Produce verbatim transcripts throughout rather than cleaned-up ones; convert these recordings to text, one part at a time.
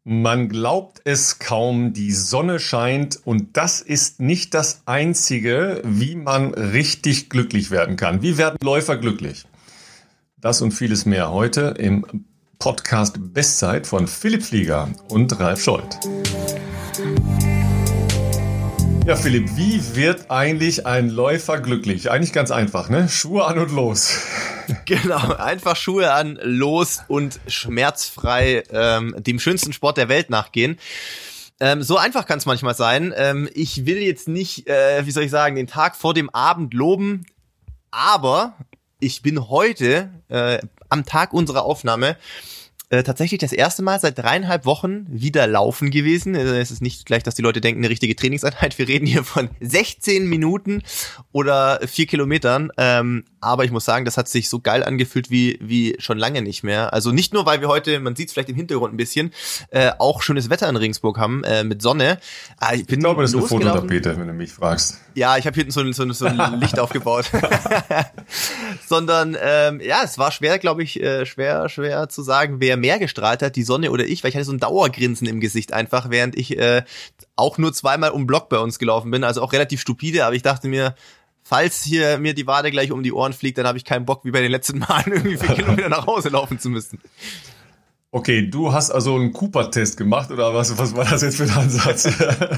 Man glaubt es kaum, die Sonne scheint und das ist nicht das Einzige, wie man richtig glücklich werden kann. Wie werden Läufer glücklich? Das und vieles mehr heute im Podcast Bestzeit von Philipp Flieger und Ralf Scholz. Ja, Philipp, wie wird eigentlich ein Läufer glücklich? Eigentlich ganz einfach, ne? Schuhe an und los. Genau, einfach Schuhe an, los und schmerzfrei ähm, dem schönsten Sport der Welt nachgehen. Ähm, so einfach kann es manchmal sein. Ähm, ich will jetzt nicht, äh, wie soll ich sagen, den Tag vor dem Abend loben, aber ich bin heute äh, am Tag unserer Aufnahme Äh, tatsächlich das erste Mal seit dreieinhalb Wochen wieder laufen gewesen. Also es ist nicht gleich, dass die Leute denken, eine richtige Trainingseinheit. Wir reden hier von sechzehn Minuten oder vier Kilometern. Ähm, aber ich muss sagen, das hat sich so geil angefühlt wie wie schon lange nicht mehr. Also nicht nur, weil wir heute, man sieht es vielleicht im Hintergrund ein bisschen, äh, auch schönes Wetter in Regensburg haben äh, mit Sonne. Ah, ich, bin ich glaube, das ist eine Fototapete, wenn du mich fragst. Ja, ich habe hinten so, so, so ein Licht aufgebaut. Sondern, ähm, ja, es war schwer, glaube ich, äh, schwer, schwer zu sagen, wer mehr gestrahlt hat, die Sonne oder ich, weil ich hatte so ein Dauergrinsen im Gesicht einfach, während ich äh, auch nur zweimal um Block bei uns gelaufen bin, also auch relativ stupide, aber ich dachte mir, falls hier mir die Wade gleich um die Ohren fliegt, dann habe ich keinen Bock, wie bei den letzten Malen irgendwie vier Kilometer nach Hause laufen zu müssen. Okay, du hast also einen Cooper-Test gemacht oder was, was war das jetzt für ein Ansatz?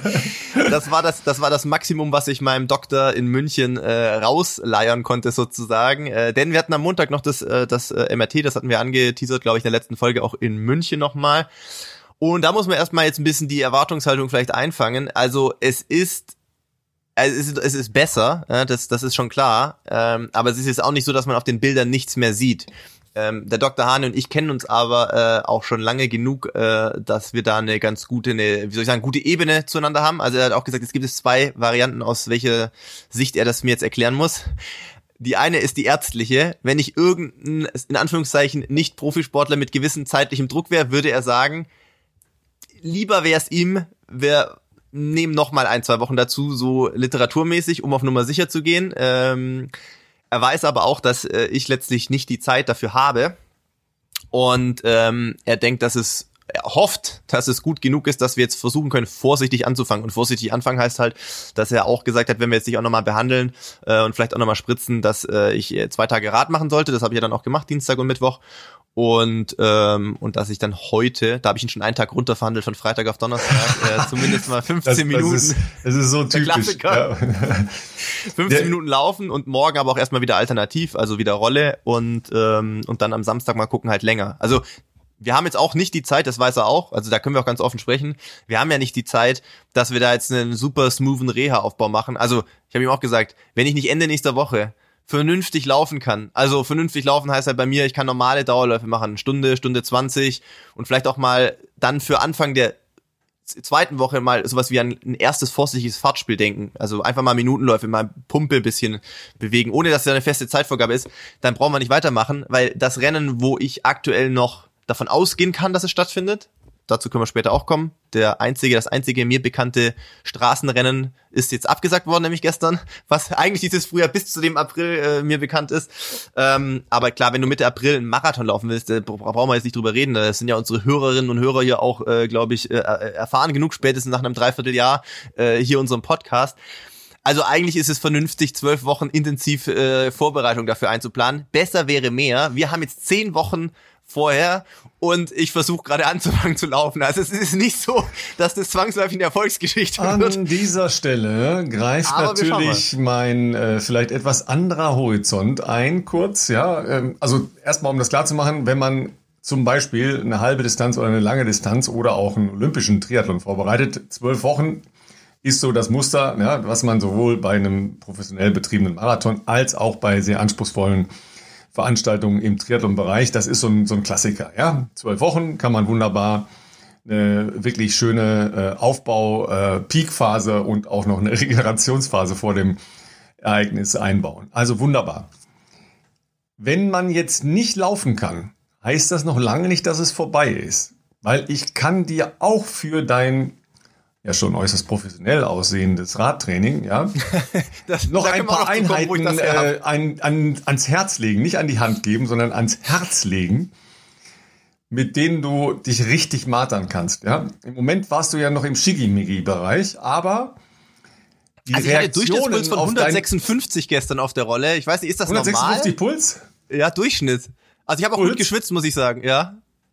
Das war das, das war das Maximum, was ich meinem Doktor in München äh, rausleiern konnte sozusagen. Äh, denn wir hatten am Montag noch das, äh, das äh, M R T, das hatten wir angeteasert, glaube ich, in der letzten Folge auch in München nochmal. Und da muss man erstmal jetzt ein bisschen die Erwartungshaltung vielleicht einfangen. Also es ist Also es ist, es ist besser, ja, das, das ist schon klar, ähm, aber es ist jetzt auch nicht so, dass man auf den Bildern nichts mehr sieht. Ähm, der Doktor Hane und ich kennen uns aber äh, auch schon lange genug, äh, dass wir da eine ganz gute, eine, wie soll ich sagen, gute Ebene zueinander haben. Also er hat auch gesagt, es gibt es zwei Varianten, aus welcher Sicht er das mir jetzt erklären muss. Die eine ist die ärztliche. Wenn ich irgendein, in Anführungszeichen, Nicht-Profisportler mit gewissem zeitlichem Druck wäre, würde er sagen, lieber wäre es ihm, wir nehmen noch mal ein, zwei Wochen dazu, so literaturmäßig, um auf Nummer sicher zu gehen. Ähm, er weiß aber auch, dass äh, ich letztlich nicht die Zeit dafür habe. Und ähm, er denkt, dass es, er hofft, dass es gut genug ist, dass wir jetzt versuchen können, vorsichtig anzufangen. Und vorsichtig anfangen heißt halt, dass er auch gesagt hat, wenn wir jetzt dich auch nochmal behandeln äh, und vielleicht auch nochmal spritzen, dass äh, ich äh, zwei Tage Rad machen sollte. Das habe ich ja dann auch gemacht, Dienstag und Mittwoch. Und ähm, und dass ich dann heute, da habe ich ihn schon einen Tag runterverhandelt von Freitag auf Donnerstag, äh, zumindest mal fünfzehn das, Minuten. Das ist, das ist so typisch. Ja. fünfzehn Der, Minuten laufen und morgen aber auch erstmal wieder alternativ, also wieder Rolle und ähm, und dann am Samstag mal gucken halt länger. Also wir haben jetzt auch nicht die Zeit, das weiß er auch, also da können wir auch ganz offen sprechen, wir haben ja nicht die Zeit, dass wir da jetzt einen super smoothen Reha-Aufbau machen. Also ich habe ihm auch gesagt, wenn ich nicht Ende nächster Woche vernünftig laufen kann. Also vernünftig laufen heißt halt bei mir, ich kann normale Dauerläufe machen, Stunde, Stunde zwanzig und vielleicht auch mal dann für Anfang der zweiten Woche mal sowas wie ein, ein erstes vorsichtiges Fahrtspiel denken. Also einfach mal Minutenläufe, mal Pumpe ein bisschen bewegen, ohne dass da eine feste Zeitvorgabe ist. Dann brauchen wir nicht weitermachen, weil das Rennen, wo ich aktuell noch davon ausgehen kann, dass es stattfindet, dazu können wir später auch kommen. Der einzige, das einzige mir bekannte Straßenrennen ist jetzt abgesagt worden, nämlich gestern, was eigentlich dieses Frühjahr bis zu dem April äh, mir bekannt ist. Ähm, aber klar, wenn du Mitte April einen Marathon laufen willst, äh, brauchen wir jetzt nicht drüber reden. Das sind ja unsere Hörerinnen und Hörer hier auch, äh, glaube ich, äh, erfahren genug, spätestens nach einem Dreivierteljahr äh, hier unserem Podcast. Also eigentlich ist es vernünftig, zwölf Wochen intensiv äh, Vorbereitung dafür einzuplanen. Besser wäre mehr. Wir haben jetzt zehn Wochen vorher und ich versuche gerade anzufangen zu laufen. Also es ist nicht so, dass das zwangsläufig in der Erfolgsgeschichte wird. An dieser Stelle greift Aber natürlich mein äh, vielleicht etwas anderer Horizont ein, kurz. Ja, ähm, also erstmal, um das klar zu machen, wenn man zum Beispiel eine halbe Distanz oder eine lange Distanz oder auch einen olympischen Triathlon vorbereitet, zwölf Wochen ist so das Muster, ja, was man sowohl bei einem professionell betriebenen Marathon als auch bei sehr anspruchsvollen Veranstaltungen im Triathlon-Bereich, das ist so ein, so ein Klassiker. Ja, zwölf Wochen kann man wunderbar eine wirklich schöne äh, Aufbau, äh, Peak-Phase und auch noch eine Regenerationsphase vor dem Ereignis einbauen. Also wunderbar. Wenn man jetzt nicht laufen kann, heißt das noch lange nicht, dass es vorbei ist. Weil ich kann dir auch für dein ja schon äußerst professionell aussehendes Radtraining, ja, das, noch ein paar Einheiten kommen, äh, ein, an, ans Herz legen, nicht an die Hand geben, sondern ans Herz legen. mit denen du dich richtig martern kannst. Ja? Im Moment warst du ja noch im Schickimicki-Bereich, aber die also ich hatte Reaktionen Durchschnittspuls von hundertsechsundfünfzig gestern auf der Rolle. Ich weiß nicht, ist das hundertsechsundfünfzig normal? Puls? Ja, Durchschnitt. Also ich habe auch Puls? gut geschwitzt, muss ich sagen, ja.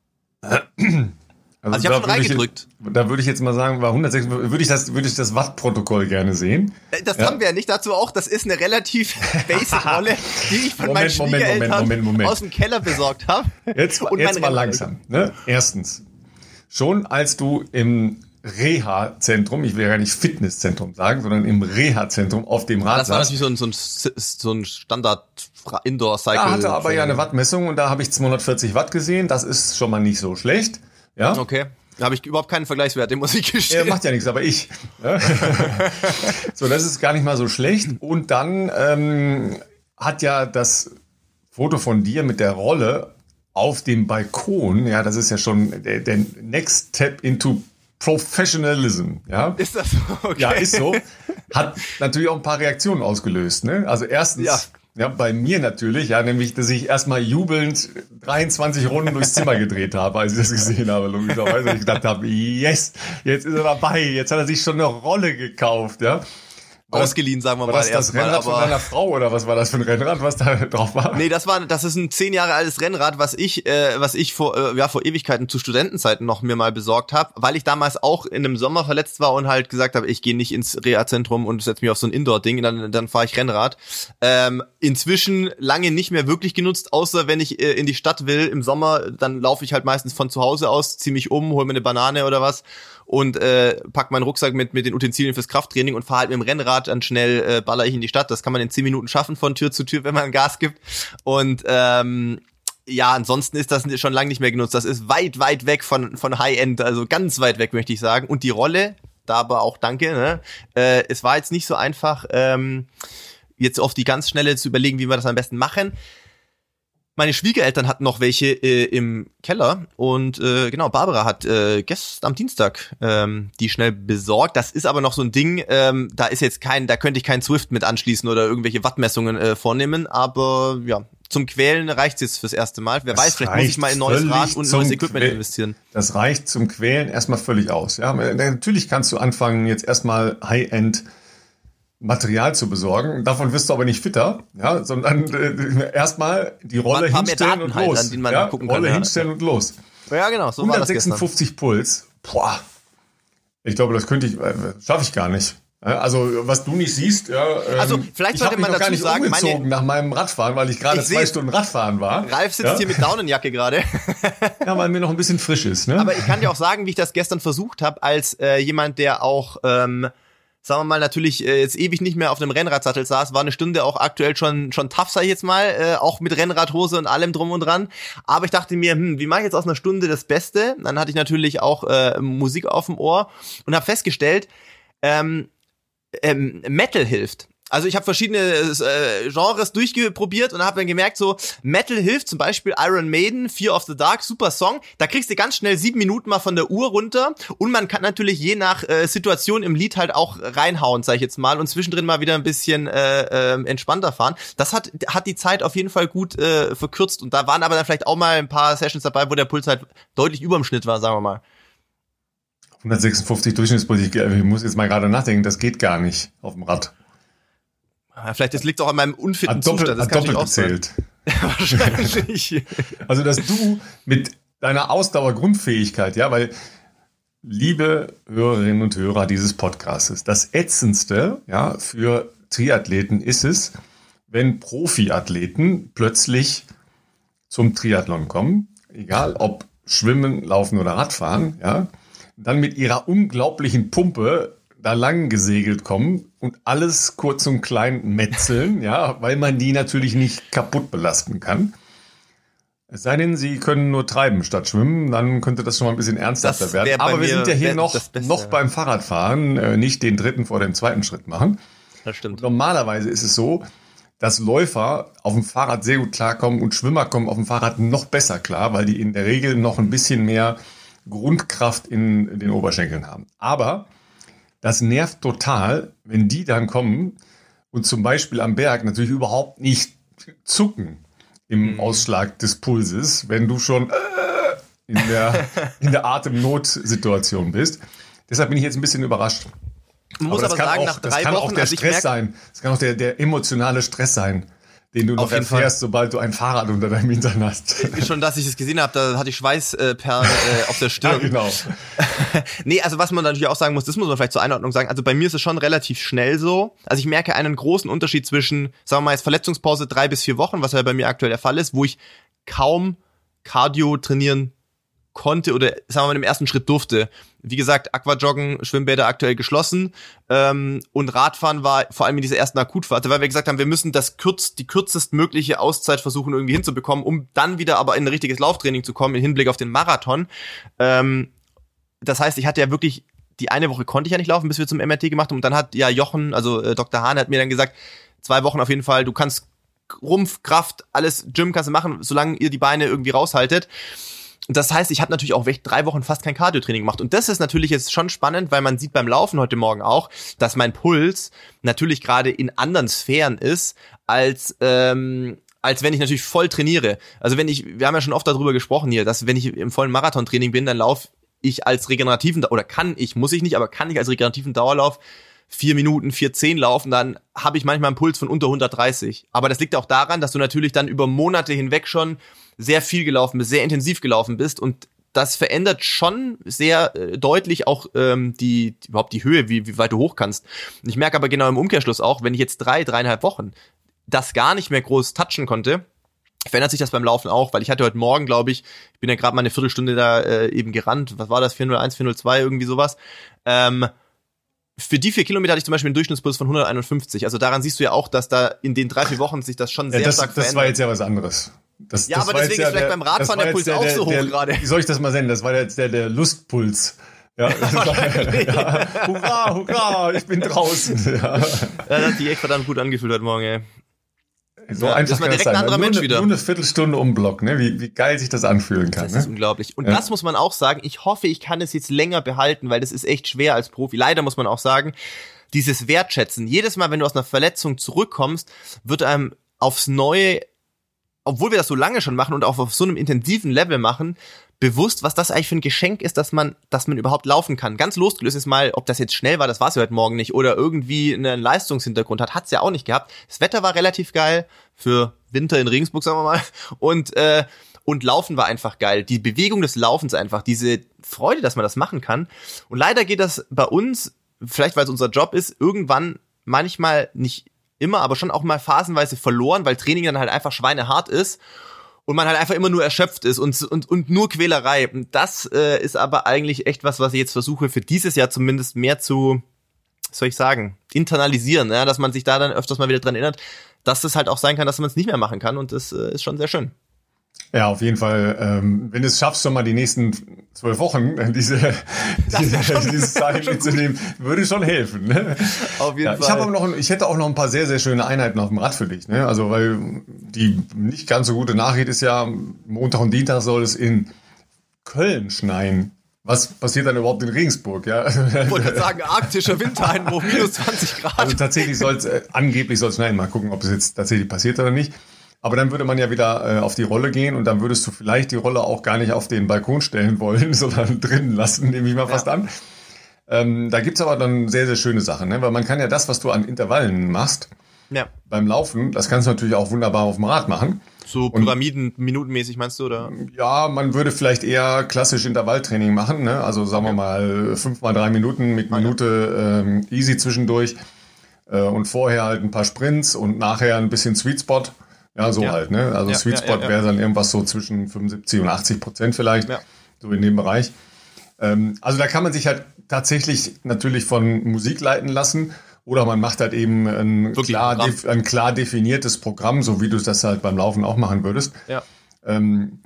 Also, also ich habe schon reingedrückt. Ich, da würde ich jetzt mal sagen, war hundertsechsundfünfzig, würde ich das, würde ich das Wattprotokoll gerne sehen. Das ja. haben wir ja nicht dazu auch. Das ist eine relativ basic Rolle, die ich von Moment, meinen Schwiegereltern Moment, Moment, Moment. aus dem Keller besorgt habe. Jetzt, Und jetzt mal langsam. Ne? Erstens, schon als du im Reha-Zentrum, ich will ja nicht Fitnesszentrum sagen, sondern im Reha-Zentrum auf dem Rad Das war natürlich so ein, so ein, so ein Standard-Indoor-Cycle. Da hatte aber ja eine Wattmessung und da habe ich zweihundertvierzig Watt gesehen. Das ist schon mal nicht so schlecht. Ja. Okay. Da habe ich überhaupt keinen Vergleichswert, den muss ich gestehen. Er macht ja nichts, aber ich. Ja. So, das ist gar nicht mal so schlecht. Und dann ähm, hat ja das Foto von dir mit der Rolle auf dem Balkon, ja, das ist ja schon der, der Next Step into Professionalism, ja. Ist das so? Okay. Ja, ist so. Hat natürlich auch ein paar Reaktionen ausgelöst, ne? Also erstens, ja, ja bei mir natürlich, ja, nämlich, dass ich erstmal jubelnd dreiundzwanzig Runden durchs Zimmer gedreht habe, als ich das gesehen habe, logischerweise. Ich gedacht habe, yes, jetzt ist er dabei, jetzt hat er sich schon eine Rolle gekauft, ja. Ausgeliehen, sagen wir war mal. War das das Rennrad von deiner Frau oder was war das für ein Rennrad, was da drauf war? Nee, das war, das ist ein zehn Jahre altes Rennrad, was ich, äh, was ich vor, äh, ja, vor Ewigkeiten zu Studentenzeiten noch mir mal besorgt habe, weil ich damals auch in einem Sommer verletzt war und halt gesagt habe, ich gehe nicht ins Reha-Zentrum und setze mich auf so ein Indoor-Ding, dann, dann fahre ich Rennrad. Ähm, inzwischen lange nicht mehr wirklich genutzt, außer wenn ich äh, in die Stadt will im Sommer, dann laufe ich halt meistens von zu Hause aus, ziehe mich um, hol mir eine Banane oder was und äh, pack meinen Rucksack mit mit den Utensilien fürs Krafttraining und fahre halt mit dem Rennrad, dann schnell äh, baller ich in die Stadt. Das kann man in zehn Minuten schaffen von Tür zu Tür, wenn man Gas gibt. Und ähm, ja, ansonsten ist das schon lange nicht mehr genutzt. Das ist weit, weit weg von von High-End, also ganz weit weg, möchte ich sagen. Und die Rolle, da aber auch danke, ne? Äh, es war jetzt nicht so einfach, ähm, jetzt auf die ganz Schnelle zu überlegen, wie wir das am besten machen. Meine Schwiegereltern hatten noch welche äh, im Keller und äh, genau, Barbara hat äh, gestern am Dienstag ähm, die schnell besorgt. Das ist aber noch so ein Ding, ähm, da ist jetzt kein, da könnte ich kein Swift mit anschließen oder irgendwelche Wattmessungen äh, vornehmen, aber ja, zum Quälen reicht's jetzt fürs erste Mal. Wer das weiß, vielleicht muss ich mal in neues Rad und neues Equipment Quäl- investieren. Das reicht zum Quälen erstmal völlig aus. Ja, natürlich kannst du anfangen, jetzt erstmal High-End Material zu besorgen. Davon wirst du aber nicht fitter, ja, sondern äh, erstmal die Rolle hinstellen und halt, los. an denen man ja, gucken Rolle kann, ja. hinstellen und los. Ja, genau, so war das gestern. hundertsechsundfünfzig Puls. Boah. Ich glaube, das könnte ich, äh, schaffe ich gar nicht. Ja, also, was du nicht siehst, ja, ähm, also, vielleicht sollte man dazu sagen, umgezogen meine, nach meinem Radfahren, weil ich gerade ich zwei Stunden Radfahren war. Ralf sitzt ja? hier mit Daunenjacke gerade. Ja, weil mir noch ein bisschen frisch ist, ne? Aber ich kann dir auch sagen, wie ich das gestern versucht habe, als äh, jemand, der auch, ähm, sagen wir mal, natürlich äh, jetzt ewig nicht mehr auf einem Rennradsattel saß, war eine Stunde auch aktuell schon schon tough, sag ich jetzt mal, äh, auch mit Rennradhose und allem drum und dran. Aber ich dachte mir, hm, wie mache ich jetzt aus einer Stunde das Beste? Dann hatte ich natürlich auch äh, Musik auf dem Ohr und habe festgestellt, ähm, ähm, Metal hilft. Also ich habe verschiedene äh, Genres durchprobiert und habe dann gemerkt, so Metal hilft, zum Beispiel Iron Maiden, Fear of the Dark, super Song. Da kriegst du ganz schnell sieben Minuten mal von der Uhr runter und man kann natürlich je nach äh, Situation im Lied halt auch reinhauen, sag ich jetzt mal, und zwischendrin mal wieder ein bisschen äh, äh, entspannter fahren. Das hat hat die Zeit auf jeden Fall gut äh, verkürzt und da waren aber dann vielleicht auch mal ein paar Sessions dabei, wo der Puls halt deutlich über dem Schnitt war, sagen wir mal. hundertsechsundfünfzig Durchschnittspuls, ich, ich muss jetzt mal gerade nachdenken, das geht gar nicht auf dem Rad. Vielleicht das liegt auch an meinem unfitten hat doppelt, Zustand. Das hat kann doppelt auch gezählt. Wahrscheinlich. Also, dass du mit deiner Ausdauergrundfähigkeit, ja, weil, liebe Hörerinnen und Hörer dieses Podcasts, das Ätzendste, ja, für Triathleten ist es, wenn Profiathleten plötzlich zum Triathlon kommen, egal ob Schwimmen, Laufen oder Radfahren, ja, dann mit ihrer unglaublichen Pumpe da lang gesegelt kommen und alles kurz und klein metzeln, ja, weil man die natürlich nicht kaputt belasten kann. Es sei denn, sie können nur treiben statt schwimmen, dann könnte das schon mal ein bisschen ernsthafter werden. Aber wir sind ja hier noch, Beste, noch ja. beim Fahrradfahren, äh, nicht den dritten vor dem zweiten Schritt machen. Das stimmt. Und normalerweise ist es so, dass Läufer auf dem Fahrrad sehr gut klarkommen und Schwimmer kommen auf dem Fahrrad noch besser klar, weil die in der Regel noch ein bisschen mehr Grundkraft in den Oberschenkeln haben. Aber das nervt total, wenn die dann kommen und zum Beispiel am Berg natürlich überhaupt nicht zucken im mhm. Ausschlag des Pulses, wenn du schon äh, in der, in der Atemnotsituation bist. Deshalb bin ich jetzt ein bisschen überrascht. Man muss aber, aber sagen, auch, nach drei das kann Wochen, auch der also Stress merke, sein. Das kann auch der, der emotionale Stress sein, den du noch erfährst, sobald du ein Fahrrad unter deinem Hintern hast. Schon, dass ich das gesehen habe, da hatte ich Schweißperlen äh, auf der Stirn. Ja, genau. Nee, also was man natürlich auch sagen muss, das muss man vielleicht zur Einordnung sagen, also bei mir ist es schon relativ schnell so. Also ich merke einen großen Unterschied zwischen, sagen wir mal jetzt Verletzungspause drei bis vier Wochen, was ja bei mir aktuell der Fall ist, wo ich kaum Cardio trainieren konnte oder sagen wir mal im ersten Schritt durfte. Wie gesagt, Aquajoggen, Schwimmbäder aktuell geschlossen ähm, und Radfahren war vor allem in dieser ersten Akutphase, weil wir gesagt haben, wir müssen das kürz, die kürzestmögliche Auszeit versuchen irgendwie hinzubekommen, um dann wieder aber in ein richtiges Lauftraining zu kommen, im Hinblick auf den Marathon. Ähm, das heißt, ich hatte ja wirklich, die eine Woche konnte ich ja nicht laufen, bis wir zum M R T gemacht haben und dann hat ja Jochen, also äh, Doktor Hahn hat mir dann gesagt, zwei Wochen auf jeden Fall, du kannst Rumpf, Kraft, alles Gym kannst du machen, solange ihr die Beine irgendwie raushaltet. Das heißt, ich habe natürlich auch echt drei Wochen fast kein Cardio-Training gemacht. Und das ist natürlich jetzt schon spannend, weil man sieht beim Laufen heute Morgen auch, dass mein Puls natürlich gerade in anderen Sphären ist, als ähm, als wenn ich natürlich voll trainiere. Also wenn ich, wir haben ja schon oft darüber gesprochen hier, dass wenn ich im vollen Marathontraining bin, dann laufe ich als regenerativen, oder kann ich, muss ich nicht, aber kann ich als regenerativen Dauerlauf vier Minuten, vier zehn laufen, dann habe ich manchmal einen Puls von unter hundertdreißig. Aber das liegt auch daran, dass du natürlich dann über Monate hinweg schon sehr viel gelaufen bist, sehr intensiv gelaufen bist und das verändert schon sehr äh, deutlich auch ähm, die, die überhaupt die Höhe, wie, wie weit du hoch kannst. Und ich merke aber genau im Umkehrschluss auch, wenn ich jetzt drei, dreieinhalb Wochen das gar nicht mehr groß touchen konnte, verändert sich das beim Laufen auch, weil ich hatte heute Morgen, glaube ich, ich bin ja gerade mal eine Viertelstunde da äh, eben gerannt, was war das, vier null eins, vier null zwei, irgendwie sowas, ähm, für die vier Kilometer hatte ich zum Beispiel einen Durchschnittspuls von hunderteinundfünfzig. Also daran siehst du ja auch, dass da in den drei, vier Wochen sich das schon sehr ja, das, stark verändert. Das war jetzt ja was anderes. Das, ja, das aber deswegen ja ist vielleicht der, beim Radfahren der Puls der, auch so hoch gerade. Wie soll ich das mal nennen? Das war jetzt der, der Lustpuls. Ja, das war, ja, hurra, hurra, ich bin draußen. Ja. Ja, das hat sich echt verdammt gut angefühlt heute Morgen, ey. So ja, einfach ist man direkt ein anderer nur Mensch eine, wieder. Nur eine Viertelstunde um Block, ne? Wie, wie geil sich das anfühlen kann. Das ne? ist unglaublich. Und ja. das muss man auch sagen. Ich hoffe, ich kann es jetzt länger behalten, weil das ist echt schwer als Profi. Leider muss man auch sagen, dieses Wertschätzen. Jedes Mal, wenn du aus einer Verletzung zurückkommst, wird einem aufs Neue, obwohl wir das so lange schon machen und auch auf so einem intensiven Level machen, bewusst, was das eigentlich für ein Geschenk ist, dass man, dass man überhaupt laufen kann. Ganz losgelöst ist mal, ob das jetzt schnell war, das war es ja heute Morgen nicht, oder irgendwie einen Leistungshintergrund hat, hat's ja auch nicht gehabt. Das Wetter war relativ geil für Winter in Regensburg, sagen wir mal, und äh, und Laufen war einfach geil. Die Bewegung des Laufens einfach, diese Freude, dass man das machen kann. Und leider geht das bei uns, vielleicht weil es unser Job ist, irgendwann manchmal nicht immer, aber schon auch mal phasenweise verloren, weil Training dann halt einfach schweinehart ist. Und man halt einfach immer nur erschöpft ist und und und nur Quälerei. Und das äh, ist aber eigentlich echt was, was ich jetzt versuche für dieses Jahr zumindest mehr zu, was soll ich sagen, internalisieren, ja, dass man sich da dann öfters mal wieder dran erinnert, dass das halt auch sein kann, dass man es nicht mehr machen kann und das äh, ist schon sehr schön. Ja, auf jeden Fall. Ähm, wenn du es schaffst, schon mal die nächsten zwölf Wochen äh, diese, diese dieses Zeichen mitzunehmen, würde schon helfen. Ne? Auf jeden ja, Fall. Ich habe aber noch, ich hätte auch noch ein paar sehr, sehr schöne Einheiten auf dem Rad für dich. Ne? Also, weil die nicht ganz so gute Nachricht ist ja, Montag und Dienstag soll es in Köln schneien. Was passiert dann überhaupt in Regensburg? Ja? Ich wollte sagen, arktischer Wintereinbruch, minus zwanzig Grad. Also tatsächlich soll es, äh, angeblich soll es schneien. Mal gucken, ob es jetzt tatsächlich passiert oder nicht. Aber dann würde man ja wieder äh, auf die Rolle gehen und dann würdest du vielleicht die Rolle auch gar nicht auf den Balkon stellen wollen, sondern drinnen lassen, nehme ich mal fast ja. an. Ähm, da gibt's aber dann sehr, sehr schöne Sachen, ne? Weil man kann ja das, was du an Intervallen machst, ja. beim Laufen, das kannst du natürlich auch wunderbar auf dem Rad machen. So Pyramiden, minutenmäßig meinst du, oder? Ja, man würde vielleicht eher klassisch Intervalltraining machen, ne? Also sagen wir mal fünf mal drei Minuten mit Minute ähm, easy zwischendurch äh, und vorher halt ein paar Sprints und nachher ein bisschen Sweet Spot. Ja, so ja. halt, ne? Also ja, Sweet Spot ja, ja, ja. wäre dann irgendwas so zwischen fünfundsiebzig und achtzig Prozent vielleicht, ja. so in dem Bereich. Ähm, also da kann man sich halt tatsächlich natürlich von Musik leiten lassen oder man macht halt eben ein klar, def- ein klar definiertes Programm, so wie du das halt beim Laufen auch machen würdest. Ja. Ähm,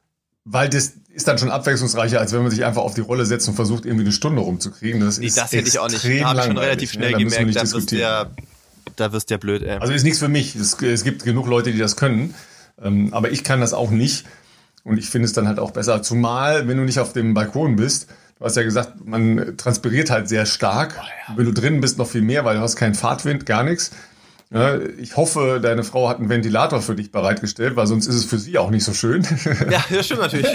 weil das ist dann schon abwechslungsreicher, als wenn man sich einfach auf die Rolle setzt und versucht, irgendwie eine Stunde rumzukriegen. Das, nee, ist das hätte ich auch nicht. Da habe ich schon relativ schnell ne? gemerkt, da wirst du ja... Da wirst du ja blöd, ey. Also ist nichts für mich. Es, es gibt genug Leute, die das können. Ähm, aber ich kann das auch nicht. Und ich finde es dann halt auch besser. Zumal, wenn du nicht auf dem Balkon bist. Du hast ja gesagt, man transpiriert halt sehr stark. Oh, ja. Wenn du drinnen bist, noch viel mehr, weil du hast keinen Fahrtwind, gar nichts. Ja, ich hoffe, deine Frau hat einen Ventilator für dich bereitgestellt, weil sonst ist es für sie auch nicht so schön. Ja, das stimmt natürlich.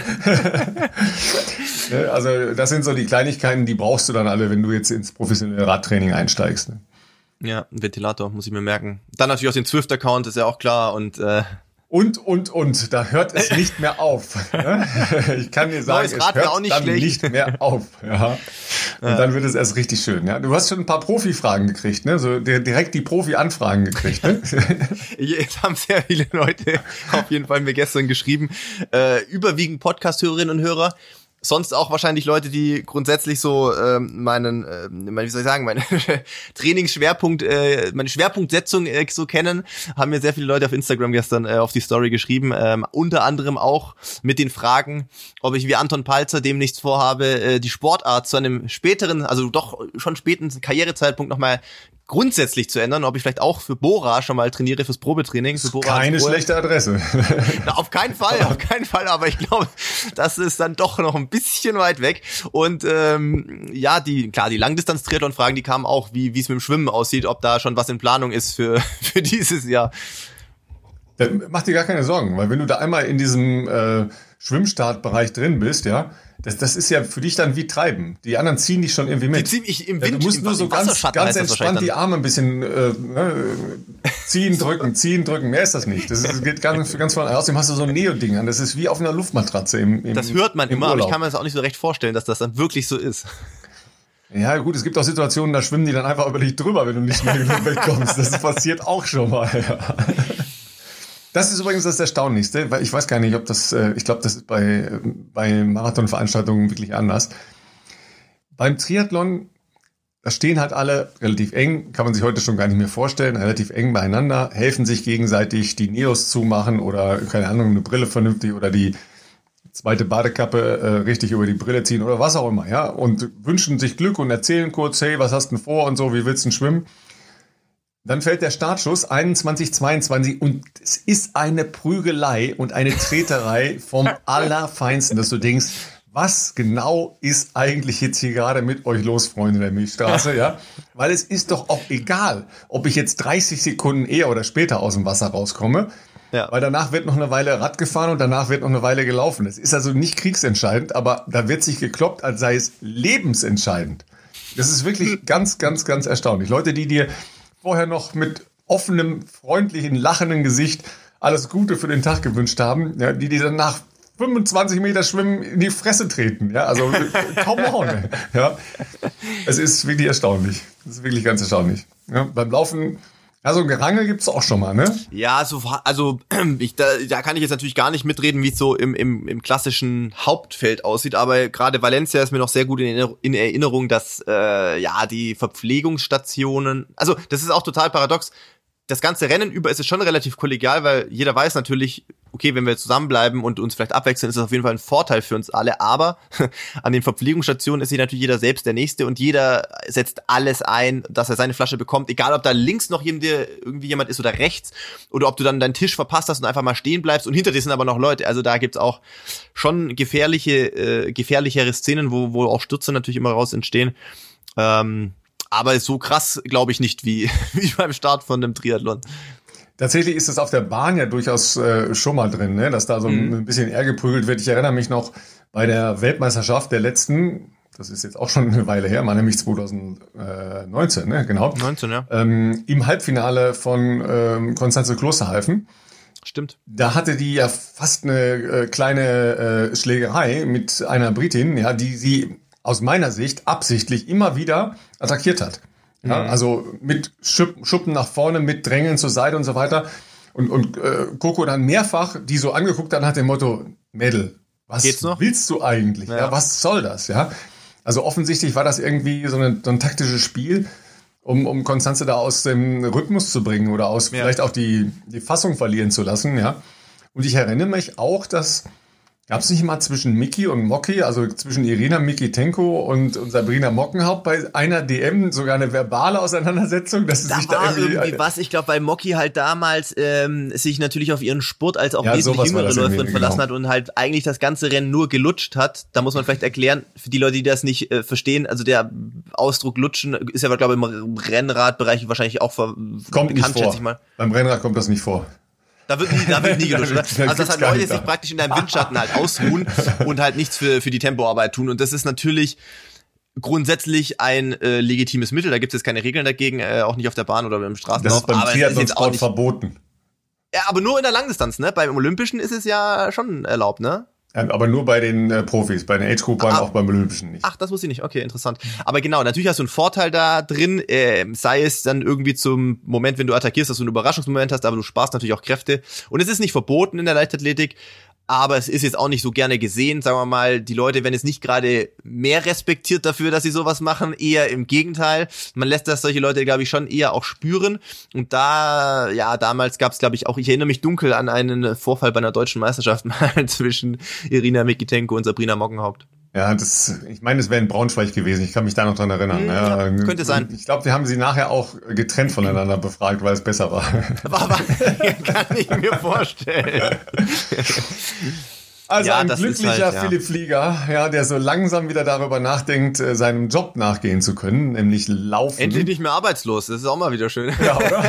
Also das sind so die Kleinigkeiten, die brauchst du dann alle, wenn du jetzt ins professionelle Radtraining einsteigst. Ne? Ja, ein Ventilator, muss ich mir merken. Dann natürlich auch den Zwift-Account, ist ja auch klar. Und äh Und, und, und, da hört es nicht mehr auf. Ich kann dir sagen, es hört auch nicht dann schlecht. nicht mehr auf. Ja. Und ja. dann wird es erst richtig schön. Ja. Du hast schon ein paar Profi-Fragen gekriegt, ne? So direkt die Profi-Anfragen gekriegt. Ne? Jetzt haben sehr viele Leute auf jeden Fall mir gestern geschrieben. Äh, überwiegend Podcast-Hörerinnen und Hörer. Sonst auch wahrscheinlich Leute, die grundsätzlich so ähm, meinen, äh, wie soll ich sagen, meine Trainingsschwerpunkt, äh, meine Schwerpunktsetzung äh, so kennen, haben mir sehr viele Leute auf Instagram gestern äh, auf die Story geschrieben, ähm, unter anderem auch mit den Fragen, ob ich wie Anton Palzer demnächst vorhabe, äh, die Sportart zu einem späteren, also doch schon späten Karrierezeitpunkt nochmal grundsätzlich zu ändern, ob ich vielleicht auch für Bora schon mal trainiere, fürs Probetraining. Für Bora Keine schlechte Adresse. Na, auf keinen Fall, auf keinen Fall, aber ich glaube, das ist dann doch noch ein bisschen weit weg. Und ähm, ja, die klar, die Langdistanz-Triathlon-Fragen, die kamen auch, wie wie es mit dem Schwimmen aussieht, ob da schon was in Planung ist für für dieses Jahr. Dann mach dir gar keine Sorgen, weil wenn du da einmal in diesem äh, Schwimmstartbereich drin bist, ja, das, das ist ja für dich dann wie Treiben. Die anderen ziehen dich schon irgendwie mit. Die ziehen mich im Wind, ja, du musst im, nur so ganz, ganz entspannt die Arme ein bisschen äh, ziehen, drücken, ziehen, drücken. Mehr ist das nicht. Das ist, geht ganz, ganz von außerdem hast du so ein Neo-Ding an. Das ist wie auf einer Luftmatratze im, im Das hört man immer, Urlaub. Aber ich kann mir das auch nicht so recht vorstellen, dass das dann wirklich so ist. Ja gut, es gibt auch Situationen, da schwimmen die dann einfach über dich drüber, wenn du nicht mehr wegkommst. Das passiert auch schon mal. Ja. Das ist übrigens das Erstaunlichste, weil ich weiß gar nicht, ob das, äh, ich glaube, das ist bei, bei Marathonveranstaltungen wirklich anders. Beim Triathlon, da stehen halt alle relativ eng, kann man sich heute schon gar nicht mehr vorstellen, relativ eng beieinander, helfen sich gegenseitig, die Neos zumachen oder, keine Ahnung, eine Brille vernünftig oder die zweite Badekappe äh, richtig über die Brille ziehen oder was auch immer, ja, und wünschen sich Glück und erzählen kurz, hey, was hast du denn vor und so, wie willst du denn schwimmen? Dann fällt der Startschuss einundzwanzig zweiundzwanzig und es ist eine Prügelei und eine Treterei vom Allerfeinsten, dass du denkst, was genau ist eigentlich jetzt hier gerade mit euch los, Freunde der Milchstraße, ja? Weil es ist doch auch egal, ob ich jetzt dreißig Sekunden eher oder später aus dem Wasser rauskomme, ja. Weil danach wird noch eine Weile Rad gefahren und danach wird noch eine Weile gelaufen. Es ist also nicht kriegsentscheidend, aber da wird sich gekloppt, als sei es lebensentscheidend. Das ist wirklich ganz, ganz, ganz erstaunlich. Leute, die dir vorher noch mit offenem, freundlichen, lachenden Gesicht alles Gute für den Tag gewünscht haben, ja, die dir dann nach fünfundzwanzig Meter Schwimmen in die Fresse treten. Ja, also come on. Ja, es ist wirklich erstaunlich. Es ist wirklich ganz erstaunlich. Ja, beim Laufen, also ein Gerangel gibt's auch schon mal, ne? Ja, so, also ich, da, da kann ich jetzt natürlich gar nicht mitreden, wie es so im, im, im klassischen Hauptfeld aussieht, aber gerade Valencia ist mir noch sehr gut in, in Erinnerung, dass äh, ja die Verpflegungsstationen, also das ist auch total paradox, das ganze Rennen über ist es schon relativ kollegial, weil jeder weiß natürlich, okay, wenn wir zusammenbleiben und uns vielleicht abwechseln, ist das auf jeden Fall ein Vorteil für uns alle, aber an den Verpflegungsstationen ist sich natürlich jeder selbst der Nächste und jeder setzt alles ein, dass er seine Flasche bekommt, egal ob da links noch irgendwie jemand ist oder rechts oder ob du dann deinen Tisch verpasst hast und einfach mal stehen bleibst und hinter dir sind aber noch Leute, also da gibt's auch schon gefährliche, äh, gefährlichere Szenen, wo, wo auch Stürze natürlich immer raus entstehen, ähm, aber so krass, glaube ich, nicht wie, wie beim Start von einem Triathlon. Tatsächlich ist es auf der Bahn ja durchaus äh, schon mal drin, ne? Dass da so mhm. ein bisschen eher geprügelt wird. Ich erinnere mich noch bei der Weltmeisterschaft der letzten, das ist jetzt auch schon eine Weile her, mal nämlich zwanzig neunzehn, ne? Genau. neunzehn, ja. Ähm, im Halbfinale von ähm, Konstanze Klosterhalfen. Stimmt. Da hatte die ja fast eine äh, kleine äh, Schlägerei mit einer Britin, ja, die sie aus meiner Sicht absichtlich immer wieder attackiert hat. Ja, mhm. Also mit Schuppen nach vorne, mit Drängeln zur Seite und so weiter. Und, und äh, Coco dann mehrfach die so angeguckt hat nach dem Motto, Mädel, was willst du eigentlich? Ja. Ja, was soll das? Ja, also offensichtlich war das irgendwie so, eine, so ein taktisches Spiel, um, um Konstanze da aus dem Rhythmus zu bringen oder aus ja. vielleicht auch die, die Fassung verlieren zu lassen. Ja, und ich erinnere mich auch, dass Gab es nicht mal zwischen Miki und Moki, also zwischen Irina Mikitenko und, und Sabrina Mockenhaupt bei einer D M sogar eine verbale Auseinandersetzung? Dass da sich war da irgendwie, irgendwie was, ich glaube, weil Moki halt damals ähm, sich natürlich auf ihren Sport als auch ja, wesentlich jüngere Läuferin verlassen genau. hat und halt eigentlich das ganze Rennen nur gelutscht hat. Da muss man vielleicht erklären, für die Leute, die das nicht äh, verstehen, also der Ausdruck lutschen ist ja, glaube ich, im Rennradbereich wahrscheinlich auch ver- kommt bekannt, nicht vor. schätze ich mal. Beim Rennrad kommt das nicht vor. Da wird nie, da wird nie gelutscht, oder? Da Also, dass halt Leute sich da. praktisch in deinem Windschatten halt ausruhen und halt nichts für, für die Tempoarbeit tun. Und das ist natürlich grundsätzlich ein äh, legitimes Mittel. Da gibt es jetzt keine Regeln dagegen, äh, auch nicht auf der Bahn oder im Straßenlauf. Das ist beim aber Triathlon-Sport verboten. Ja, aber nur in der Langdistanz, ne? Beim Olympischen ist es ja schon erlaubt, ne? Aber nur bei den äh, Profis, bei den Age-Groupern, auch beim Olympischen nicht. Ach, das wusste ich nicht. Okay, interessant. Aber genau, natürlich hast du einen Vorteil da drin, äh, sei es dann irgendwie zum Moment, wenn du attackierst, dass du einen Überraschungsmoment hast, aber du sparst natürlich auch Kräfte. Und es ist nicht verboten in der Leichtathletik, aber es ist jetzt auch nicht so gerne gesehen, sagen wir mal. Die Leute werden jetzt nicht gerade mehr respektiert dafür, dass sie sowas machen, eher im Gegenteil. Man lässt das solche Leute, glaube ich, schon eher auch spüren. Und da, ja, damals gab es, glaube ich, auch, ich erinnere mich dunkel an einen Vorfall bei einer deutschen Meisterschaft mal zwischen Irina Mikitenko und Sabrina Mockenhaupt. Ja, das, ich meine, es wäre in Braunschweig gewesen. Ich kann mich da noch dran erinnern. Ja, ja, könnte sein. Ich glaube, wir haben sie nachher auch getrennt voneinander befragt, weil es besser war. war, war kann ich mir vorstellen. Also ja, ein glücklicher halt, ja. Philipp Flieger, ja, der so langsam wieder darüber nachdenkt, seinem Job nachgehen zu können, nämlich laufen. Endlich nicht mehr arbeitslos. Das ist auch mal wieder schön. Ja, oder?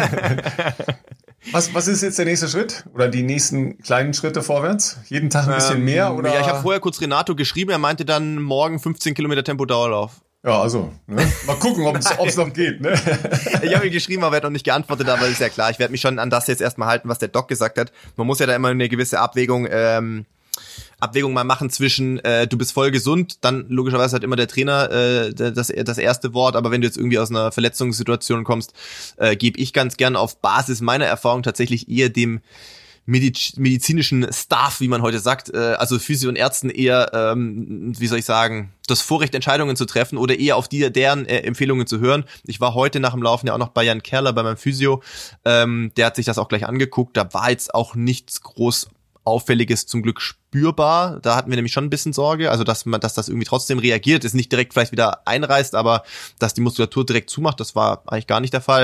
Was, was ist jetzt der nächste Schritt? Oder die nächsten kleinen Schritte vorwärts? Jeden Tag ein bisschen ähm, mehr? Oder? Ja, ich habe vorher kurz Renato geschrieben, er meinte dann morgen fünfzehn Kilometer Tempo-Dauerlauf. Ja, also, ne? Mal gucken, ob es noch geht. Ne? Ich habe ihm geschrieben, aber er hat noch nicht geantwortet, aber ist ja klar, ich werde mich schon an das jetzt erstmal halten, was der Doc gesagt hat. Man muss ja da immer eine gewisse Abwägung ähm, Abwägung mal machen zwischen äh, du bist voll gesund, dann logischerweise hat immer der Trainer äh, das, das erste Wort, aber wenn du jetzt irgendwie aus einer Verletzungssituation kommst, äh, gebe ich ganz gern auf Basis meiner Erfahrung tatsächlich eher dem Mediz- medizinischen Staff, wie man heute sagt, äh, also Physio und Ärzten eher, ähm, wie soll ich sagen, das Vorrecht, Entscheidungen zu treffen oder eher auf die deren äh, Empfehlungen zu hören. Ich war heute nach dem Laufen ja auch noch bei Jan Kerler, bei meinem Physio, ähm, der hat sich das auch gleich angeguckt, da war jetzt auch nichts groß Auffälliges zum Glück spürbar. Da hatten wir nämlich schon ein bisschen Sorge, also dass man, dass das irgendwie trotzdem reagiert, ist nicht direkt vielleicht wieder einreißt, aber dass die Muskulatur direkt zumacht, das war eigentlich gar nicht der Fall.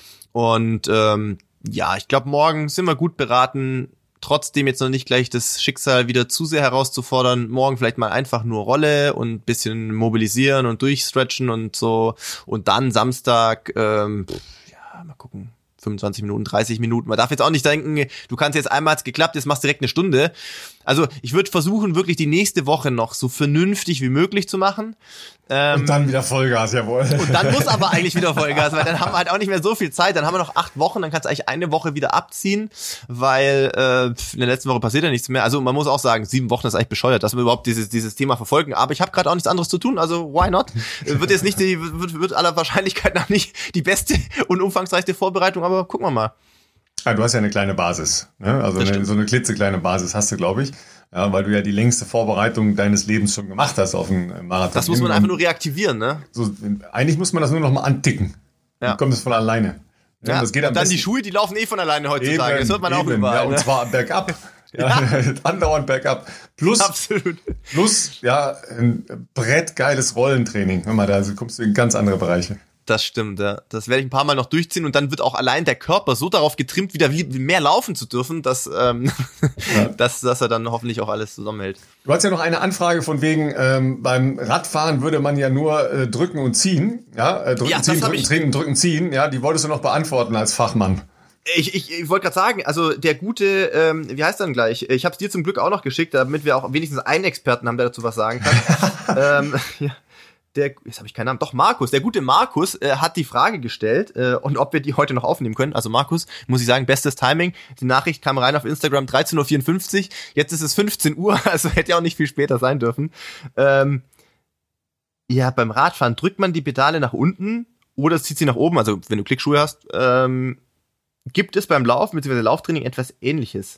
Und ähm, ja, ich glaube, morgen sind wir gut beraten, trotzdem jetzt noch nicht gleich das Schicksal wieder zu sehr herauszufordern. Morgen vielleicht mal einfach nur Rolle und ein bisschen mobilisieren und durchstretchen und so. Und dann Samstag, ähm, ja, mal gucken. fünfundzwanzig Minuten, dreißig Minuten. Man darf jetzt auch nicht denken, du kannst jetzt einmal hat's geklappt, jetzt machst du direkt eine Stunde. Also ich würde versuchen, wirklich die nächste Woche noch so vernünftig wie möglich zu machen. Ähm, und dann wieder Vollgas, jawohl. Und dann muss aber eigentlich wieder Vollgas, weil dann haben wir halt auch nicht mehr so viel Zeit. Dann haben wir noch acht Wochen, dann kannst du eigentlich eine Woche wieder abziehen, weil äh, in der letzten Woche passiert ja nichts mehr. Also man muss auch sagen, sieben Wochen ist eigentlich bescheuert, dass wir überhaupt dieses dieses Thema verfolgen. Aber ich habe gerade auch nichts anderes zu tun, also why not? Wird jetzt nicht die, wird, wird aller Wahrscheinlichkeit nach nicht die beste und umfangreichste Vorbereitung, aber gucken wir mal. Ja, du hast ja eine kleine Basis, ne? Also eine, so eine klitzekleine Basis hast du, glaube ich. Ja, weil du ja die längste Vorbereitung deines Lebens schon gemacht hast auf einen Marathon. Das muss man einfach nur reaktivieren, ne? So, eigentlich muss man das nur noch mal anticken. Ja. Dann kommt es von alleine. Ja, das geht und am dann besten. die Schuhe, die laufen eh von alleine heutzutage. Eben, das hört man eben, auch überall. Ja, und ne? zwar bergab. Ja, ja. Andauernd bergab. Plus, Absolut. plus, ja, ein brettgeiles Rollentraining. Hör mal, da kommst du in ganz andere Bereiche. Das stimmt, ja. Das werde ich ein paar Mal noch durchziehen und dann wird auch allein der Körper so darauf getrimmt, wieder wie, mehr laufen zu dürfen, dass, ähm, ja. dass, dass er dann hoffentlich auch alles zusammenhält. Du hast ja noch eine Anfrage von wegen, ähm, beim Radfahren würde man ja nur äh, drücken und ziehen. Ja, äh, drücken, ja, ziehen, drücken, ich... treten, drücken, ziehen. Ja, die wolltest du noch beantworten als Fachmann. Ich, ich, ich wollte gerade sagen, also der gute, ähm, wie heißt er denn gleich? Ich habe es dir zum Glück auch noch geschickt, damit wir auch wenigstens einen Experten haben, der dazu was sagen kann. ähm, ja. Der, jetzt habe ich keinen Namen, doch Markus, der gute Markus äh, hat die Frage gestellt äh, und ob wir die heute noch aufnehmen können. Also Markus, muss ich sagen, bestes Timing. Die Nachricht kam rein auf Instagram dreizehn Uhr vierundfünfzig, jetzt ist es fünfzehn Uhr, also hätte ja auch nicht viel später sein dürfen. Ähm, ja, beim Radfahren drückt man die Pedale nach unten oder zieht sie nach oben, also wenn du Klickschuhe hast. Ähm, gibt es beim Laufen bzw. Lauftraining etwas Ähnliches?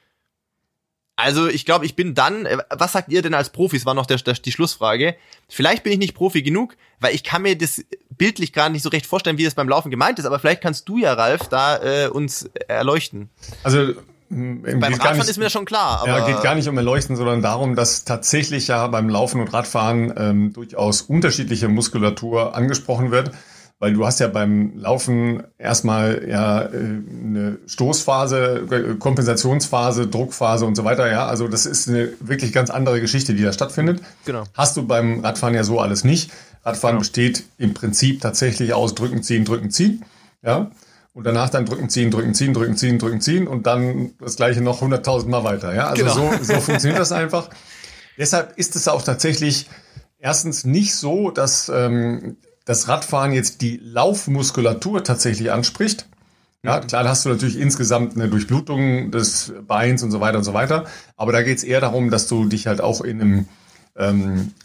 Also ich glaube, ich bin dann, was sagt ihr denn als Profis, war noch der, der, die Schlussfrage. Vielleicht bin ich nicht Profi genug, weil ich kann mir das bildlich gar nicht so recht vorstellen, wie das beim Laufen gemeint ist, aber vielleicht kannst du ja, Ralf, da äh, uns erleuchten. Also Beim Radfahren nicht, ist mir schon klar. Aber ja, geht gar nicht um Erleuchten, sondern darum, dass tatsächlich ja beim Laufen und Radfahren ähm, durchaus unterschiedliche Muskulatur angesprochen wird. Weil du hast ja beim Laufen erstmal ja eine Stoßphase, Kompensationsphase, Druckphase und so weiter. Ja, also das ist eine wirklich ganz andere Geschichte, die da stattfindet. Genau. Hast du beim Radfahren ja so alles nicht. Radfahren genau. besteht im Prinzip tatsächlich aus drücken, ziehen, drücken, ziehen. Ja. Und danach dann drücken, ziehen, drücken, ziehen, drücken, ziehen, drücken, ziehen und dann das Gleiche noch hunderttausend Mal weiter. Ja, also genau. so, so funktioniert das einfach. Deshalb ist es auch tatsächlich erstens nicht so, dass ähm, das Radfahren jetzt die Laufmuskulatur tatsächlich anspricht. Ja, klar, da hast du natürlich insgesamt eine Durchblutung des Beins und so weiter und so weiter. Aber da geht es eher darum, dass du dich halt auch in einem, ähm,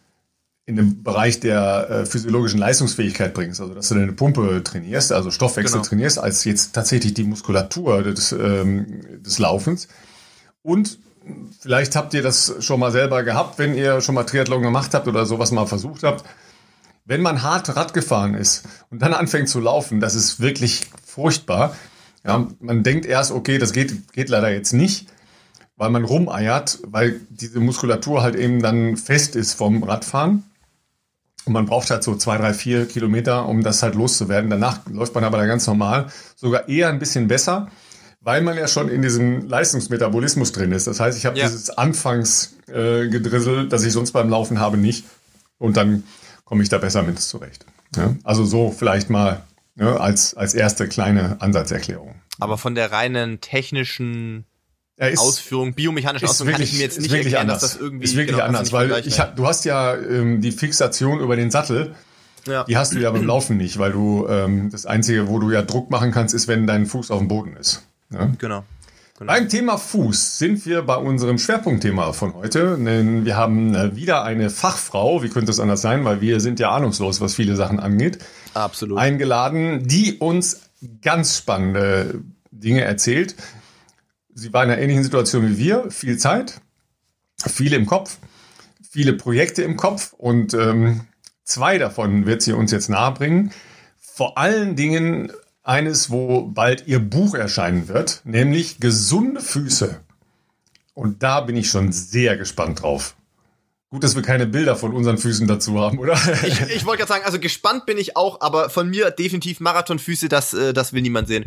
in einem Bereich der äh, physiologischen Leistungsfähigkeit bringst. Also, dass du deine Pumpe trainierst, also Stoffwechsel genau. trainierst, als jetzt tatsächlich die Muskulatur des, ähm, des Laufens. Und vielleicht habt ihr das schon mal selber gehabt, wenn ihr schon mal Triathlon gemacht habt oder sowas mal versucht habt. Wenn man hart Rad gefahren ist und dann anfängt zu laufen, das ist wirklich furchtbar. Ja, man denkt erst, okay, das geht, geht leider jetzt nicht, weil man rumeiert, weil diese Muskulatur halt eben dann fest ist vom Radfahren. Und man braucht halt so zwei, drei, vier Kilometer, um das halt loszuwerden. Danach läuft man aber da ganz normal, sogar eher ein bisschen besser, weil man ja schon in diesem Leistungsmetabolismus drin ist. Das heißt, ich habe ja. dieses Anfangsgedrissel, äh, das ich sonst beim Laufen habe, nicht. Und dann komme ich da besser mit zurecht. Ja? Also so vielleicht mal ja, als, als erste kleine Ansatzerklärung. Aber von der reinen technischen ja, ist, Ausführung, biomechanischen Ausführung wirklich, kann ich mir jetzt nicht erklären, anders. dass das irgendwie... Ist wirklich genau, anders, weil ich, du hast ja ähm, die Fixation über den Sattel, ja. die hast du ja beim Laufen nicht, weil du ähm, das Einzige, wo du ja Druck machen kannst, ist, wenn dein Fuß auf dem Boden ist. Ja? Genau. Genau. Beim Thema Fuß sind wir bei unserem Schwerpunktthema von heute, denn wir haben wieder eine Fachfrau, wie könnte es anders sein, weil wir sind ja ahnungslos, was viele Sachen angeht, absolut eingeladen, die uns ganz spannende Dinge erzählt. Sie war in einer ähnlichen Situation wie wir, viel Zeit, viele im Kopf, viele Projekte im Kopf und ähm, zwei davon wird sie uns jetzt nahebringen. Vor allen Dingen eines, wo bald ihr Buch erscheinen wird, nämlich Gesunde Füße. Und da bin ich schon sehr gespannt drauf. Gut, dass wir keine Bilder von unseren Füßen dazu haben, oder? Ich, ich wollte gerade sagen, also gespannt bin ich auch, aber von mir definitiv Marathonfüße, das, äh, das will niemand sehen.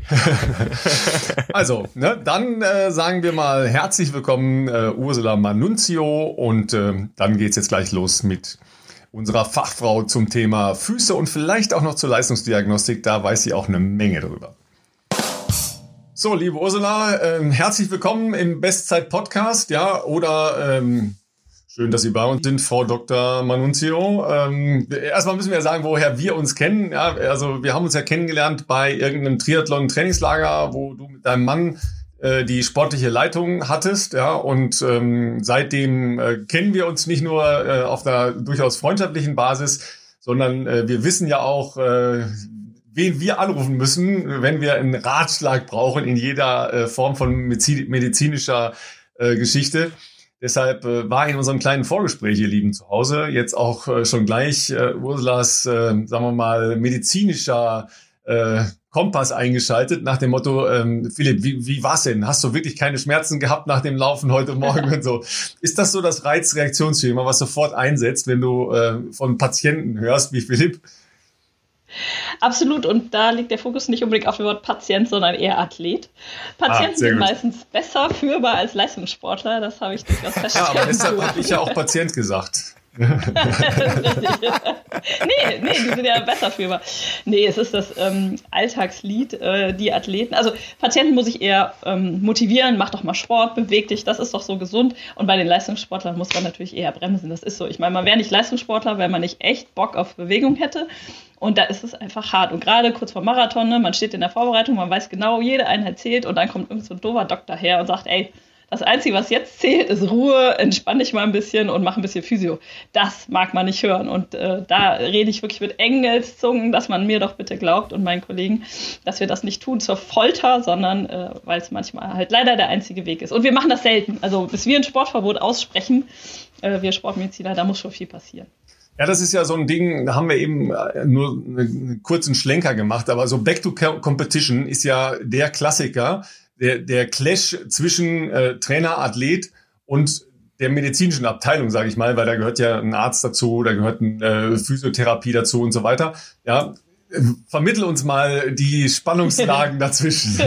Also, ne, dann äh, sagen wir mal herzlich willkommen, äh, Ursula Manunzio, und äh, dann geht's jetzt gleich los mit unserer Fachfrau zum Thema Füße und vielleicht auch noch zur Leistungsdiagnostik. Da weiß sie auch eine Menge drüber. So, liebe Ursula, äh, herzlich willkommen im Bestzeit-Podcast. Ja, oder ähm, schön, dass Sie bei uns sind, Frau Doktor Manunzio. Ähm, erstmal müssen wir ja sagen, woher wir uns kennen. Ja, also wir haben uns ja kennengelernt bei irgendeinem Triathlon-Trainingslager, wo du mit deinem Mann die sportliche Leitung hattest, ja, und ähm, seitdem äh, kennen wir uns nicht nur äh, auf einer durchaus freundschaftlichen Basis, sondern äh, wir wissen ja auch, äh, wen wir anrufen müssen, wenn wir einen Ratschlag brauchen in jeder äh, Form von medizinischer äh, Geschichte. Deshalb äh, war in unserem kleinen Vorgespräch, ihr Lieben, zu Hause jetzt auch äh, schon gleich äh, Ursulas, äh, sagen wir mal, medizinischer äh, Kompass eingeschaltet nach dem Motto, ähm, Philipp, wie, wie war's denn? Hast du wirklich keine Schmerzen gehabt nach dem Laufen heute Morgen und so? Ist das so das Reizreaktionsschema, was sofort einsetzt, wenn du äh, von Patienten hörst wie Philipp? Absolut, und da liegt der Fokus nicht unbedingt auf dem Wort Patient, sondern eher Athlet. Patienten ah, sind gut. meistens besser führbar als Leistungssportler, das habe ich durchaus festgestellt. Ja, aber deshalb habe ich ja auch Patient gesagt. nee, nee, die sind ja besser führbar. Nee, es ist das ähm, Alltagslied, äh, die Athleten. Also Patienten muss ich eher ähm, motivieren, mach doch mal Sport, beweg dich, das ist doch so gesund. Und bei den Leistungssportlern muss man natürlich eher bremsen, das ist so. Ich meine, man wäre nicht Leistungssportler, wenn man nicht echt Bock auf Bewegung hätte. Und da ist es einfach hart. Und gerade kurz vor Marathon, ne, man steht in der Vorbereitung, man weiß genau, jede Einheit zählt und dann kommt irgend so ein doofer Doktor her und sagt, ey, das Einzige, was jetzt zählt, ist Ruhe, entspann dich mal ein bisschen und mach ein bisschen Physio. Das mag man nicht hören. Und äh, da rede ich wirklich mit Engelszungen, dass man mir doch bitte glaubt und meinen Kollegen, dass wir das nicht tun zur Folter, sondern äh, weil es manchmal halt leider der einzige Weg ist. Und wir machen das selten. Also bis wir ein Sportverbot aussprechen, äh, wir Sportmediziner, da muss schon viel passieren. Ja, das ist ja so ein Ding, da haben wir eben nur einen kurzen Schlenker gemacht, aber so Back to Competition ist ja der Klassiker, der, der Clash zwischen äh, Trainer, Athlet und der medizinischen Abteilung, sage ich mal, weil da gehört ja ein Arzt dazu, da gehört eine äh, Physiotherapie dazu und so weiter. Ja, vermittel uns mal die Spannungslagen dazwischen.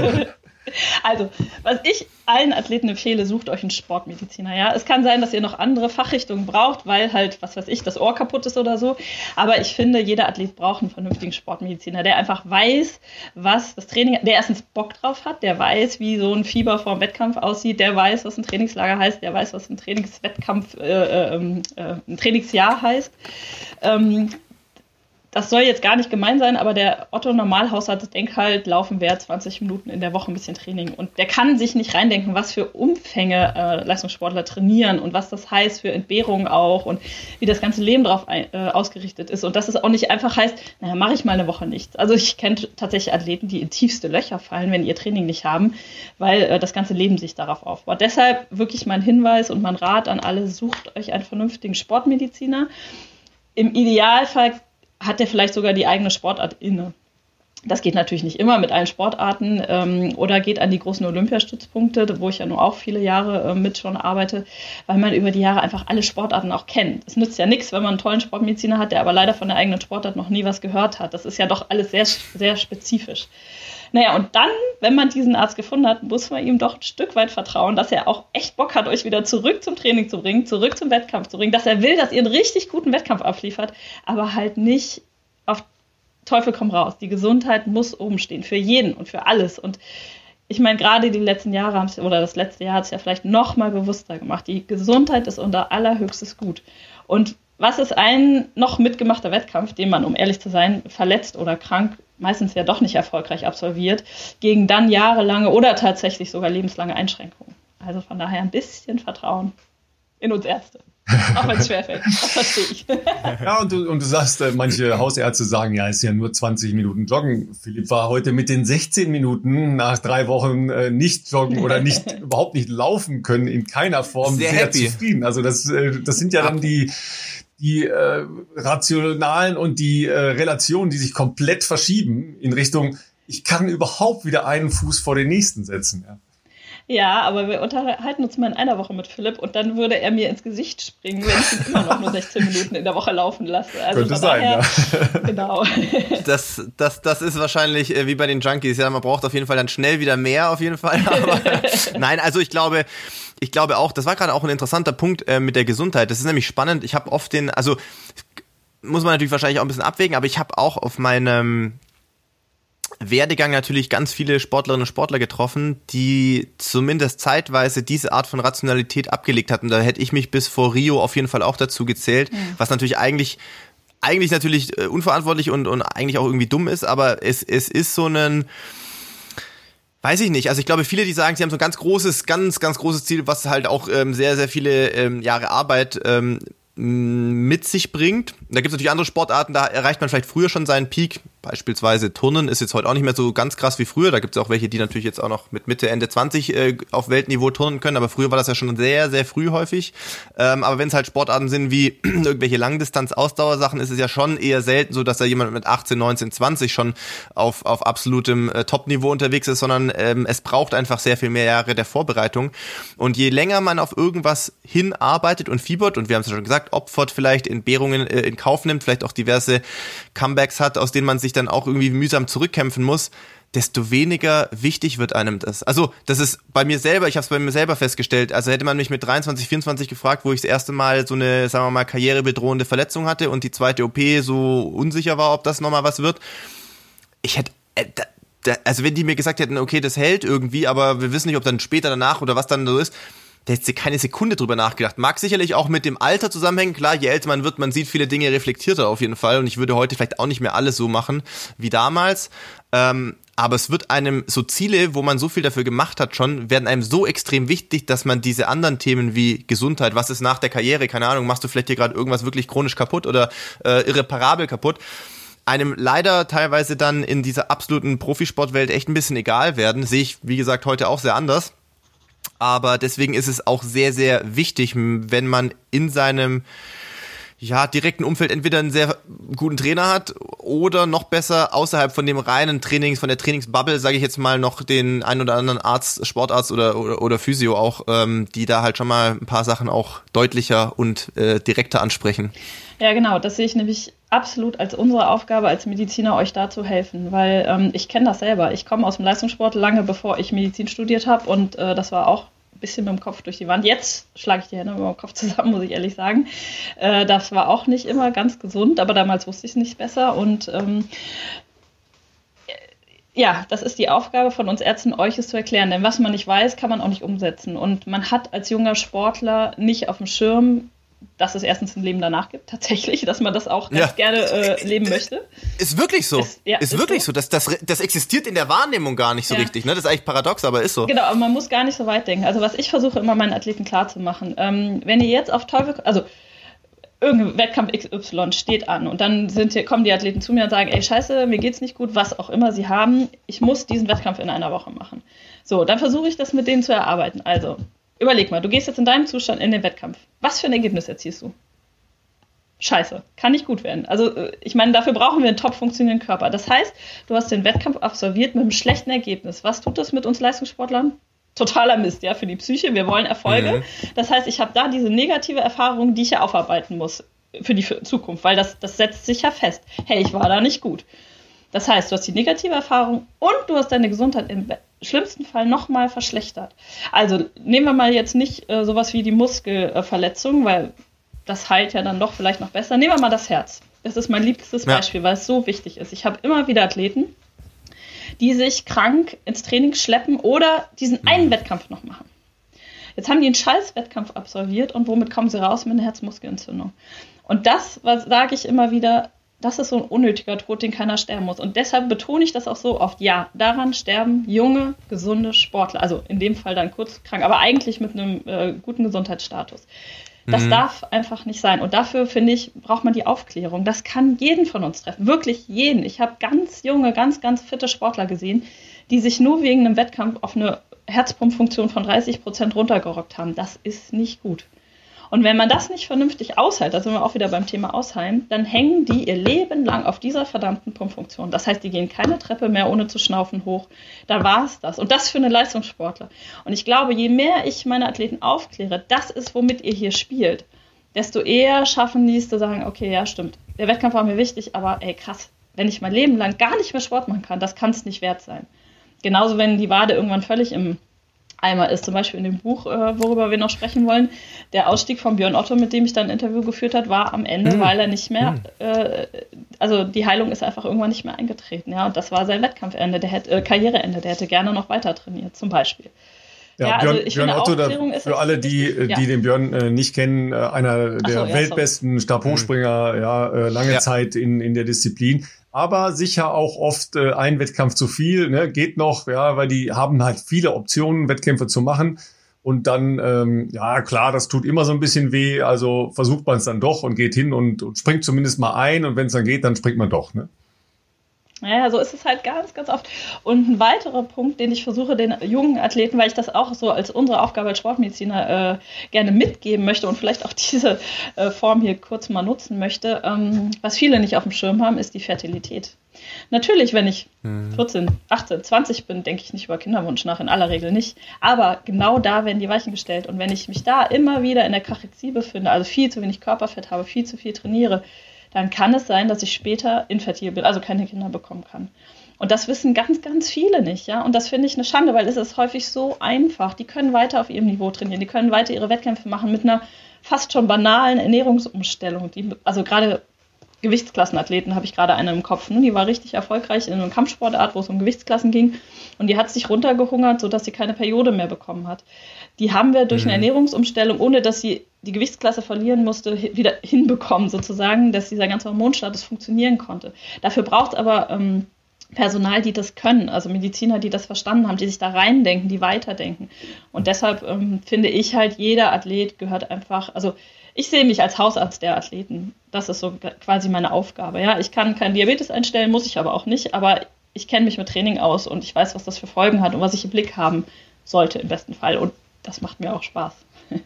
Also, was ich allen Athleten empfehle, sucht euch einen Sportmediziner. Ja, es kann sein, dass ihr noch andere Fachrichtungen braucht, weil halt, was weiß ich, das Ohr kaputt ist oder so. Aber ich finde, jeder Athlet braucht einen vernünftigen Sportmediziner, der einfach weiß, was das Training, der erstens Bock drauf hat, der weiß, wie so ein Fieber vor dem Wettkampf aussieht, der weiß, was ein Trainingslager heißt, der weiß, was ein Trainingswettkampf, äh, äh, äh, ein Trainingsjahr heißt. Ähm, Das soll jetzt gar nicht gemein sein, aber der Otto-Normalhaushalt denkt halt, laufen wir zwanzig Minuten in der Woche ein bisschen Training. Und der kann sich nicht reindenken, was für Umfänge äh, Leistungssportler trainieren und was das heißt für Entbehrungen auch und wie das ganze Leben darauf äh, ausgerichtet ist. Und dass es auch nicht einfach heißt, naja, mache ich mal eine Woche nichts. Also ich kenne tatsächlich Athleten, die in tiefste Löcher fallen, wenn ihr Training nicht haben, weil äh, das ganze Leben sich darauf aufbaut. Deshalb wirklich mein Hinweis und mein Rat an alle, sucht euch einen vernünftigen Sportmediziner. Im Idealfall hat der vielleicht sogar die eigene Sportart inne. Das geht natürlich nicht immer mit allen Sportarten ähm, oder geht an die großen Olympiastützpunkte, wo ich ja nur auch viele Jahre äh, mit schon arbeite, weil man über die Jahre einfach alle Sportarten auch kennt. Es nützt ja nichts, wenn man einen tollen Sportmediziner hat, der aber leider von der eigenen Sportart noch nie was gehört hat. Das ist ja doch alles sehr, sehr spezifisch. Naja, und dann, wenn man diesen Arzt gefunden hat, muss man ihm doch ein Stück weit vertrauen, dass er auch echt Bock hat, euch wieder zurück zum Training zu bringen, zurück zum Wettkampf zu bringen, dass er will, dass ihr einen richtig guten Wettkampf abliefert, aber halt nicht auf Teufel komm raus. Die Gesundheit muss oben stehen, für jeden und für alles. Und ich meine, gerade die letzten Jahre haben es, oder das letzte Jahr hat es ja vielleicht noch mal bewusster gemacht. Die Gesundheit ist unser allerhöchstes Gut. Und was ist ein noch mitgemachter Wettkampf, den man, um ehrlich zu sein, verletzt oder krank, meistens ja doch nicht erfolgreich absolviert, gegen dann jahrelange oder tatsächlich sogar lebenslange Einschränkungen. Also von daher ein bisschen Vertrauen in uns Ärzte. Auch wenn es schwerfällt, das verstehe ich. Ja, und du, und du sagst, äh, manche Hausärzte sagen, ja, ist ja nur zwanzig Minuten joggen. Philipp war heute mit den sechzehn Minuten nach drei Wochen äh, nicht joggen oder nicht überhaupt nicht laufen können, in keiner Form sehr, sehr zufrieden. Also das, äh, das sind ja dann die die äh, Rationalen und die äh, Relationen, die sich komplett verschieben in Richtung, ich kann überhaupt wieder einen Fuß vor den nächsten setzen. Ja. Ja, aber wir unterhalten uns mal in einer Woche mit Philipp und dann würde er mir ins Gesicht springen, wenn ich ihn immer noch nur sechzehn Minuten in der Woche laufen lasse. Also könnte sein, daher, ja. Genau. Das, das, das ist wahrscheinlich äh, wie bei den Junkies. Ja, man braucht auf jeden Fall dann schnell wieder mehr, auf jeden Fall. Aber nein, also ich glaube, ich glaube auch, das war gerade auch ein interessanter Punkt äh, mit der Gesundheit. Das ist nämlich spannend. Ich habe oft den, also muss man natürlich wahrscheinlich auch ein bisschen abwägen, aber ich habe auch auf meinem Werdegang natürlich ganz viele Sportlerinnen und Sportler getroffen, die zumindest zeitweise diese Art von Rationalität abgelegt hatten. Da hätte ich mich bis vor Rio auf jeden Fall auch dazu gezählt, mhm. was natürlich eigentlich eigentlich natürlich äh, unverantwortlich und und eigentlich auch irgendwie dumm ist, aber es es ist so ein, weiß ich nicht, also ich glaube, viele, die sagen, sie haben so ein ganz großes, ganz, ganz großes Ziel, was halt auch ähm, sehr, sehr viele ähm, Jahre Arbeit ähm, mit sich bringt. Da gibt es natürlich andere Sportarten, da erreicht man vielleicht früher schon seinen Peak. Beispielsweise Turnen ist jetzt heute auch nicht mehr so ganz krass wie früher. Da gibt es auch welche, die natürlich jetzt auch noch mit Mitte, Ende zwanzig äh, auf Weltniveau turnen können. Aber früher war das ja schon sehr, sehr früh häufig. Ähm, aber wenn es halt Sportarten sind wie irgendwelche Langdistanz-Ausdauersachen, ist es ja schon eher selten so, dass da jemand mit achtzehn, neunzehn, zwanzig schon auf, auf absolutem äh, Top-Niveau unterwegs ist, sondern ähm, es braucht einfach sehr viel mehr Jahre der Vorbereitung. Und je länger man auf irgendwas hinarbeitet und fiebert, und wir haben es ja schon gesagt, opfert, vielleicht Entbehrungen äh, in Kauf nimmt, vielleicht auch diverse Comebacks hat, aus denen man sich dann auch irgendwie mühsam zurückkämpfen muss, desto weniger wichtig wird einem das. Also das ist bei mir selber, ich habe es bei mir selber festgestellt, also hätte man mich mit dreiundzwanzig, vierundzwanzig gefragt, wo ich das erste Mal so eine, sagen wir mal, karrierebedrohende Verletzung hatte und die zweite O P so unsicher war, ob das nochmal was wird, ich hätte, äh, da, da, also wenn die mir gesagt hätten, okay, das hält irgendwie, aber wir wissen nicht, ob dann später danach oder was dann so ist, da hätte keine Sekunde drüber nachgedacht. Mag sicherlich auch mit dem Alter zusammenhängen. Klar, je älter man wird, man sieht viele Dinge reflektierter auf jeden Fall. Und ich würde heute vielleicht auch nicht mehr alles so machen wie damals. Ähm, aber es wird einem, so Ziele, wo man so viel dafür gemacht hat schon, werden einem so extrem wichtig, dass man diese anderen Themen wie Gesundheit, was ist nach der Karriere, keine Ahnung, machst du vielleicht hier gerade irgendwas wirklich chronisch kaputt oder äh, irreparabel kaputt, einem leider teilweise dann in dieser absoluten Profisportwelt echt ein bisschen egal werden. Sehe ich, wie gesagt, heute auch sehr anders. Aber deswegen ist es auch sehr, sehr wichtig, wenn man in seinem, ja, direkten Umfeld entweder einen sehr guten Trainer hat oder noch besser außerhalb von dem reinen Trainings, von der Trainingsbubble, sage ich jetzt mal, noch den ein oder anderen Arzt, Sportarzt oder, oder, oder Physio auch, ähm, die da halt schon mal ein paar Sachen auch deutlicher und äh, direkter ansprechen. Ja, genau, das sehe ich nämlich absolut als unsere Aufgabe als Mediziner, euch da zu helfen, weil ähm, ich kenne das selber. Ich komme aus dem Leistungssport lange bevor ich Medizin studiert habe und äh, das war auch bisschen mit dem Kopf durch die Wand. Jetzt schlage ich die Hände mit dem Kopf zusammen, muss ich ehrlich sagen. Äh, das war auch nicht immer ganz gesund, aber damals wusste ich es nicht besser. Und ähm, ja, das ist die Aufgabe von uns Ärzten, euch es zu erklären. Denn was man nicht weiß, kann man auch nicht umsetzen. Und man hat als junger Sportler nicht auf dem Schirm, dass es erstens ein Leben danach gibt, tatsächlich, dass man das auch ganz ja. gerne äh, leben möchte. Ist wirklich so. Ist, ja, ist, ist wirklich so. so. Das, das, das existiert in der Wahrnehmung gar nicht so ja. richtig. Ne? Das ist eigentlich paradox, aber ist so. Genau, aber man muss gar nicht so weit denken. Also was ich versuche immer meinen Athleten klarzumachen, ähm, wenn ihr jetzt auf Teufel, also irgendein Wettkampf X Y steht an und dann sind hier, kommen die Athleten zu mir und sagen, ey scheiße, mir geht's nicht gut, was auch immer sie haben, ich muss diesen Wettkampf in einer Woche machen. So, dann versuche ich das mit denen zu erarbeiten. Also überleg mal, du gehst jetzt in deinem Zustand in den Wettkampf. Was für ein Ergebnis erzielst du? Scheiße, kann nicht gut werden. Also ich meine, dafür brauchen wir einen top funktionierenden Körper. Das heißt, du hast den Wettkampf absolviert mit einem schlechten Ergebnis. Was tut das mit uns Leistungssportlern? Totaler Mist, ja, für die Psyche. Wir wollen Erfolge. Mhm. Das heißt, ich habe da diese negative Erfahrung, die ich ja aufarbeiten muss für die Zukunft, weil das, das setzt sich ja fest. Hey, ich war da nicht gut. Das heißt, du hast die negative Erfahrung und du hast deine Gesundheit im schlimmsten Fall nochmal verschlechtert. Also nehmen wir mal jetzt nicht äh, sowas wie die Muskelverletzung, weil das heilt ja dann doch vielleicht noch besser. Nehmen wir mal das Herz. Das ist mein liebstes ja. Beispiel, weil es so wichtig ist. Ich habe immer wieder Athleten, die sich krank ins Training schleppen oder diesen einen mhm. Wettkampf noch machen. Jetzt haben die einen Scheiß-Wettkampf absolviert und womit kommen sie raus? Mit einer Herzmuskelentzündung. Und das, was sage ich immer wieder, das ist so ein unnötiger Tod, den keiner sterben muss. Und deshalb betone ich das auch so oft. Ja, daran sterben junge, gesunde Sportler. Also in dem Fall dann kurz krank, aber eigentlich mit einem äh, guten Gesundheitsstatus. Das mhm. darf einfach nicht sein. Und dafür, finde ich, braucht man die Aufklärung. Das kann jeden von uns treffen. Wirklich jeden. Ich habe ganz junge, ganz, ganz fitte Sportler gesehen, die sich nur wegen einem Wettkampf auf eine Herzpumpfunktion von dreißig Prozent runtergerockt haben. Das ist nicht gut. Und wenn man das nicht vernünftig aushält, da sind wir auch wieder beim Thema Aushalten, dann hängen die ihr Leben lang auf dieser verdammten Pumpfunktion. Das heißt, die gehen keine Treppe mehr ohne zu schnaufen hoch. Da war es das. Und das für eine Leistungssportler. Und ich glaube, je mehr ich meine Athleten aufkläre, das ist, womit ihr hier spielt, desto eher schaffen die es zu sagen, okay, ja, stimmt. Der Wettkampf war mir wichtig, aber ey, krass, wenn ich mein Leben lang gar nicht mehr Sport machen kann, das kann es nicht wert sein. Genauso, wenn die Wade irgendwann völlig im Eimer ist, zum Beispiel in dem Buch, äh, worüber wir noch sprechen wollen, der Ausstieg von Björn Otto, mit dem ich dann ein Interview geführt habe, war am Ende, mhm. weil er nicht mehr, mhm. äh, also die Heilung ist einfach irgendwann nicht mehr eingetreten, ja, und das war sein Wettkampfende, der hätte, äh, Karriereende, der hätte gerne noch weiter trainiert, zum Beispiel. Ja, ja, Björn, also ich Björn Otto, da, für alle, die, die ja. den Björn äh, nicht kennen, äh, einer der so, ja, weltbesten Stabhochspringer, mhm. ja, äh, lange ja. Zeit in, in der Disziplin. Aber sicher auch oft äh, ein Wettkampf zu viel, ne, geht noch, ja, weil die haben halt viele Optionen, Wettkämpfe zu machen. Und dann, ähm, ja klar, das tut immer so ein bisschen weh, also versucht man es dann doch und geht hin und, und springt zumindest mal ein. Und wenn es dann geht, dann springt man doch, ne? Ja, so ist es halt ganz, ganz oft. Und ein weiterer Punkt, den ich versuche, den jungen Athleten, weil ich das auch so als unsere Aufgabe als Sportmediziner äh, gerne mitgeben möchte und vielleicht auch diese äh, Form hier kurz mal nutzen möchte, ähm, was viele nicht auf dem Schirm haben, ist die Fertilität. Natürlich, wenn ich vierzehn, achtzehn, zwanzig bin, denke ich nicht über Kinderwunsch nach, in aller Regel nicht. Aber genau da werden die Weichen gestellt. Und wenn ich mich da immer wieder in der Kachexie befinde, also viel zu wenig Körperfett habe, viel zu viel trainiere, dann kann es sein, dass ich später infertil bin, also keine Kinder bekommen kann. Und das wissen ganz, ganz viele nicht, ja. Und das finde ich eine Schande, weil es ist häufig so einfach. Die können weiter auf ihrem Niveau trainieren, die können weiter ihre Wettkämpfe machen mit einer fast schon banalen Ernährungsumstellung. Die, also gerade Gewichtsklassenathleten habe ich gerade eine im Kopf. Ne? Die war richtig erfolgreich in einer Kampfsportart, wo es um Gewichtsklassen ging. Und die hat sich runtergehungert, sodass sie keine Periode mehr bekommen hat. Die haben wir durch mhm. eine Ernährungsumstellung, ohne dass sie die Gewichtsklasse verlieren musste, wieder hinbekommen, sozusagen, dass dieser ganze Hormonstatus funktionieren konnte. Dafür braucht es aber ähm, Personal, die das können, also Mediziner, die das verstanden haben, die sich da reindenken, die weiterdenken. Und deshalb ähm, finde ich halt, jeder Athlet gehört einfach, also ich sehe mich als Hausarzt der Athleten. Das ist so quasi meine Aufgabe. Ja, ich kann keinen Diabetes einstellen, muss ich aber auch nicht, aber ich kenne mich mit Training aus und ich weiß, was das für Folgen hat und was ich im Blick haben sollte im besten Fall. Und das macht mir auch Spaß.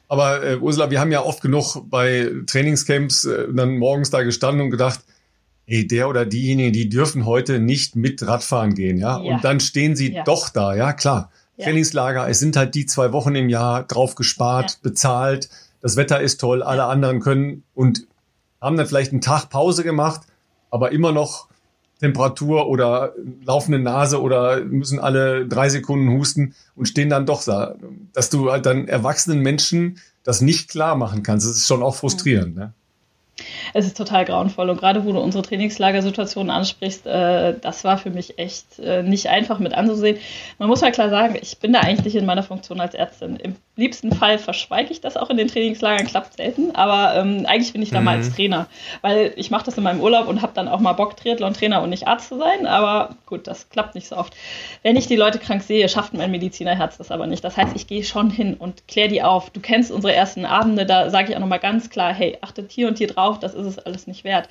Aber äh, Ursula, wir haben ja oft genug bei Trainingscamps äh, dann morgens da gestanden und gedacht, ey, der oder diejenige, die dürfen heute nicht mit Radfahren gehen, ja. ja. Und dann stehen sie ja. doch da, ja, klar. Ja. Trainingslager, es sind halt die zwei Wochen im Jahr drauf gespart, ja. bezahlt, das Wetter ist toll, alle anderen können und haben dann vielleicht einen Tag Pause gemacht, aber immer noch Temperatur oder laufende Nase oder müssen alle drei Sekunden husten und stehen dann doch da. Dass du halt dann erwachsenen Menschen das nicht klar machen kannst, das ist schon auch frustrierend, ne? Es ist total grauenvoll und gerade wo du unsere Trainingslagersituation ansprichst, äh, das war für mich echt äh, nicht einfach mit anzusehen. Man muss mal klar sagen, ich bin da eigentlich in meiner Funktion als Ärztin. Im liebsten Fall verschweige ich das auch in den Trainingslagern, klappt selten, aber ähm, eigentlich bin ich da mhm. mal als Trainer, weil ich mache das in meinem Urlaub und habe dann auch mal Bock, Triathlon-Trainer und nicht Arzt zu sein, aber gut, das klappt nicht so oft. Wenn ich die Leute krank sehe, schafft mein Medizinerherz das aber nicht. Das heißt, ich gehe schon hin und kläre die auf. Du kennst unsere ersten Abende, da sage ich auch nochmal ganz klar, hey, achtet hier und hier drauf, das ist es alles nicht wert.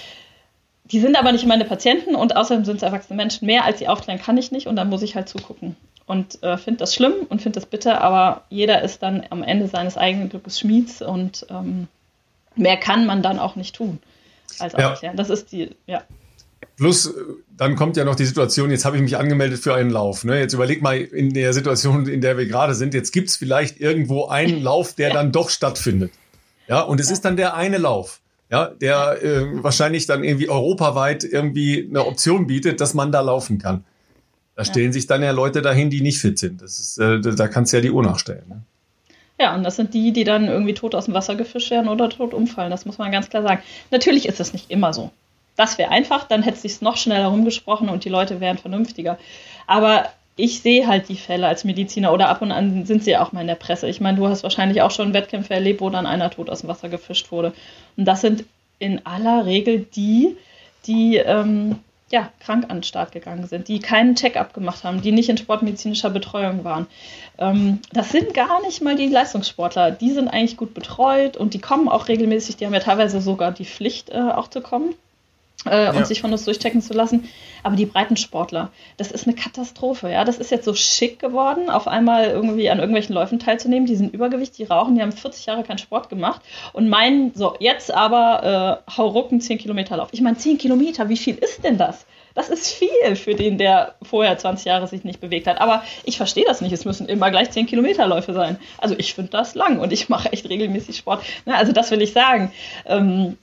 Die sind aber nicht meine Patienten und außerdem sind es erwachsene Menschen. Mehr als sie aufklären kann ich nicht und dann muss ich halt zugucken. Und äh, finde das schlimm und finde das bitter, aber jeder ist dann am Ende seines eigenen Glückes Schmieds und ähm, mehr kann man dann auch nicht tun als aufklären. Ja. Das ist die, ja. Plus, dann kommt ja noch die Situation, jetzt habe ich mich angemeldet für einen Lauf. Ne? Jetzt überleg mal in der Situation, in der wir gerade sind, jetzt gibt es vielleicht irgendwo einen Lauf, der ja. dann doch stattfindet. Ja, und es ja. ist dann der eine Lauf. Ja, der äh, wahrscheinlich dann irgendwie europaweit irgendwie eine Option bietet, dass man da laufen kann. Da stellen ja. sich dann ja Leute dahin, die nicht fit sind. Das ist, äh, da kannst du ja die Uhr nachstellen. Ne? Ja, und das sind die, die dann irgendwie tot aus dem Wasser gefischt werden oder tot umfallen. Das muss man ganz klar sagen. Natürlich ist das nicht immer so. Das wäre einfach, dann hätte es sich noch schneller rumgesprochen und die Leute wären vernünftiger. Aber ich sehe halt die Fälle als Mediziner oder ab und an sind sie ja auch mal in der Presse. Ich meine, du hast wahrscheinlich auch schon Wettkämpfe erlebt, wo dann einer tot aus dem Wasser gefischt wurde. Und das sind in aller Regel die, die ähm, ja, krank an den Start gegangen sind, die keinen Check-up gemacht haben, die nicht in sportmedizinischer Betreuung waren. Ähm, das sind gar nicht mal die Leistungssportler. Die sind eigentlich gut betreut und die kommen auch regelmäßig. Die haben ja teilweise sogar die Pflicht, äh, auch zu kommen. Äh, und ja. sich von uns durchchecken zu lassen. Aber die Breitensportler, das ist eine Katastrophe. Ja? Das ist jetzt so schick geworden, auf einmal irgendwie an irgendwelchen Läufen teilzunehmen. Die sind Übergewicht, die rauchen, die haben vierzig Jahre keinen Sport gemacht und meinen, so, jetzt aber äh, haurucken zehn Kilometer Lauf. Ich meine, zehn Kilometer, wie viel ist denn das? Das ist viel für den, der vorher zwanzig Jahre sich nicht bewegt hat. Aber ich verstehe das nicht. Es müssen immer gleich zehn Kilometer Läufe sein. Also ich finde das lang und ich mache echt regelmäßig Sport. Na, also das will ich sagen. Ähm,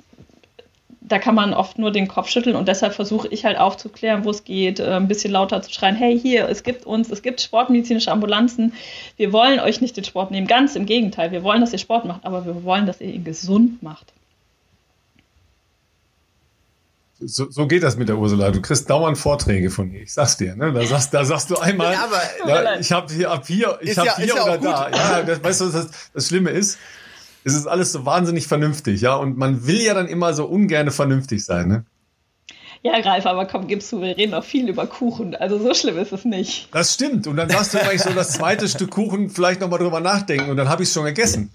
Da kann man oft nur den Kopf schütteln und deshalb versuche ich halt aufzuklären, wo es geht, ein bisschen lauter zu schreien, hey, hier, es gibt uns, es gibt sportmedizinische Ambulanzen, wir wollen euch nicht den Sport nehmen, ganz im Gegenteil, wir wollen, dass ihr Sport macht, aber wir wollen, dass ihr ihn gesund macht. So, so geht das mit der Ursula. Du kriegst dauernd Vorträge von ihr. Ich sag's dir, ne? Da sagst, da sagst du einmal, ja, aber, ja, ich habe hier ab hier, ich habe ja, hier oder da. Ja, das, weißt du, was das, das Schlimme ist? Es ist alles so wahnsinnig vernünftig, ja, und man will ja dann immer so ungerne vernünftig sein, ne? Ja, Ralf, aber komm, gibst du, wir reden auch viel über Kuchen, also so schlimm ist es nicht. Das stimmt, und dann sagst du vielleicht so das zweite Stück Kuchen vielleicht nochmal drüber nachdenken und dann habe ich es schon gegessen.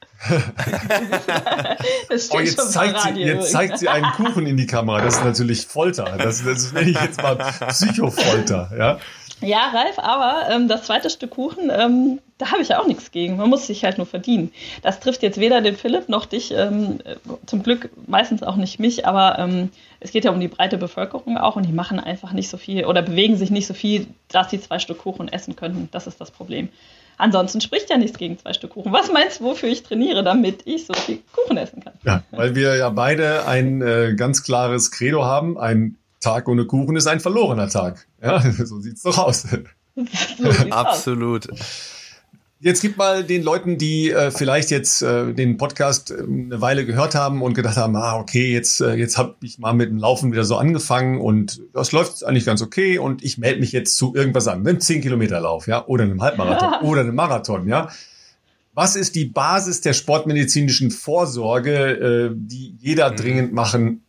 Das steht oh, jetzt, schon zeigt Radio sie, jetzt zeigt sie einen Kuchen in die Kamera, das ist natürlich Folter, das, das nenne ich jetzt mal Psychofolter, ja. Ja, Ralf, aber ähm, das zweite Stück Kuchen, ähm, da habe ich ja auch nichts gegen. Man muss sich halt nur verdienen. Das trifft jetzt weder den Philipp noch dich, ähm, zum Glück meistens auch nicht mich, aber ähm, es geht ja um die breite Bevölkerung auch und die machen einfach nicht so viel oder bewegen sich nicht so viel, dass die zwei Stück Kuchen essen könnten. Das ist das Problem. Ansonsten spricht ja nichts gegen zwei Stück Kuchen. Was meinst du, wofür ich trainiere, damit ich so viel Kuchen essen kann? Ja, weil wir ja beide ein äh, ganz klares Credo haben, ein Tag ohne Kuchen ist ein verlorener Tag. Ja, so sieht's doch aus. So Absolut. Jetzt gib mal den Leuten, die äh, vielleicht jetzt äh, den Podcast äh, eine Weile gehört haben und gedacht haben, ah, okay, jetzt, äh, jetzt habe ich mal mit dem Laufen wieder so angefangen und das läuft eigentlich ganz okay und ich melde mich jetzt zu irgendwas an, einem zehn Kilometer Lauf, ja, oder einem Halbmarathon ja. oder einem Marathon, ja. Was ist die Basis der sportmedizinischen Vorsorge, äh, die jeder mhm. dringend machen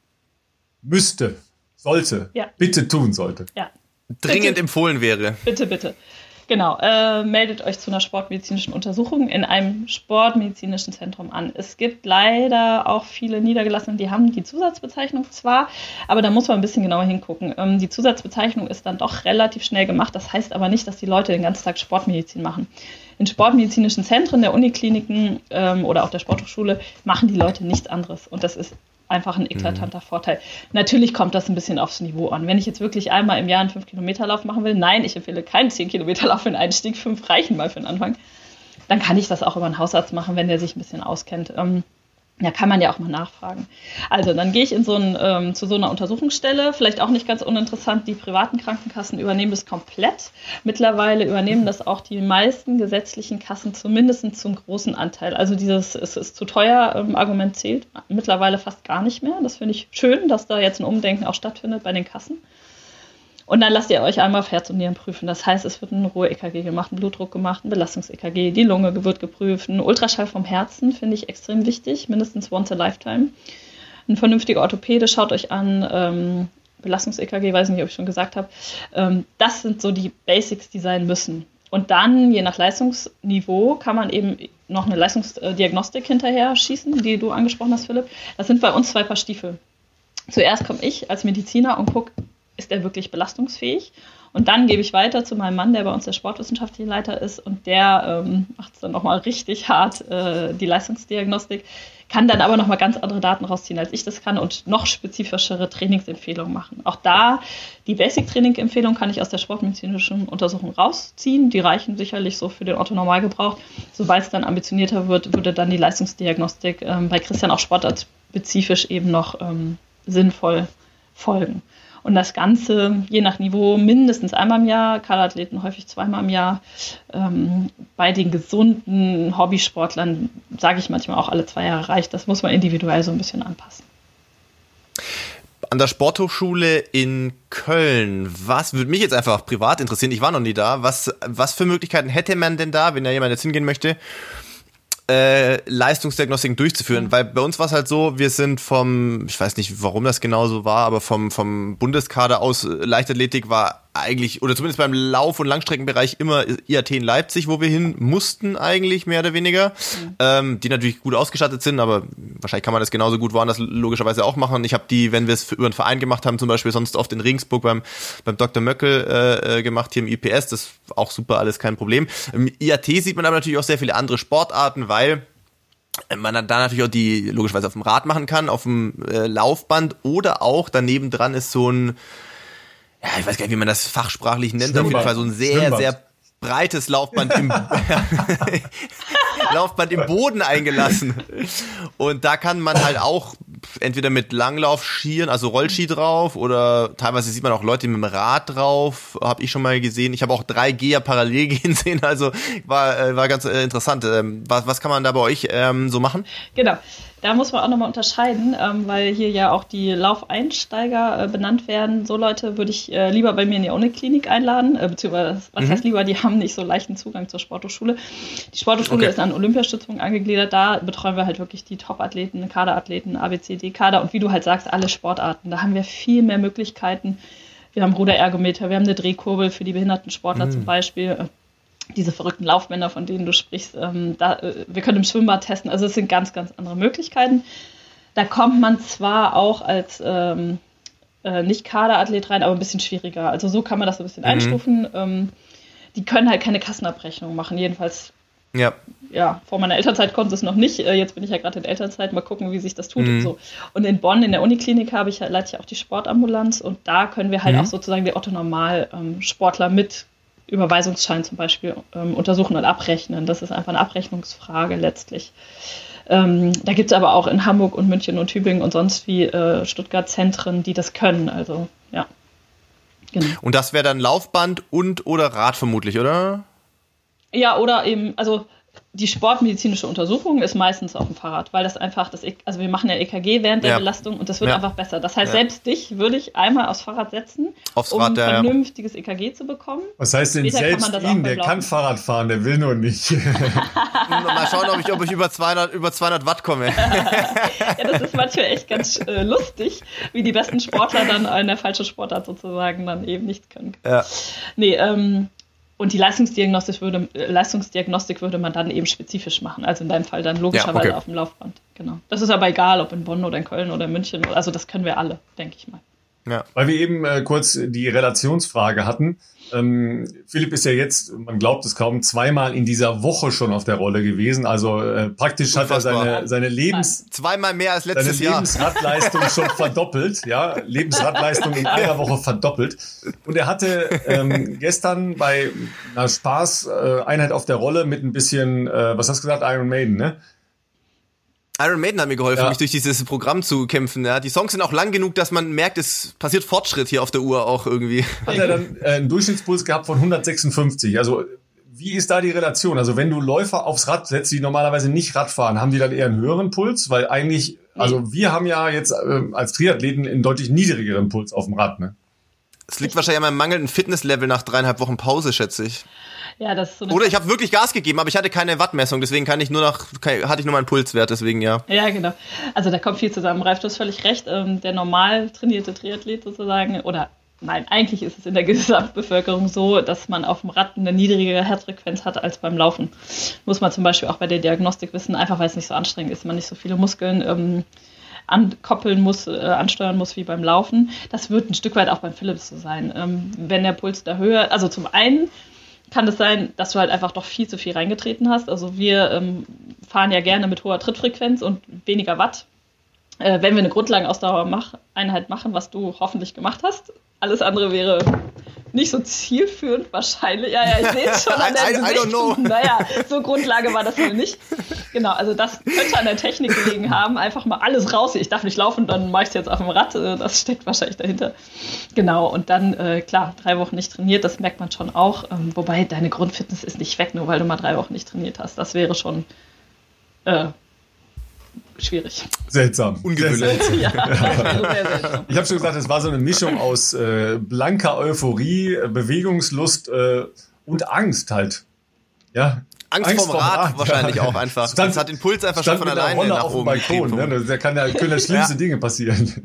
müsste? Sollte, ja. bitte tun sollte. Ja. Dringend bitte. empfohlen wäre. Bitte, bitte. Genau, äh, meldet euch zu einer sportmedizinischen Untersuchung in einem sportmedizinischen Zentrum an. Es gibt leider auch viele Niedergelassene, die haben die Zusatzbezeichnung zwar, aber da muss man ein bisschen genauer hingucken. Ähm, die Zusatzbezeichnung ist dann doch relativ schnell gemacht, das heißt aber nicht, dass die Leute den ganzen Tag Sportmedizin machen. In sportmedizinischen Zentren, der Unikliniken ähm, oder auch der Sporthochschule machen die Leute nichts anderes und das ist einfach ein eklatanter mhm. Vorteil. Natürlich kommt das ein bisschen aufs Niveau an. Wenn ich jetzt wirklich einmal im Jahr einen fünf Kilometer Lauf machen will, nein, ich empfehle keinen zehn Kilometer Lauf für den Einstieg, fünf reichen mal für den Anfang, dann kann ich das auch über einen Hausarzt machen, wenn der sich ein bisschen auskennt. Ähm, da kann man ja auch mal nachfragen. Also dann gehe ich in so ein, ähm, zu so einer Untersuchungsstelle, vielleicht auch nicht ganz uninteressant, die privaten Krankenkassen übernehmen das komplett. Mittlerweile übernehmen das auch die meisten gesetzlichen Kassen zumindest zum großen Anteil. Also dieses es ist zu teuer ähm, Argument zählt mittlerweile fast gar nicht mehr. Das finde ich schön, dass da jetzt ein Umdenken auch stattfindet bei den Kassen. Und dann lasst ihr euch einmal auf Herz und Nieren prüfen. Das heißt, es wird ein Ruhe-E K G gemacht, ein Blutdruck gemacht, ein Belastungs-E K G, die Lunge wird geprüft, ein Ultraschall vom Herzen, finde ich extrem wichtig, mindestens once a lifetime. Ein vernünftiger Orthopäde schaut euch an, ähm, Belastungs-E K G, weiß nicht, ob ich schon gesagt habe. Ähm, das sind so die Basics, die sein müssen. Und dann, je nach Leistungsniveau, kann man eben noch eine Leistungsdiagnostik hinterher schießen, die du angesprochen hast, Philipp. Das sind bei uns zwei Paar Stiefel. Zuerst komme ich als Mediziner und gucke, ist er wirklich belastungsfähig? Und dann gebe ich weiter zu meinem Mann, der bei uns der sportwissenschaftliche Leiter ist und der ähm, macht es dann nochmal richtig hart, äh, die Leistungsdiagnostik, kann dann aber nochmal ganz andere Daten rausziehen, als ich das kann und noch spezifischere Trainingsempfehlungen machen. Auch da, die Basic-Training-Empfehlung kann ich aus der sportmedizinischen Untersuchung rausziehen. Die reichen sicherlich so für den Otto-Normalgebrauch. Sobald es dann ambitionierter wird, würde dann die Leistungsdiagnostik ähm, bei Christian auch sportartspezifisch eben noch ähm, sinnvoll folgen. Und das Ganze, je nach Niveau, mindestens einmal im Jahr, Kaderathleten häufig zweimal im Jahr. Ähm, bei den gesunden Hobbysportlern, sage ich manchmal auch alle zwei Jahre reicht. Das muss man individuell so ein bisschen anpassen. An der Sporthochschule in Köln, was würde mich jetzt einfach privat interessieren, ich war noch nie da, was, was für Möglichkeiten hätte man denn da, wenn da jemand jetzt hingehen möchte, Äh, Leistungsdiagnostiken durchzuführen, mhm. weil bei uns war es halt so, wir sind vom, ich weiß nicht, warum das genau so war, aber vom, vom Bundeskader aus Leichtathletik war eigentlich, oder zumindest beim Lauf- und Langstreckenbereich immer I A T in Leipzig, wo wir hin mussten eigentlich, mehr oder weniger, mhm. ähm, die natürlich gut ausgestattet sind, aber wahrscheinlich kann man das genauso gut woanders logischerweise auch machen. Ich habe die, wenn wir es über einen Verein gemacht haben, zum Beispiel sonst oft in Regensburg beim, beim Doktor Möckel äh, gemacht, hier im I P S, das ist auch super, alles kein Problem. Im I A T sieht man aber natürlich auch sehr viele andere Sportarten, weil man dann da natürlich auch die logischerweise auf dem Rad machen kann, auf dem äh, Laufband oder auch daneben dran ist so ein, ja, ich weiß gar nicht, wie man das fachsprachlich nennt, auf jeden Fall so ein sehr, Schwimmbad. sehr breites Laufband im Laufband im Boden eingelassen. Und da kann man halt auch entweder mit Langlaufskiern, also Rollski drauf, oder teilweise sieht man auch Leute mit dem Rad drauf, habe ich schon mal gesehen. Ich habe auch drei Geher parallel gehen sehen, also war, war ganz interessant. Was, was kann man da bei euch ähm, so machen? Genau. Da muss man auch nochmal unterscheiden, ähm, weil hier ja auch die Laufeinsteiger äh, benannt werden. So Leute würde ich äh, lieber bei mir in die Uniklinik einladen, äh, beziehungsweise, was mhm. heißt lieber, die haben nicht so leichten Zugang zur Sporthochschule. Die Sporthochschule okay. ist an Olympiastützung angegliedert, da betreuen wir halt wirklich die Top-Athleten, Kaderathleten, A B C D-Kader und wie du halt sagst, alle Sportarten. Da haben wir viel mehr Möglichkeiten. Wir haben Ruderergometer, wir haben eine Drehkurbel für die behinderten Sportler mhm. zum Beispiel. Diese verrückten Laufbänder, von denen du sprichst, ähm, da, äh, wir können im Schwimmbad testen. Also es sind ganz, ganz andere Möglichkeiten. Da kommt man zwar auch als ähm, äh, Nicht-Kaderathlet rein, aber ein bisschen schwieriger. Also so kann man das so ein bisschen mhm. einstufen. Ähm, die können halt keine Kassenabrechnung machen. Jedenfalls, ja, ja vor meiner Elternzeit konnte es noch nicht. Äh, jetzt bin ich ja gerade in Elternzeit. Mal gucken, wie sich das tut mhm. und so. Und in Bonn, in der Uniklinik, habe ich, leite ich auch die Sportambulanz. Und da können wir halt mhm. auch sozusagen die Otto-Normal-Sportler ähm, mit Überweisungsschein zum Beispiel ähm, untersuchen und abrechnen. Das ist einfach eine Abrechnungsfrage letztlich. Ähm, da gibt es aber auch in Hamburg und München und Tübingen und sonst wie äh, Stuttgart Zentren, die das können. Also ja. Genau. Und das wäre dann Laufband und oder Rad vermutlich, oder? Ja, oder eben, also die sportmedizinische Untersuchung ist meistens auf dem Fahrrad, weil das einfach, das, also wir machen ja E K G während der ja. Belastung und das wird ja. einfach besser. Das heißt, ja. selbst dich würde ich einmal aufs Fahrrad setzen, aufs um Rad, ein ja, vernünftiges E K G zu bekommen. Was heißt denn selbst ihn? Der kann Fahrrad fahren, der will nur nicht. Mal schauen, ob ich, ob ich über zweihundert, über zweihundert Watt komme. Ja, das ist manchmal echt ganz äh, lustig, wie die besten Sportler dann in der falschen Sportart sozusagen dann eben nichts können. Ja. Nee, ähm, Und die Leistungsdiagnostik würde, Leistungsdiagnostik würde man dann eben spezifisch machen. Also in deinem Fall dann logischerweise ja, okay. auf dem Laufband. Genau. Das ist aber egal, ob in Bonn oder in Köln oder in München. Also das können wir alle, denke ich mal. Ja. Weil wir eben äh, kurz die Relationsfrage hatten. Ähm, Philipp ist ja jetzt, man glaubt es kaum, zweimal in dieser Woche schon auf der Rolle gewesen. Also äh, praktisch Unfassbar. hat er seine, seine Lebens... Zweimal mehr als letztes seine Jahr. Lebensradleistung schon verdoppelt. Ja, Lebensradleistung in einer Woche verdoppelt. Und er hatte ähm, gestern bei einer Spaßeinheit auf der Rolle mit ein bisschen, äh, was hast du gesagt, Iron Maiden, ne? Iron Maiden hat mir geholfen, ja. mich durch dieses Programm zu kämpfen. Ja. Die Songs sind auch lang genug, dass man merkt, es passiert Fortschritt hier auf der Uhr auch irgendwie. Hat er dann äh, einen Durchschnittspuls gehabt von hundertsechsundfünfzig. Also wie ist da die Relation? Also wenn du Läufer aufs Rad setzt, die normalerweise nicht Rad fahren, haben die dann eher einen höheren Puls? Weil eigentlich, also wir haben ja jetzt äh, als Triathleten einen deutlich niedrigeren Puls auf dem Rad, ne? Es liegt wahrscheinlich an meinem mangelnden Fitnesslevel nach dreieinhalb Wochen Pause, schätze ich. Ja, das ist so eine Oder ich habe wirklich Gas gegeben, aber ich hatte keine Wattmessung, deswegen kann ich nur noch, hatte ich nur meinen Pulswert, deswegen ja. Ja, genau. Also da kommt viel zusammen. Ralf, du hast völlig recht. Ähm, der normal trainierte Triathlet sozusagen, oder nein, eigentlich ist es in der Gesamtbevölkerung so, dass man auf dem Rad eine niedrigere Herzfrequenz hat als beim Laufen. Muss man zum Beispiel auch bei der Diagnostik wissen, einfach weil es nicht so anstrengend ist, man nicht so viele Muskeln ähm, ankoppeln muss, äh, ansteuern muss wie beim Laufen. Das wird ein Stück weit auch beim Philips so sein. Ähm, wenn der Puls da höher, also zum einen kann es sein, dass du halt einfach doch viel zu viel reingetreten hast. Also wir ähm, fahren ja gerne mit hoher Trittfrequenz und weniger Watt. Äh, wenn wir eine Grundlagenausdauereinheit machen, was du hoffentlich gemacht hast. Alles andere wäre nicht so zielführend wahrscheinlich. Ja, ja, ich sehe es schon an der I, I, I don't know. Naja, so Grundlage war das wohl nicht. Genau, also das könnte an der Technik gelegen haben. Einfach mal alles raus. Ich darf nicht laufen, dann mache ich es jetzt auf dem Rad. Das steckt wahrscheinlich dahinter. Genau, und dann, äh, klar, drei Wochen nicht trainiert, das merkt man schon auch. Ähm, wobei, deine Grundfitness ist nicht weg, nur weil du mal drei Wochen nicht trainiert hast. Das wäre schon äh, schwierig. Seltsam. Ungewöhnlich. Ja, sehr seltsam. Ich habe schon gesagt, es war so eine Mischung aus äh, blanker Euphorie, Bewegungslust äh, und Angst halt. Ja. Angst, Angst vorm Rad, Rad wahrscheinlich ja. auch einfach. Stand, das hat den Puls einfach schon von alleine nach auf oben Balkon, ne? Da kann ja, können ja schlimmste ja. Dinge passieren.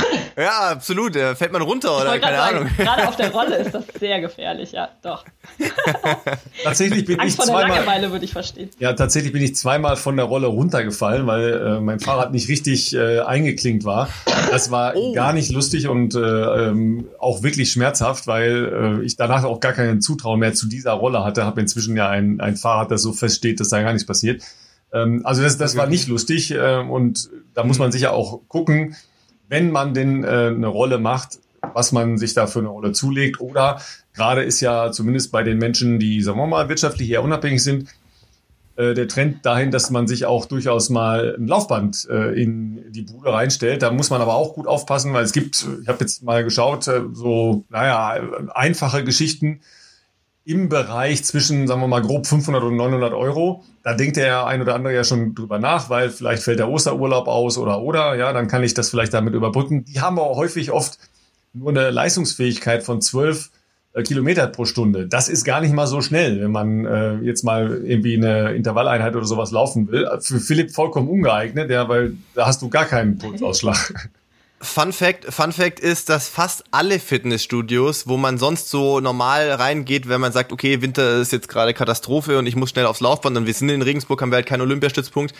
Ja, absolut. Fällt man runter oder keine sagen, Ahnung. Gerade auf der Rolle ist das sehr gefährlich, ja, doch. Tatsächlich bin Angst ich vor der zweimal, Langeweile würde ich verstehen. Ja, tatsächlich bin ich zweimal von der Rolle runtergefallen, weil äh, mein Fahrrad nicht richtig äh, eingeklinkt war. Das war oh. gar nicht lustig und äh, ähm, auch wirklich schmerzhaft, weil äh, ich danach auch gar keinen Zutrauen mehr zu dieser Rolle hatte. Habe inzwischen ja ein, ein Fahrrad, das so feststeht, dass da gar nichts passiert. Ähm, also das, das war nicht lustig äh, und da muss man sicher auch gucken, wenn man denn äh, eine Rolle macht, was man sich da für eine Rolle zulegt. Oder gerade ist ja zumindest bei den Menschen, die, sagen wir mal, wirtschaftlich eher unabhängig sind, äh, der Trend dahin, dass man sich auch durchaus mal ein Laufband äh, in die Bude reinstellt. Da muss man aber auch gut aufpassen, weil es gibt, ich habe jetzt mal geschaut, äh, so, naja, einfache Geschichten im Bereich zwischen, sagen wir mal, grob fünfhundert und neunhundert Euro. Da denkt der ein oder andere ja schon drüber nach, weil vielleicht fällt der Osterurlaub aus oder, oder, ja, dann kann ich das vielleicht damit überbrücken. Die haben aber häufig oft nur eine Leistungsfähigkeit von zwölf äh, Kilometer pro Stunde. Das ist gar nicht mal so schnell, wenn man äh, jetzt mal irgendwie eine Intervalleinheit oder sowas laufen will. Für Philipp vollkommen ungeeignet, ja, weil da hast du gar keinen Pulsausschlag. Fun Fact, Fun Fact ist, dass fast alle Fitnessstudios, wo man sonst so normal reingeht, wenn man sagt, okay, Winter ist jetzt gerade Katastrophe und ich muss schnell aufs Laufband und wir sind in Regensburg, haben wir halt keinen Olympiastützpunkt,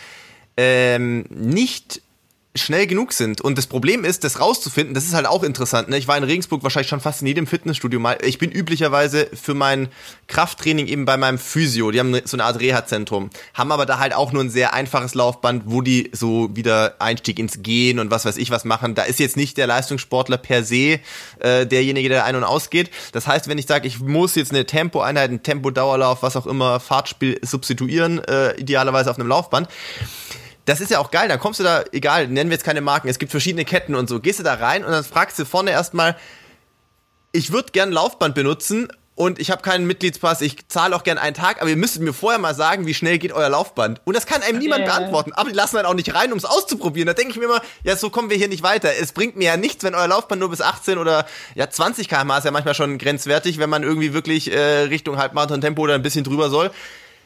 ähm, nicht schnell genug sind. Und das Problem ist, das rauszufinden, das ist halt auch interessant. Ne? Ich war in Regensburg wahrscheinlich schon fast in jedem Fitnessstudio mal. Ich bin üblicherweise für mein Krafttraining eben bei meinem Physio. Die haben so eine Art Reha-Zentrum. Haben aber da halt auch nur ein sehr einfaches Laufband, wo die so wieder Einstieg ins Gehen und was weiß ich was machen. Da ist jetzt nicht der Leistungssportler per se äh, derjenige, der ein- und ausgeht. Das heißt, wenn ich sage, ich muss jetzt eine Tempoeinheit, einen Tempodauerlauf, was auch immer, Fahrtspiel substituieren, äh, idealerweise auf einem Laufband, das ist ja auch geil, dann kommst du da, egal, nennen wir jetzt keine Marken, es gibt verschiedene Ketten und so, gehst du da rein und dann fragst du vorne erstmal, ich würde gern ein Laufband benutzen und ich habe keinen Mitgliedspass, ich zahle auch gern einen Tag, aber ihr müsstet mir vorher mal sagen, wie schnell geht euer Laufband. Und das kann einem niemand yeah. beantworten, aber die lassen dann auch nicht rein, um es auszuprobieren. Da denke ich mir immer, ja, so kommen wir hier nicht weiter. Es bringt mir ja nichts, wenn euer Laufband nur bis achtzehn oder ja zwanzig Kilometer pro Stunde ist ja manchmal schon grenzwertig, wenn man irgendwie wirklich äh, Richtung Halbmarathon-Tempo oder ein bisschen drüber soll.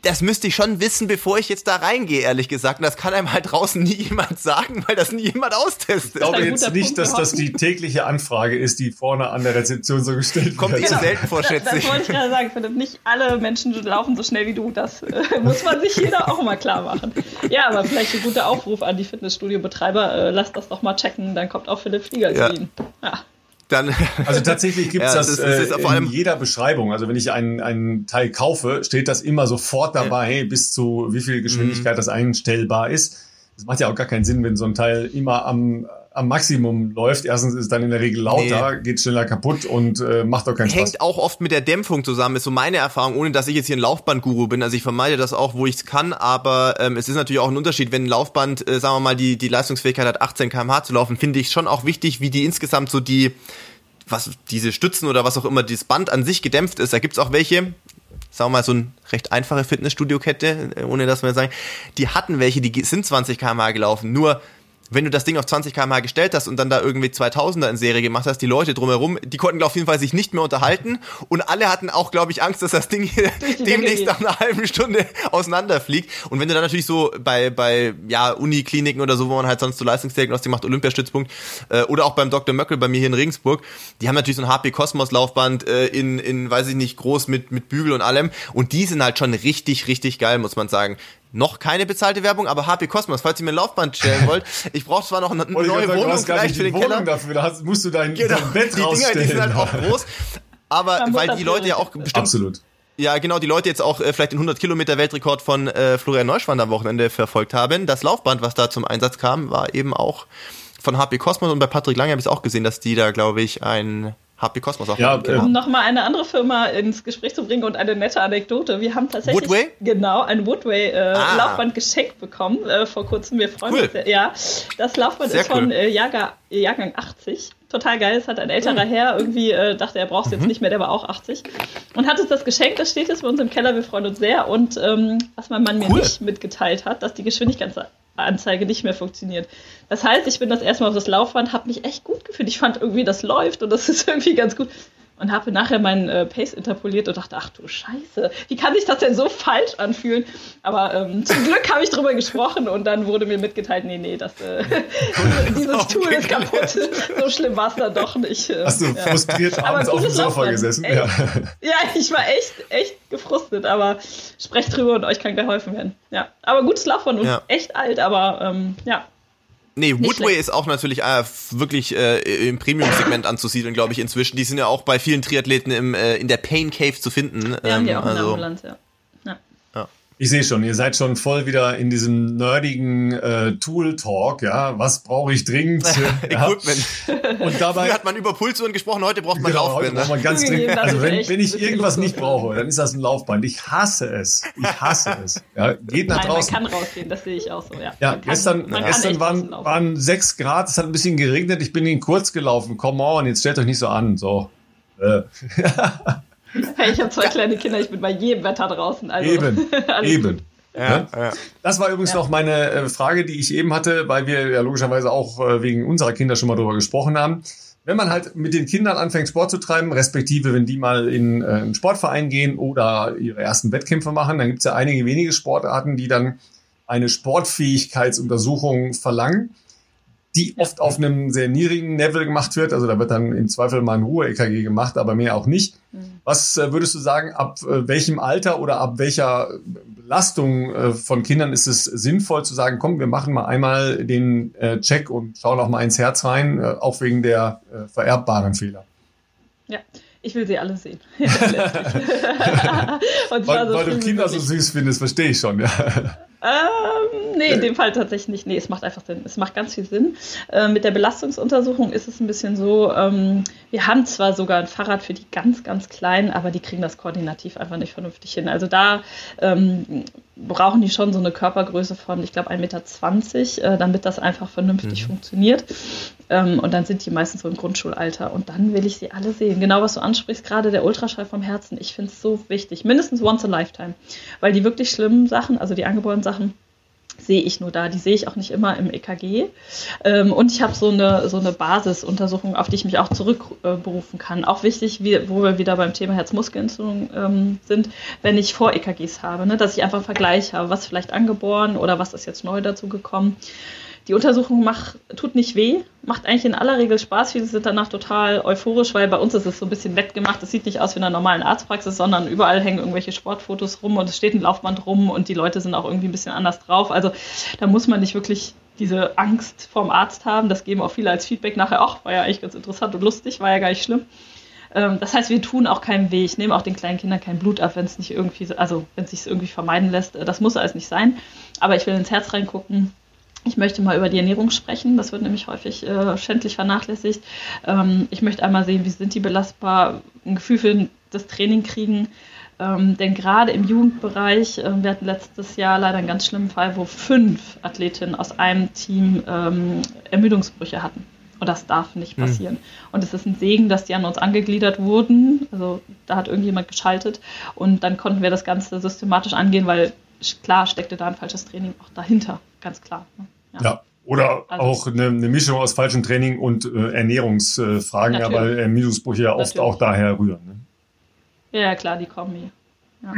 das müsste ich schon wissen, bevor ich jetzt da reingehe, ehrlich gesagt. Und das kann einem halt draußen nie jemand sagen, weil das nie jemand austestet. Ich glaube jetzt nicht, dass das die tägliche Anfrage ist, die vorne an der Rezeption so gestellt wird. Kommt eh so selten vor, schätze ich. Das wollte ich gerade sagen, Philipp. Nicht alle Menschen laufen so schnell wie du. Das äh, muss man sich jeder auch mal klar machen. Ja, aber vielleicht ein guter Aufruf an die Fitnessstudio-Betreiber. Äh, lasst das doch mal checken, dann kommt auch Philipp Flieger ja. zu Ihnen. Ja. Dann also tatsächlich gibt es ja, das, das äh, in jeder Beschreibung. Also wenn ich einen, einen Teil kaufe, steht das immer sofort dabei, ja. bis zu wie viel Geschwindigkeit mhm. das einstellbar ist. Das macht ja auch gar keinen Sinn, wenn so ein Teil immer am, am Maximum läuft. Erstens ist es dann in der Regel lauter, nee. geht schneller kaputt und äh, macht auch keinen Spaß. Hängt auch oft mit der Dämpfung zusammen, ist so meine Erfahrung, ohne dass ich jetzt hier ein Laufbandguru bin. Also ich vermeide das auch, wo ich es kann, aber ähm, es ist natürlich auch ein Unterschied, wenn ein Laufband, äh, sagen wir mal, die, die Leistungsfähigkeit hat, achtzehn Kilometer pro Stunde zu laufen, finde ich schon auch wichtig, wie die insgesamt so die, was diese Stützen oder was auch immer, das Band an sich gedämpft ist. Da gibt's auch welche, sagen wir mal, so eine recht einfache Fitnessstudio-Kette, ohne dass wir sagen, die hatten welche, die sind zwanzig Kilometer pro Stunde gelaufen. Nur, wenn du das Ding auf zwanzig Kilometer pro Stunde gestellt hast und dann da irgendwie zweitausender in Serie gemacht hast, die Leute drumherum, die konnten auf jeden Fall sich nicht mehr unterhalten und alle hatten auch, glaube ich, Angst, dass das Ding hier demnächst nach einer halben Stunde auseinanderfliegt. Und wenn du dann natürlich so bei, bei ja, Unikliniken oder so, wo man halt sonst so Leistungsdiagnostik macht, Olympiastützpunkt, äh, oder auch beim Doktor Möckel bei mir hier in Regensburg, die haben natürlich so ein H P Cosmos Laufband äh, in, in, weiß ich nicht, groß mit, mit Bügel und allem und die sind halt schon richtig, richtig geil, muss man sagen. Noch keine bezahlte Werbung, aber H P Cosmos, falls ihr mir ein Laufband stellen wollt, ich brauche zwar noch eine neue sagen, Wohnung vielleicht für den Wohnung Keller. Dafür. Da hast, musst du dein, genau, dein Bett die rausstellen. Dinger, die sind halt auch groß, aber weil die Leute ja auch bestimmt... Absolut. Ja, genau, die Leute jetzt auch äh, vielleicht den hundert Kilometer Weltrekord von äh, Florian Neuschwander am Wochenende verfolgt haben. Das Laufband, was da zum Einsatz kam, war eben auch von H P Cosmos und bei Patrick Lange habe ich es auch gesehen, dass die da, glaube ich, ein... H P Cosmos auch. Ja, um nochmal eine andere Firma ins Gespräch zu bringen und eine nette Anekdote. Wir haben tatsächlich Woodway? genau ein Woodway äh, ah. Laufband geschenkt bekommen äh, vor kurzem. Wir freuen cool. uns sehr. Ja, das Laufband sehr ist von cool. äh, Jahrgang, Jahrgang achtzig. Total geil. Es hat ein älterer mhm. Herr irgendwie äh, dachte, er braucht es mhm. jetzt nicht mehr. Der war auch achtzig und hat uns das geschenkt. Das steht jetzt bei uns im Keller. Wir freuen uns sehr. Und ähm, was mein Mann cool. mir nicht mitgeteilt hat, dass die Geschwindigkeitsanzeige nicht mehr funktioniert. Das heißt, ich bin das erste Mal auf das Laufband, habe mich echt gut gefühlt. Ich fand irgendwie, das läuft und das ist irgendwie ganz gut. Und habe nachher meinen äh, Pace interpoliert und dachte, ach du Scheiße, wie kann sich das denn so falsch anfühlen? Aber ähm, zum Glück habe ich drüber gesprochen und dann wurde mir mitgeteilt, nee, nee, das, äh, dieses okay, Tool ist kaputt. So schlimm war es dann doch nicht. Äh, Hast du ja. frustriert abends auf dem Sofa Laufband. gesessen? Ja. ja, ich war echt, echt gefrustet, aber sprecht drüber und euch kann geholfen werden. Ja, aber gutes Laufband und ja. echt alt, aber ähm, ja. Nee, Woodway ist auch natürlich äh, wirklich äh, im Premium-Segment anzusiedeln, glaube ich, inzwischen. Die sind ja auch bei vielen Triathleten im, äh, in der Pain Cave zu finden. Wir ähm, haben die auch in also, der Ambulanz, ja. ja. ja. Ich sehe schon, ihr seid schon voll wieder in diesem nerdigen äh, Tool-Talk, ja. Was brauche ich dringend? Equipment. Und dabei Früher hat man über Pulsuhren gesprochen, heute braucht man genau, Laufbänder. Heute braucht man ganz dringend. Also wenn, wenn ich irgendwas nicht brauche, dann ist das ein Laufband. Ich hasse es. Ich hasse es. Ja, geht nach Nein, draußen. Man kann rausgehen, das sehe ich auch so, ja. Ja, man gestern, kann, gestern waren, waren sechs Grad, es hat ein bisschen geregnet, ich bin in kurz gelaufen. Come on, jetzt stellt euch nicht so an. So. Äh. Hey, ich habe zwei kleine Kinder, ich bin bei jedem Wetter draußen. Also eben, eben. Gut. Ja, ja. Das war übrigens ja. noch meine äh, Frage, die ich eben hatte, weil wir ja logischerweise auch äh, wegen unserer Kinder schon mal drüber gesprochen haben. Wenn man halt mit den Kindern anfängt, Sport zu treiben, respektive wenn die mal in äh, einen Sportverein gehen oder ihre ersten Wettkämpfe machen, dann gibt es ja einige wenige Sportarten, die dann eine Sportfähigkeitsuntersuchung verlangen, die oft auf einem sehr niedrigen Level gemacht wird. Also da wird dann im Zweifel mal ein Ruhe-E K G gemacht, aber mehr auch nicht. Mhm. Was äh, würdest du sagen, ab äh, welchem Alter oder ab welcher Belastung äh, von Kindern ist es sinnvoll zu sagen, komm, wir machen mal einmal den äh, Check und schauen auch mal ins Herz rein, äh, auch wegen der äh, vererbbaren Fehler? Ja, ich will sie alle sehen. und weil so weil du Kinder so süß findest, verstehe ich schon, ja. Ähm, nee, in dem Fall tatsächlich nicht. Nee, es macht einfach Sinn. Es macht ganz viel Sinn. Äh, mit der Belastungsuntersuchung ist es ein bisschen so, ähm, wir haben zwar sogar ein Fahrrad für die ganz, ganz Kleinen, aber die kriegen das koordinativ einfach nicht vernünftig hin. Also da ähm, brauchen die schon so eine Körpergröße von, ich glaube, ein Meter zwanzig, äh, damit das einfach vernünftig mhm. funktioniert. Ähm, und dann sind die meistens so im Grundschulalter. Und dann will ich sie alle sehen. Genau, was du ansprichst, gerade der Ultraschall vom Herzen. Ich finde es so wichtig. Mindestens once a lifetime. Weil die wirklich schlimmen Sachen, also die angeborenen Sachen, sehe ich nur da. Die sehe ich auch nicht immer im E K G. Ähm, und ich habe so eine, so eine Basisuntersuchung, auf die ich mich auch zurückberufen äh, kann. Auch wichtig, wie, wo wir wieder beim Thema Herzmuskelentzündung ähm, sind, wenn ich Vor-E K Gs habe, ne? Dass ich einfach einen Vergleich habe, was vielleicht angeboren oder was ist jetzt neu dazu gekommen. Die Untersuchung macht, tut nicht weh, macht eigentlich in aller Regel Spaß. Viele sind danach total euphorisch, weil bei uns ist es so ein bisschen wettgemacht. Es sieht nicht aus wie in einer normalen Arztpraxis, sondern überall hängen irgendwelche Sportfotos rum und es steht ein Laufband rum und die Leute sind auch irgendwie ein bisschen anders drauf. Also da muss man nicht wirklich diese Angst vorm Arzt haben. Das geben auch viele als Feedback nachher auch. War ja eigentlich ganz interessant und lustig, war ja gar nicht schlimm. Das heißt, wir tun auch keinen weh. Ich nehme auch den kleinen Kindern kein Blut ab, wenn es nicht irgendwie, also wenn es sich irgendwie vermeiden lässt. Das muss alles nicht sein. Aber ich will ins Herz reingucken. Ich möchte mal über die Ernährung sprechen, das wird nämlich häufig äh, schändlich vernachlässigt. Ähm, ich möchte einmal sehen, wie sind die belastbar, ein Gefühl für das Training kriegen. Ähm, denn gerade im Jugendbereich, äh, wir hatten letztes Jahr leider einen ganz schlimmen Fall, wo fünf Athletinnen aus einem Team ähm, Ermüdungsbrüche hatten. Und das darf nicht passieren. Mhm. Und es ist ein Segen, dass die an uns angegliedert wurden. Also da hat irgendjemand geschaltet und dann konnten wir das Ganze systematisch angehen, weil klar steckte da ein falsches Training auch dahinter, ganz klar. Ne? Ja. ja, oder also, auch eine, eine Mischung aus falschem Training und äh, Ernährungsfragen, ja, weil Ermüdungsbrüche ja oft natürlich auch daher rühren. Ne? Ja, klar, die kommen hier. Ja.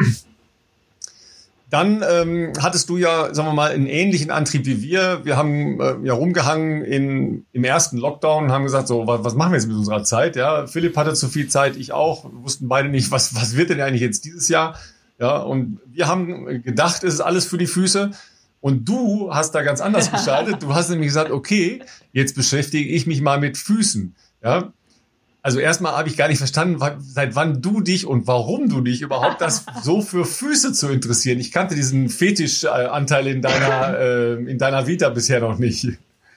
Dann ähm, hattest du ja, sagen wir mal, einen ähnlichen Antrieb wie wir. Wir haben äh, ja rumgehangen in, im ersten Lockdown und haben gesagt, so, was, was machen wir jetzt mit unserer Zeit? Ja, Philipp hatte zu viel Zeit, ich auch. Wir wussten beide nicht, was, was wird denn eigentlich jetzt dieses Jahr? Ja, und wir haben gedacht, es ist alles für die Füße. Und du hast da ganz anders gestaltet. Du hast nämlich gesagt, okay, jetzt beschäftige ich mich mal mit Füßen. Ja, also erstmal habe ich gar nicht verstanden, seit wann du dich und warum du dich überhaupt das so für Füße zu interessieren. Ich kannte diesen Fetischanteil in deiner, äh, in deiner Vita bisher noch nicht.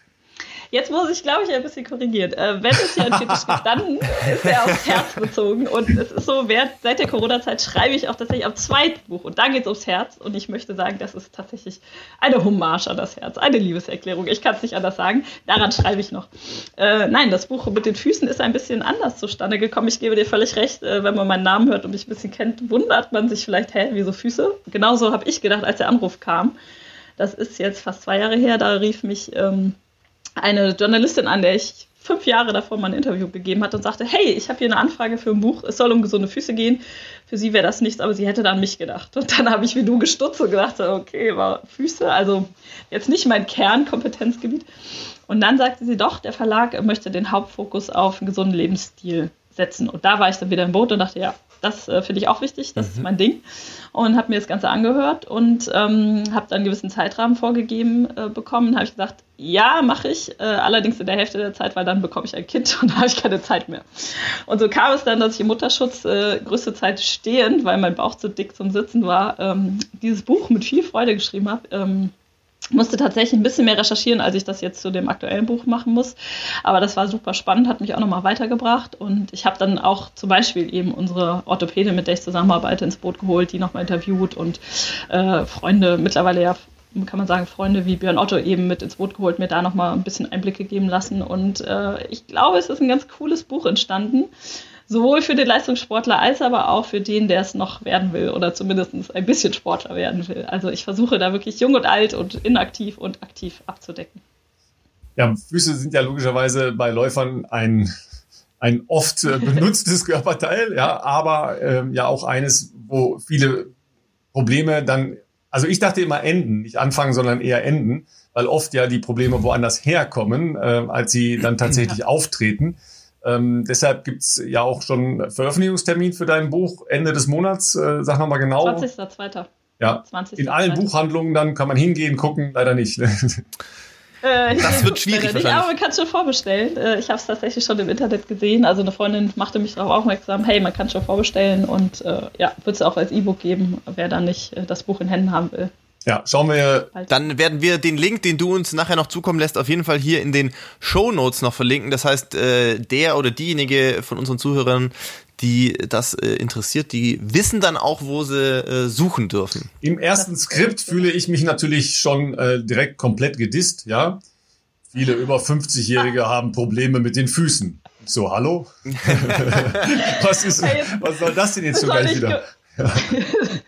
Jetzt muss ich, glaube ich, ein bisschen korrigieren. Äh, wenn es hier einen Fetisch gibt, dann ist er aufs Herz bezogen. Und es ist so, während, seit der Corona-Zeit schreibe ich auch tatsächlich am zweiten Buch. Und da geht es ums Herz. Und ich möchte sagen, das ist tatsächlich eine Hommage an das Herz, eine Liebeserklärung. Ich kann es nicht anders sagen. Daran schreibe ich noch. Äh, nein, das Buch mit den Füßen ist ein bisschen anders zustande gekommen. Ich gebe dir völlig recht, äh, wenn man meinen Namen hört und mich ein bisschen kennt, wundert man sich vielleicht, hä, wieso Füße? Genauso habe ich gedacht, als der Anruf kam. Das ist jetzt fast zwei Jahre her. Da rief mich Ähm, eine Journalistin an, der ich fünf Jahre davor mal ein Interview gegeben hat und sagte, hey, ich habe hier eine Anfrage für ein Buch, es soll um gesunde Füße gehen. Für sie wäre das nichts, aber sie hätte dann an mich gedacht. Und dann habe ich wie du gestutzt und gedacht, okay, war Füße, also jetzt nicht mein Kernkompetenzgebiet. Und dann sagte sie doch, der Verlag möchte den Hauptfokus auf einen gesunden Lebensstil setzen. Und da war ich dann wieder im Boot und dachte, ja, das äh, finde ich auch wichtig, das mhm. ist mein Ding. Und habe mir das Ganze angehört und ähm, habe dann einen gewissen Zeitrahmen vorgegeben äh, bekommen. Habe ich gesagt, ja, mache ich, äh, allerdings in der Hälfte der Zeit, weil dann bekomme ich ein Kind und da habe ich keine Zeit mehr. Und so kam es dann, dass ich im Mutterschutz äh, größte Zeit stehend, weil mein Bauch zu dick zum Sitzen war, ähm, dieses Buch mit viel Freude geschrieben habe. Ähm, musste tatsächlich ein bisschen mehr recherchieren, als ich das jetzt zu dem aktuellen Buch machen muss. Aber das war super spannend, hat mich auch nochmal weitergebracht. Und ich habe dann auch zum Beispiel eben unsere Orthopädin, mit der ich zusammenarbeite, ins Boot geholt, die nochmal interviewt und äh, Freunde, mittlerweile ja, kann man sagen, Freunde wie Björn Otto eben mit ins Boot geholt, mir da nochmal ein bisschen Einblicke geben lassen. Und äh, ich glaube, es ist ein ganz cooles Buch entstanden. Sowohl für den Leistungssportler als aber auch für den, der es noch werden will oder zumindest ein bisschen Sportler werden will. Also ich versuche da wirklich jung und alt und inaktiv und aktiv abzudecken. Ja, Füße sind ja logischerweise bei Läufern ein, ein oft benutztes Körperteil, ja, aber ähm, ja auch eines, wo viele Probleme dann, also ich dachte immer enden, nicht anfangen, sondern eher enden, weil oft ja die Probleme woanders herkommen, äh, als sie dann tatsächlich ja. auftreten. Ähm, deshalb gibt's ja auch schon Veröffentlichungstermin für dein Buch Ende des Monats. Äh, sag nochmal genau. zwanzigster zweiter Ja, zwanzigster in allen Buchhandlungen, dann kann man hingehen, gucken, leider nicht. äh, das wird schwierig wahrscheinlich. Aber man kann es schon vorbestellen. Äh, ich habe es tatsächlich schon im Internet gesehen. Also eine Freundin machte mich darauf aufmerksam, hey, man kann schon vorbestellen und äh, ja, wird es auch als E-Book geben, wer dann nicht äh, das Buch in Händen haben will. Ja, schauen wir. Dann werden wir den Link, den du uns nachher noch zukommen lässt, auf jeden Fall hier in den Shownotes noch verlinken. Das heißt, der oder diejenige von unseren Zuhörern, die das interessiert, die wissen dann auch, wo sie suchen dürfen. Im ersten Skript fühle ich mich natürlich schon direkt komplett gedisst, ja. Viele über fünfzigjährige haben Probleme mit den Füßen. So, hallo? was ist, was soll das denn jetzt schon gleich wieder? Ja.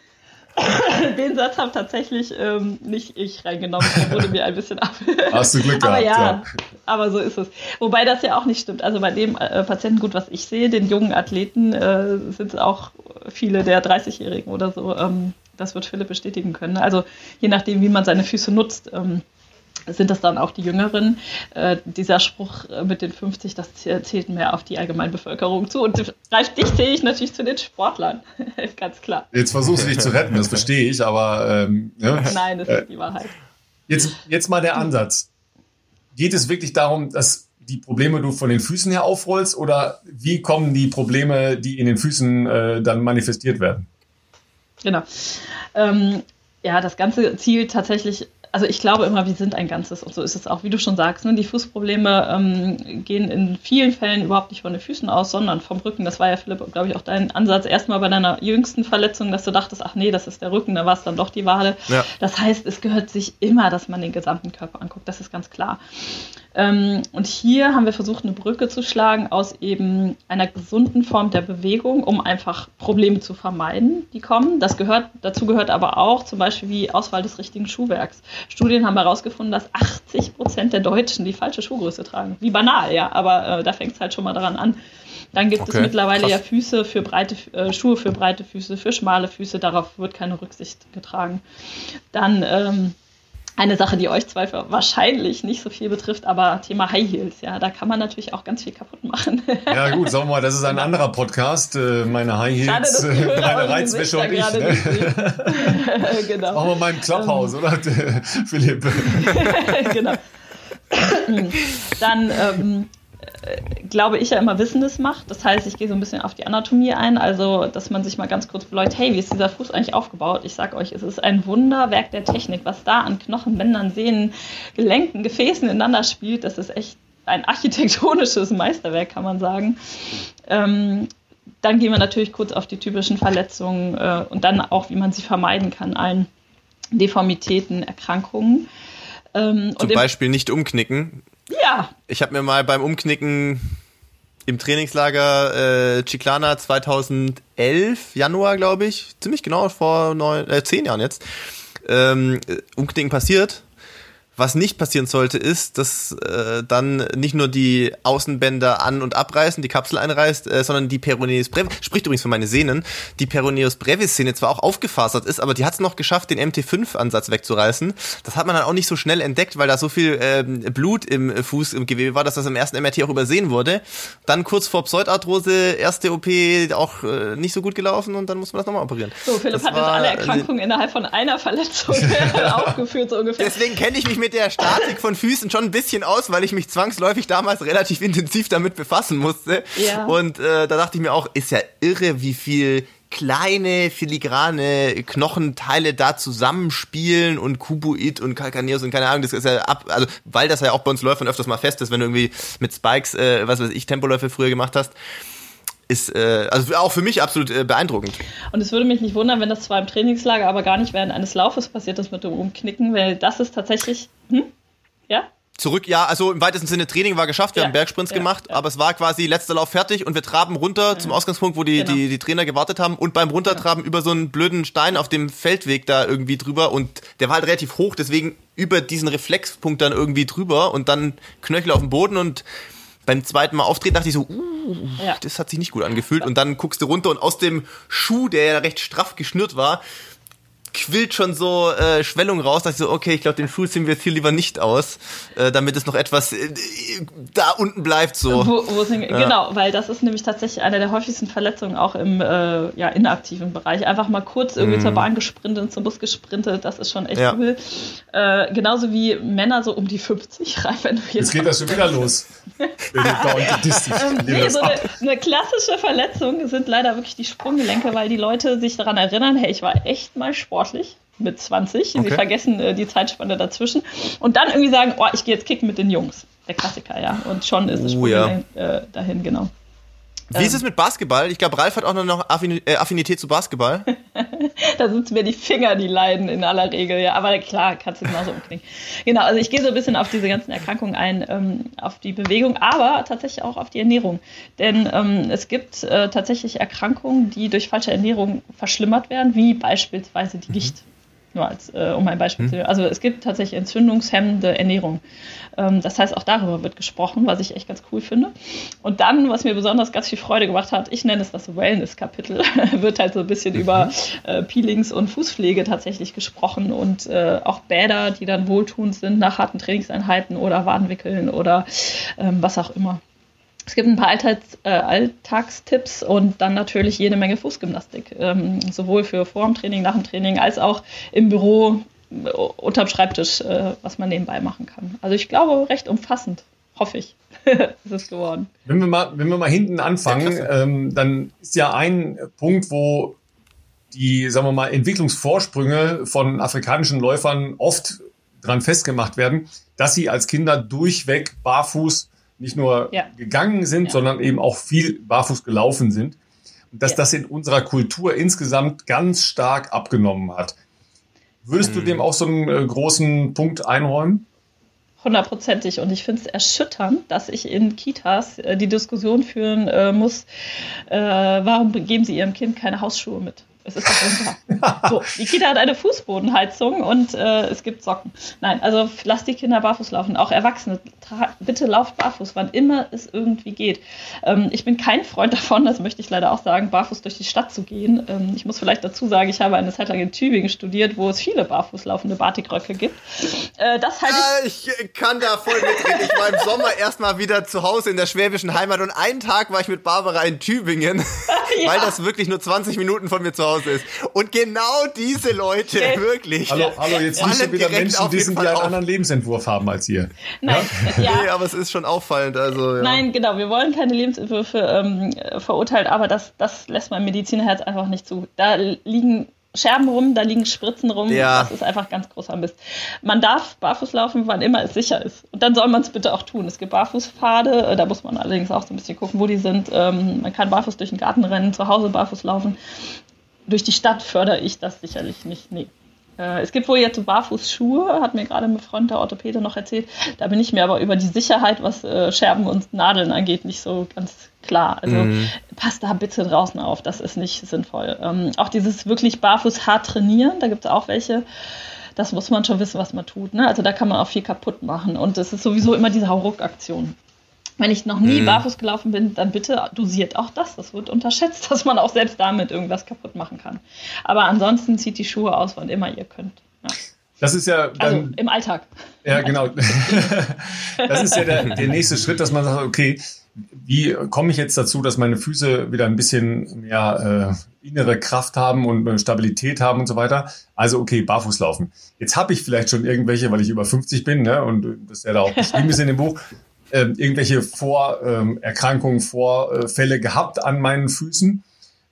Den Satz habe tatsächlich ähm, nicht ich reingenommen, der wurde mir ein bisschen ab. Hast du Glück aber gehabt, ja, ja. Aber so ist es. Wobei das ja auch nicht stimmt. Also bei dem äh, Patienten, gut, was ich sehe, den jungen Athleten, äh, sind es auch viele der dreißigjährigen oder so. Ähm, das wird Philipp bestätigen können. Also je nachdem, wie man seine Füße nutzt, ähm, sind das dann auch die Jüngeren. Äh, dieser Spruch mit den fünfzig, das zählt mehr auf die Allgemeinbevölkerung zu. Und Ralf, dich zähle ich natürlich zu den Sportlern. Ganz klar. Jetzt versuchst du dich zu retten, das verstehe ich, aber... Ähm, ne? Nein, das ist die Wahrheit. Jetzt, jetzt mal der Ansatz. Geht es wirklich darum, dass die Probleme du von den Füßen her aufrollst oder wie kommen die Probleme, die in den Füßen äh, dann manifestiert werden? Genau. Ähm, ja, das Ganze zielt tatsächlich... Also ich glaube immer, wir sind ein Ganzes und so ist es auch, wie du schon sagst. Ne? Die Fußprobleme ähm, gehen in vielen Fällen überhaupt nicht von den Füßen aus, sondern vom Rücken. Das war ja, Philipp, glaube ich, auch dein Ansatz erstmal bei deiner jüngsten Verletzung, dass du dachtest, ach nee, das ist der Rücken, da war es dann doch die Wade. Ja. Das heißt, es gehört sich immer, dass man den gesamten Körper anguckt, das ist ganz klar. Ähm, und hier haben wir versucht, eine Brücke zu schlagen aus eben einer gesunden Form der Bewegung, um einfach Probleme zu vermeiden, die kommen. Das gehört, dazu gehört aber auch zum Beispiel die Auswahl des richtigen Schuhwerks. Studien haben herausgefunden, dass achtzig Prozent der Deutschen die falsche Schuhgröße tragen. Wie banal, ja, aber äh, da fängt es halt schon mal daran an. Dann gibt okay, es mittlerweile krass. ja Füße für breite äh, Schuhe für breite Füße, für schmale Füße, darauf wird keine Rücksicht getragen. Dann ähm, eine Sache, die euch zwei wahrscheinlich nicht so viel betrifft, aber Thema High Heels, ja, da kann man natürlich auch ganz viel kaputt machen. Ja gut, sagen wir mal, das ist ein anderer Podcast, meine High Heels, Schade, meine Reizwäsche und ich. Ne? Genau. Machen wir mal im Clubhouse, ähm. oder Philipp? Genau. Dann ähm, glaube ich ja immer, Wissen ist Macht. Das heißt, ich gehe so ein bisschen auf die Anatomie ein, also dass man sich mal ganz kurz beleuchtet, hey, wie ist dieser Fuß eigentlich aufgebaut? Ich sag euch, es ist ein Wunderwerk der Technik, was da an Knochen, Bändern, Sehnen, Gelenken, Gefäßen ineinander spielt. Das ist echt ein architektonisches Meisterwerk, kann man sagen. Ähm, dann gehen wir natürlich kurz auf die typischen Verletzungen äh, und dann auch, wie man sie vermeiden kann, allen Deformitäten, Erkrankungen. Ähm, Zum und Beispiel nicht umknicken. Ja. Ich habe mir mal beim Umknicken im Trainingslager äh, Chiclana zweitausendelf, Januar, glaube ich, ziemlich genau vor neun, äh, zehn Jahren jetzt, ähm, Umknicken passiert. Was nicht passieren sollte, ist, dass äh, dann nicht nur die Außenbänder an- und abreißen, die Kapsel einreißt, äh, sondern die Peroneus brevis, spricht übrigens für meine Sehnen, die Peroneus brevis-Szene zwar auch aufgefasert ist, aber die hat es noch geschafft, den M T fünf Ansatz wegzureißen. Das hat man dann auch nicht so schnell entdeckt, weil da so viel äh, Blut im Fuß, im Gewebe war, dass das im ersten M R T auch übersehen wurde. Dann kurz vor Pseudarthrose, erste O P auch äh, nicht so gut gelaufen und dann muss man das nochmal operieren. So, Philipp das hat jetzt alle Erkrankungen äh, innerhalb von einer Verletzung aufgeführt, so ungefähr. Deswegen kenne ich mich mit der Statik von Füßen schon ein bisschen aus, weil ich mich zwangsläufig damals relativ intensiv damit befassen musste. Ja. Und äh, da dachte ich mir auch, ist ja irre, wie viel kleine, filigrane Knochenteile da zusammenspielen und Kuboid und Calcaneus und keine Ahnung, das ist ja ab, also weil das ja auch bei uns Läufern öfters mal fest ist, wenn du irgendwie mit Spikes, äh, was weiß ich, Tempoläufe früher gemacht hast. Ist äh, also auch für mich absolut äh, beeindruckend. Und es würde mich nicht wundern, wenn das zwar im Trainingslager, aber gar nicht während eines Laufes passiert ist mit dem Umknicken, weil das ist tatsächlich, hm? Ja? Zurück, ja, also im weitesten Sinne Training war geschafft, wir ja. haben Bergsprints ja, gemacht, ja. aber es war quasi letzter Lauf fertig und wir traben runter ja. zum Ausgangspunkt, wo die, genau. die, die Trainer gewartet haben und beim Runtertraben genau. über so einen blöden Stein auf dem Feldweg da irgendwie drüber und der war halt relativ hoch, deswegen über diesen Reflexpunkt dann irgendwie drüber und dann Knöchel auf dem Boden und beim zweiten Mal auftreten dachte ich so, uh, ja. das hat sich nicht gut angefühlt. Und dann guckst du runter und aus dem Schuh, der ja recht straff geschnürt war, quillt schon so äh, Schwellung raus, dass ich so, okay, ich glaube, den Schuh ziehen wir jetzt hier lieber nicht aus, äh, damit es noch etwas äh, da unten bleibt. So. Wo, wo ja. Genau, weil das ist nämlich tatsächlich eine der häufigsten Verletzungen auch im äh, ja, inaktiven Bereich. Einfach mal kurz irgendwie mm. zur Bahn gesprintet, zum Bus gesprintet, das ist schon echt ja. übel. Äh, genauso wie Männer so um die fünfzig reif, wenn du jetzt... Jetzt geht das schon wieder los. ähm, nee, so eine, eine klassische Verletzung sind leider wirklich die Sprunggelenke, weil die Leute sich daran erinnern, hey, ich war echt mal sportlich mit zwanzig, okay. Sie vergessen äh, die Zeitspanne dazwischen und dann irgendwie sagen, oh, ich gehe jetzt kicken mit den Jungs. Der Klassiker, ja. Und schon ist es oh, ja. äh, dahin, genau. Wie ähm. ist es mit Basketball? Ich glaube, Ralf hat auch noch Affin- äh, Affinität zu Basketball. Da sind es mir die Finger, die leiden in aller Regel, ja. Aber klar, kannst du genauso umknicken. Genau, also ich gehe so ein bisschen auf diese ganzen Erkrankungen ein, ähm, auf die Bewegung, aber tatsächlich auch auf die Ernährung. Denn ähm, es gibt äh, tatsächlich Erkrankungen, die durch falsche Ernährung verschlimmert werden, wie beispielsweise die Gicht. Nur als, äh, um ein Beispiel zu nehmen. Also es gibt tatsächlich entzündungshemmende Ernährung. Ähm, das heißt, auch darüber wird gesprochen, was ich echt ganz cool finde. Und dann, was mir besonders ganz viel Freude gemacht hat, ich nenne es das Wellness-Kapitel, wird halt so ein bisschen mhm. über äh, Peelings und Fußpflege tatsächlich gesprochen und äh, auch Bäder, die dann wohltuend sind nach harten Trainingseinheiten oder Wadenwickeln oder ähm, was auch immer. Es gibt ein paar Alltags, äh, Alltagstipps und dann natürlich jede Menge Fußgymnastik, ähm, sowohl für vor dem Training, nach dem Training, als auch im Büro, äh, unterm Schreibtisch, äh, was man nebenbei machen kann. Also ich glaube, recht umfassend, hoffe ich, ist es geworden. Wenn wir mal, wenn wir mal hinten anfangen, ähm, dann ist ja ein Punkt, wo die, sagen wir mal, Entwicklungsvorsprünge von afrikanischen Läufern oft dran festgemacht werden, dass sie als Kinder durchweg barfuß nicht nur ja. gegangen sind, ja. sondern eben auch viel barfuß gelaufen sind. Und dass ja. das in unserer Kultur insgesamt ganz stark abgenommen hat. Würdest hm. du dem auch so einen äh, großen Punkt einräumen? Hundertprozentig. Und ich finde es erschütternd, dass ich in Kitas äh, die Diskussion führen äh, muss, äh, warum geben sie ihrem Kind keine Hausschuhe mit? Es ist doch runter. So, die Kita hat eine Fußbodenheizung und äh, es gibt Socken. Nein, also lasst die Kinder barfuß laufen. Auch Erwachsene, tra- bitte lauft barfuß, wann immer es irgendwie geht. Ähm, ich bin kein Freund davon, das möchte ich leider auch sagen, barfuß durch die Stadt zu gehen. Ähm, ich muss vielleicht dazu sagen, ich habe eine Zeit lang in Tübingen studiert, wo es viele barfuß laufende Batikröcke gibt. Äh, das halt ja, ich kann da voll mitreden. Ich war im Sommer erstmal wieder zu Hause in der schwäbischen Heimat und einen Tag war ich mit Barbara in Tübingen, ja. weil das wirklich nur zwanzig Minuten von mir zu Hause ist. Und genau diese Leute, okay. wirklich. Hallo, hallo, jetzt nicht schon wieder Menschen, die, sind, die einen auf. anderen Lebensentwurf haben als ihr. Nein, ja? Ja. Nee, aber es ist schon auffallend. Also, ja. Nein, genau, wir wollen keine Lebensentwürfe ähm, verurteilen, aber das, das lässt mein Medizinerherz einfach nicht zu. Da liegen Scherben rum, da liegen Spritzen rum, ja. Das ist einfach ganz großer Mist. Man darf barfuß laufen, wann immer es sicher ist. Und dann soll man es bitte auch tun. Es gibt Barfußpfade, da muss man allerdings auch so ein bisschen gucken, wo die sind. Ähm, man kann barfuß durch den Garten rennen, zu Hause barfuß laufen. Durch die Stadt fördere ich das sicherlich nicht, nee. Äh, es gibt wohl jetzt Barfußschuhe, hat mir gerade ein Freund der Orthopäde noch erzählt. Da bin ich mir aber über die Sicherheit, was äh, Scherben und Nadeln angeht, nicht so ganz klar. Also mhm. passt da bitte draußen auf, das ist nicht sinnvoll. Ähm, auch dieses wirklich barfuß hart trainieren, da gibt es auch welche. Das muss man schon wissen, was man tut. Ne? Also da kann man auch viel kaputt machen. Und es ist sowieso immer diese Hauruck-Aktion. Wenn ich noch nie mhm. barfuß gelaufen bin, dann bitte dosiert auch das. Das wird unterschätzt, dass man auch selbst damit irgendwas kaputt machen kann. Aber ansonsten zieht die Schuhe aus, wann immer ihr könnt. Ja. Das ist ja dann, also im Alltag. Ja, Im genau. Alltag. Das ist ja der, der nächste Schritt, dass man sagt, okay, wie komme ich jetzt dazu, dass meine Füße wieder ein bisschen mehr äh, innere Kraft haben und äh, Stabilität haben und so weiter. Also okay, barfuß laufen. Jetzt habe ich vielleicht schon irgendwelche, weil ich über fünfzig bin, ne, und das ja da auch beschrieben ist in dem Buch, Ähm, irgendwelche Vorerkrankungen, ähm, Vorfälle gehabt an meinen Füßen.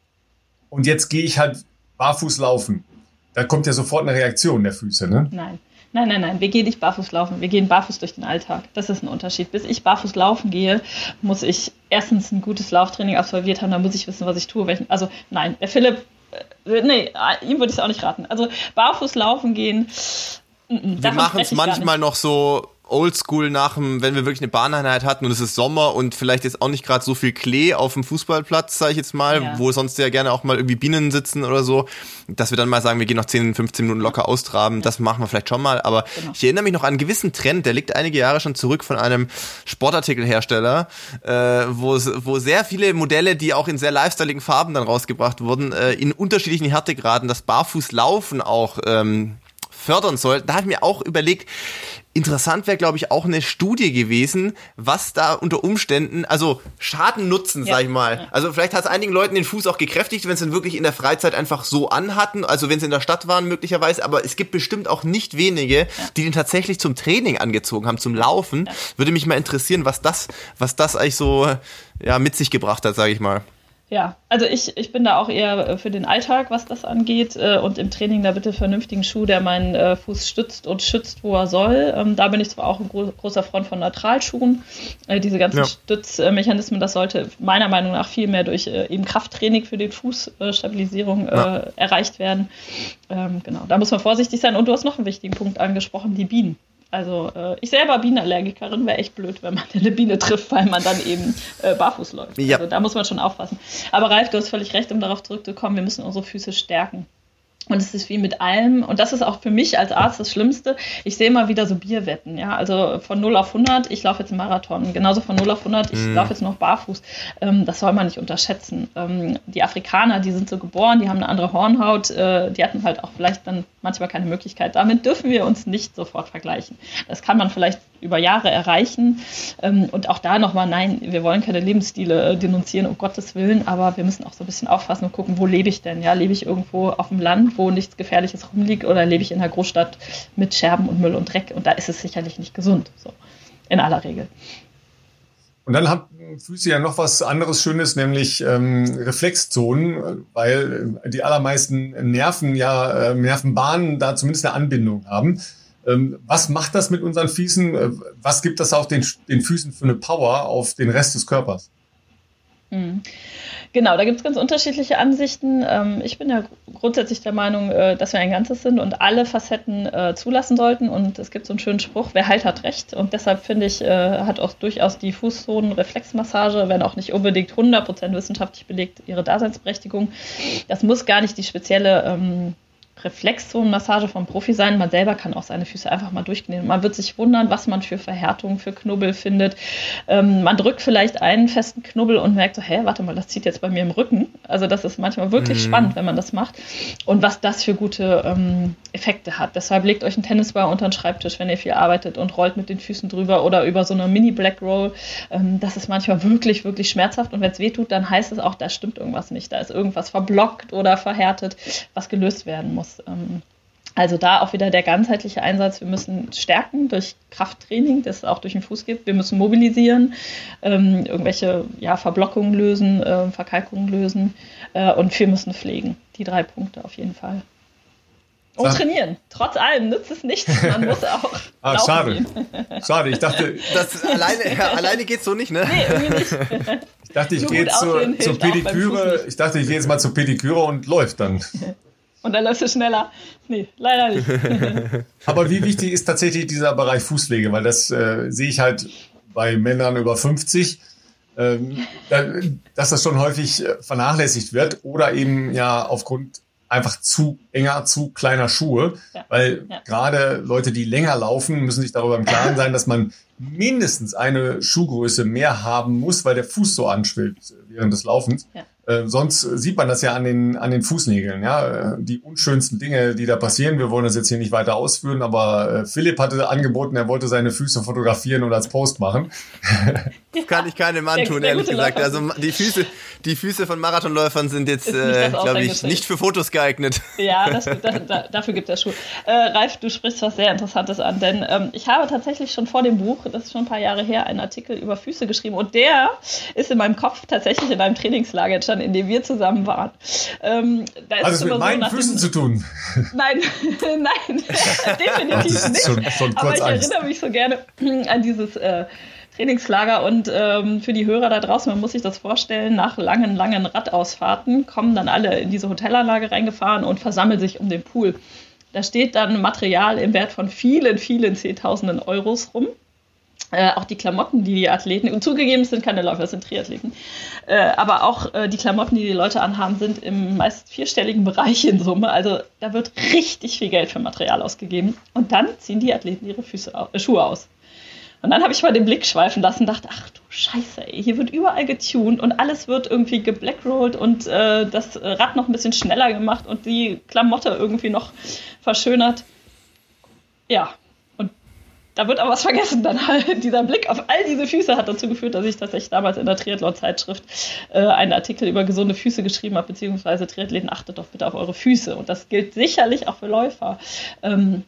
Und jetzt gehe ich halt barfuß laufen. Da kommt ja sofort eine Reaktion der Füße, ne? Nein, nein, nein, nein. Wir gehen nicht barfuß laufen. Wir gehen barfuß durch den Alltag. Das ist ein Unterschied. Bis ich barfuß laufen gehe, muss ich erstens ein gutes Lauftraining absolviert haben. Da muss ich wissen, was ich tue. Welchen, also nein, der Philipp, äh, nee, ihm würde ich es auch nicht raten. Also barfuß laufen gehen. M-m, wir machen es manchmal noch so oldschool nach dem, wenn wir wirklich eine Bahneinheit hatten und es ist Sommer und vielleicht ist auch nicht gerade so viel Klee auf dem Fußballplatz, sage ich jetzt mal, ja. wo sonst ja gerne auch mal irgendwie Bienen sitzen oder so, dass wir dann mal sagen, wir gehen noch zehn, fünfzehn Minuten locker austraben, ja. das machen wir vielleicht schon mal, aber genau. ich erinnere mich noch an einen gewissen Trend, der liegt einige Jahre schon zurück von einem Sportartikelhersteller, äh, wo, wo sehr viele Modelle, die auch in sehr lifestyleigen Farben dann rausgebracht wurden, äh, in unterschiedlichen Härtegraden das Barfußlaufen auch ähm, fördern soll. Da habe ich mir auch überlegt, interessant wäre, glaube ich, auch eine Studie gewesen, was da unter Umständen, also Schaden nutzen, ja. sag ich mal. Also vielleicht hat es einigen Leuten den Fuß auch gekräftigt, wenn sie dann wirklich in der Freizeit einfach so anhatten, also wenn sie in der Stadt waren möglicherweise, aber es gibt bestimmt auch nicht wenige, ja. die den tatsächlich zum Training angezogen haben, zum Laufen. Ja. Würde mich mal interessieren, was das, was das eigentlich so ja, mit sich gebracht hat, sage ich mal. Ja, also ich, ich bin da auch eher für den Alltag, was das angeht, und im Training da bitte vernünftigen Schuh, der meinen Fuß stützt und schützt, wo er soll. Da bin ich zwar auch ein gro- großer Freund von Neutralschuhen. Diese ganzen ja. Stützmechanismen, das sollte meiner Meinung nach viel mehr durch eben Krafttraining für den Fuß, Stabilisierung ja. äh, erreicht werden. Ähm, genau, da muss man vorsichtig sein. Und du hast noch einen wichtigen Punkt angesprochen, die Bienen. Also äh, ich selber Bienenallergikerin, wäre echt blöd, wenn man eine Biene trifft, weil man dann eben äh, barfuß läuft. Ja. Also da muss man schon aufpassen. Aber Ralf, du hast völlig recht, um darauf zurückzukommen, wir müssen unsere Füße stärken. Und es ist wie mit allem, und das ist auch für mich als Arzt das Schlimmste, ich sehe immer wieder so Bierwetten, ja, also von null auf hundert, ich laufe jetzt einen Marathon, genauso von null auf hundert, ich mm. laufe jetzt noch barfuß, ähm, das soll man nicht unterschätzen. Ähm, die Afrikaner, die sind so geboren, die haben eine andere Hornhaut, äh, die hatten halt auch vielleicht dann manchmal keine Möglichkeit, damit dürfen wir uns nicht sofort vergleichen. Das kann man vielleicht über Jahre erreichen, ähm, und auch da nochmal, nein, wir wollen keine Lebensstile äh, denunzieren, um Gottes Willen, aber wir müssen auch so ein bisschen aufpassen und gucken, wo lebe ich denn, ja, lebe ich irgendwo auf dem Land, wo nichts Gefährliches rumliegt, oder lebe ich in einer Großstadt mit Scherben und Müll und Dreck, und da ist es sicherlich nicht gesund, so in aller Regel. Und dann haben Füße ja noch was anderes Schönes, nämlich ähm, Reflexzonen, weil die allermeisten Nerven ja, äh, Nervenbahnen da zumindest eine Anbindung haben. Ähm, was macht das mit unseren Füßen? Was gibt das auch den, den Füßen für eine Power auf den Rest des Körpers? Mhm. Genau, da gibt es ganz unterschiedliche Ansichten. Ähm, ich bin ja grundsätzlich der Meinung, äh, dass wir ein Ganzes sind und alle Facetten äh, zulassen sollten. Und es gibt so einen schönen Spruch, wer heilt, hat Recht. Und deshalb finde ich, äh, hat auch durchaus die Fußzonen-Reflexmassage, wenn auch nicht unbedingt hundert Prozent wissenschaftlich belegt, ihre Daseinsberechtigung. Das muss gar nicht die spezielle ähm, Reflexzonenmassage vom Profi sein. Man selber kann auch seine Füße einfach mal durchkneten. Man wird sich wundern, was man für Verhärtungen, für Knubbel findet. Ähm, man drückt vielleicht einen festen Knubbel und merkt so, hä, warte mal, das zieht jetzt bei mir im Rücken. Also das ist manchmal wirklich mhm. spannend, wenn man das macht. Und was das für gute ähm, Effekte hat. Deshalb legt euch einen Tennisball unter den Schreibtisch, wenn ihr viel arbeitet, und rollt mit den Füßen drüber oder über so eine Mini-Black Roll. Ähm, das ist manchmal wirklich, wirklich schmerzhaft. Und wenn es weh tut, dann heißt es auch, da stimmt irgendwas nicht. Da ist irgendwas verblockt oder verhärtet, was gelöst werden muss. Also da auch wieder der ganzheitliche Einsatz. Wir müssen stärken durch Krafttraining, das es auch durch den Fuß gibt. Wir müssen mobilisieren, ähm, irgendwelche ja, Verblockungen lösen, äh, Verkalkungen lösen, äh, und wir müssen pflegen. Die drei Punkte auf jeden Fall. Und trainieren. Trotz allem nützt es nichts. Man muss auch ah, laufen schade. gehen. Schade, ich dachte... Das alleine, ja, alleine geht's so nicht, ne? Nee, irgendwie nicht. Ich dachte, ich gehe jetzt zur, zur Pediküre. Ich dachte, ich gehe jetzt mal zur Pediküre und läuft dann. Und dann läufst du schneller. Nee, leider nicht. Aber wie wichtig ist tatsächlich dieser Bereich Fußpflege? Weil das äh, sehe ich halt bei Männern über fünfzig, ähm, dass das schon häufig vernachlässigt wird oder eben ja aufgrund einfach zu enger, zu kleiner Schuhe. Ja. Weil ja. gerade Leute, die länger laufen, müssen sich darüber im Klaren sein, dass man mindestens eine Schuhgröße mehr haben muss, weil der Fuß so anschwillt während des Laufens. Ja. Äh, sonst sieht man das ja an den, an den Fußnägeln, ja. Die unschönsten Dinge, die da passieren. Wir wollen das jetzt hier nicht weiter ausführen, aber äh, Philipp hatte angeboten, er wollte seine Füße fotografieren und als Post machen. Das kann ich keinem antun, ehrlich gesagt. Also die Füße, die Füße von Marathonläufern sind jetzt, äh, glaube ich, nicht für Fotos geeignet. Ja, das, das, da, dafür gibt der Schuh. Äh, Ralf, du sprichst was sehr Interessantes an, denn ähm, ich habe tatsächlich schon vor dem Buch, das ist schon ein paar Jahre her, einen Artikel über Füße geschrieben, und der ist in meinem Kopf tatsächlich in einem Trainingslager entstanden, in dem wir zusammen waren. Ähm, da ist also es mit meinen so Füßen dem, zu tun? Nein, nein, definitiv nicht. Schon, schon Aber ich Angst. erinnere mich so gerne an dieses äh, Trainingslager, und ähm, für die Hörer da draußen, man muss sich das vorstellen, nach langen, langen Radausfahrten kommen dann alle in diese Hotelanlage reingefahren und versammeln sich um den Pool. Da steht dann Material im Wert von vielen, vielen Zehntausenden Euros rum. Äh, auch die Klamotten, die die Athleten, und zugegeben, es sind keine Läufer, es sind Triathleten, äh, aber auch äh, die Klamotten, die die Leute anhaben, sind im meist vierstelligen Bereich in Summe. Also da wird richtig viel Geld für Material ausgegeben. Und dann ziehen die Athleten ihre Füße, äh, Schuhe aus. Und dann habe ich mal den Blick schweifen lassen und dachte, ach du Scheiße, ey, hier wird überall getuned und alles wird irgendwie geblackrolled und äh, das Rad noch ein bisschen schneller gemacht und die Klamotte irgendwie noch verschönert. Ja, und da wird aber was vergessen dann halt. Dieser Blick auf all diese Füße hat dazu geführt, dass ich tatsächlich damals in der Triathlon-Zeitschrift äh, einen Artikel über gesunde Füße geschrieben habe, beziehungsweise Triathleten, achtet doch bitte auf eure Füße. Und das gilt sicherlich auch für Läufer. Ähm,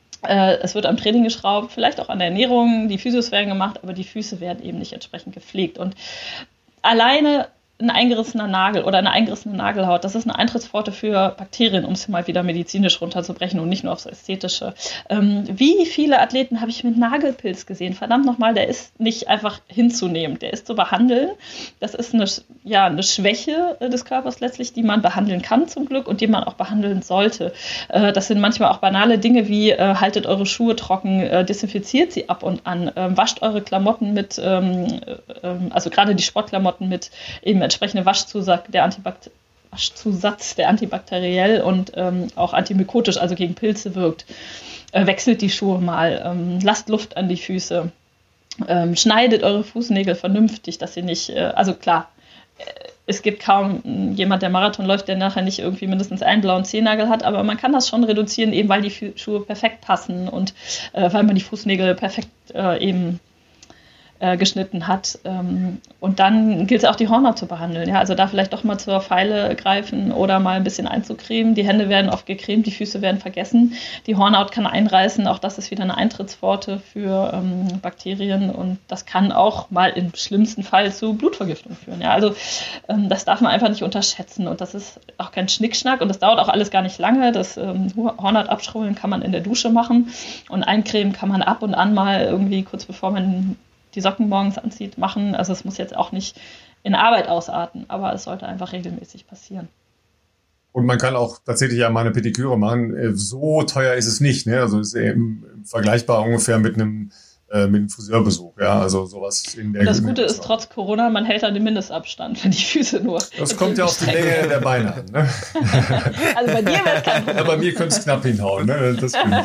Es wird am Training geschraubt, vielleicht auch an der Ernährung, die Physios werden gemacht, aber die Füße werden eben nicht entsprechend gepflegt. Und alleine ein eingerissener Nagel oder eine eingerissene Nagelhaut, das ist eine Eintrittspforte für Bakterien, um es mal wieder medizinisch runterzubrechen und nicht nur aufs Ästhetische. Ähm, wie viele Athleten habe ich mit Nagelpilz gesehen? Verdammt nochmal, der ist nicht einfach hinzunehmen, der ist zu behandeln. Das ist eine, ja, eine Schwäche des Körpers letztlich, die man behandeln kann zum Glück und die man auch behandeln sollte. Äh, das sind manchmal auch banale Dinge wie äh, haltet eure Schuhe trocken, äh, desinfiziert sie ab und an, äh, wascht eure Klamotten mit, ähm, äh, also gerade die Sportklamotten mit eben entsprechende Waschzusatz, der Antibakt- Waschzusatz, der antibakteriell und ähm, auch antimykotisch, also gegen Pilze wirkt. Äh, wechselt die Schuhe mal, ähm, lasst Luft an die Füße, ähm, schneidet eure Fußnägel vernünftig, dass sie nicht, äh, also klar, äh, es gibt kaum jemand, der Marathon läuft, der nachher nicht irgendwie mindestens einen blauen Zehennagel hat, aber man kann das schon reduzieren, eben weil die Fu- Schuhe perfekt passen und äh, weil man die Fußnägel perfekt äh, eben geschnitten hat. Und dann gilt es auch, die Hornhaut zu behandeln. Ja, also da vielleicht doch mal zur Feile greifen oder mal ein bisschen einzucremen. Die Hände werden oft gecremt, die Füße werden vergessen. Die Hornhaut kann einreißen. Auch das ist wieder eine Eintrittspforte für ähm, Bakterien und das kann auch mal im schlimmsten Fall zu Blutvergiftung führen. Ja, also ähm, das darf man einfach nicht unterschätzen und das ist auch kein Schnickschnack und das dauert auch alles gar nicht lange. Das ähm, Hornhaut abschrubeln kann man in der Dusche machen und eincremen kann man ab und an mal irgendwie kurz bevor man die Socken morgens anzieht, machen. Also es muss jetzt auch nicht in Arbeit ausarten, aber es sollte einfach regelmäßig passieren. Und man kann auch tatsächlich ja mal eine Pediküre machen. So teuer ist es nicht, ne? Also ist eben vergleichbar ungefähr mit einem äh, mit einem Friseurbesuch, ja, also sowas in der. Und das Gute ist, trotz Corona, man hält da den Mindestabstand, wenn die Füße nur. Das kommt ja auf die Länge der Beine an, ne? Also bei dir wäre es kein Problem. Ja, bei mir könnte es knapp hinhauen, ne? Das stimmt.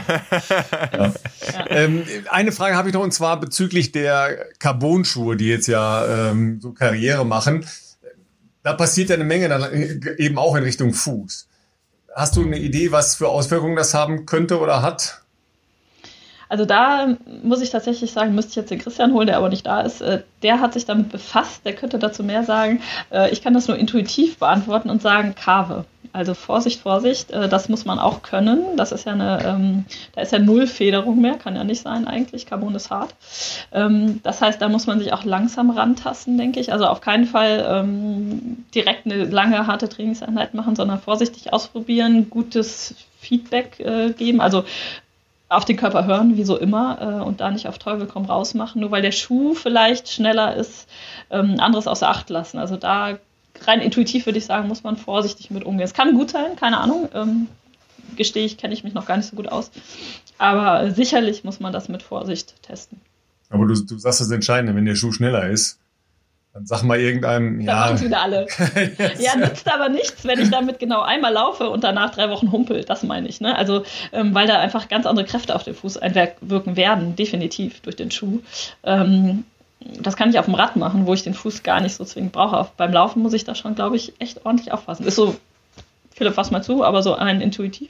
Ja. Ja. Ähm, eine Frage habe ich noch, und zwar bezüglich der Carbon-Schuhe, die jetzt ja ähm, so Karriere machen. Da passiert ja eine Menge dann eben auch in Richtung Fuß. Hast du eine Idee, was für Auswirkungen das haben könnte oder hat? Also da muss ich tatsächlich sagen, müsste ich jetzt den Christian holen, der aber nicht da ist. Der hat sich damit befasst, der könnte dazu mehr sagen. Ich kann das nur intuitiv beantworten und sagen, Kave. Also Vorsicht, Vorsicht, das muss man auch können. Das ist ja eine, da ist ja null Federung mehr, kann ja nicht sein eigentlich. Carbon ist hart. Das heißt, da muss man sich auch langsam rantasten, denke ich. Also auf keinen Fall direkt eine lange, harte Trainingseinheit machen, sondern vorsichtig ausprobieren, gutes Feedback geben. Also auf den Körper hören, wie so immer, äh, und da nicht auf Teufel komm raus machen, nur weil der Schuh vielleicht schneller ist, ähm, anderes außer Acht lassen. Also da rein intuitiv würde ich sagen, muss man vorsichtig mit umgehen. Es kann gut sein, keine Ahnung, ähm, gestehe ich, kenne ich mich noch gar nicht so gut aus, aber sicherlich muss man das mit Vorsicht testen. Aber du, du sagst das Entscheidende, wenn der Schuh schneller ist, dann sag mal irgendeinem, da ja. Da machen es wieder alle. Ja, nützt aber nichts, wenn ich damit genau einmal laufe und danach drei Wochen humpel. Das meine ich, ne? Also, ähm, weil da einfach ganz andere Kräfte auf den Fuß einwirken werden, definitiv durch den Schuh. Ähm, das kann ich auf dem Rad machen, wo ich den Fuß gar nicht so zwingend brauche. Auf, beim Laufen muss ich da schon, glaube ich, echt ordentlich aufpassen. Ist so, Philipp, fass mal zu, aber so ein intuitiv.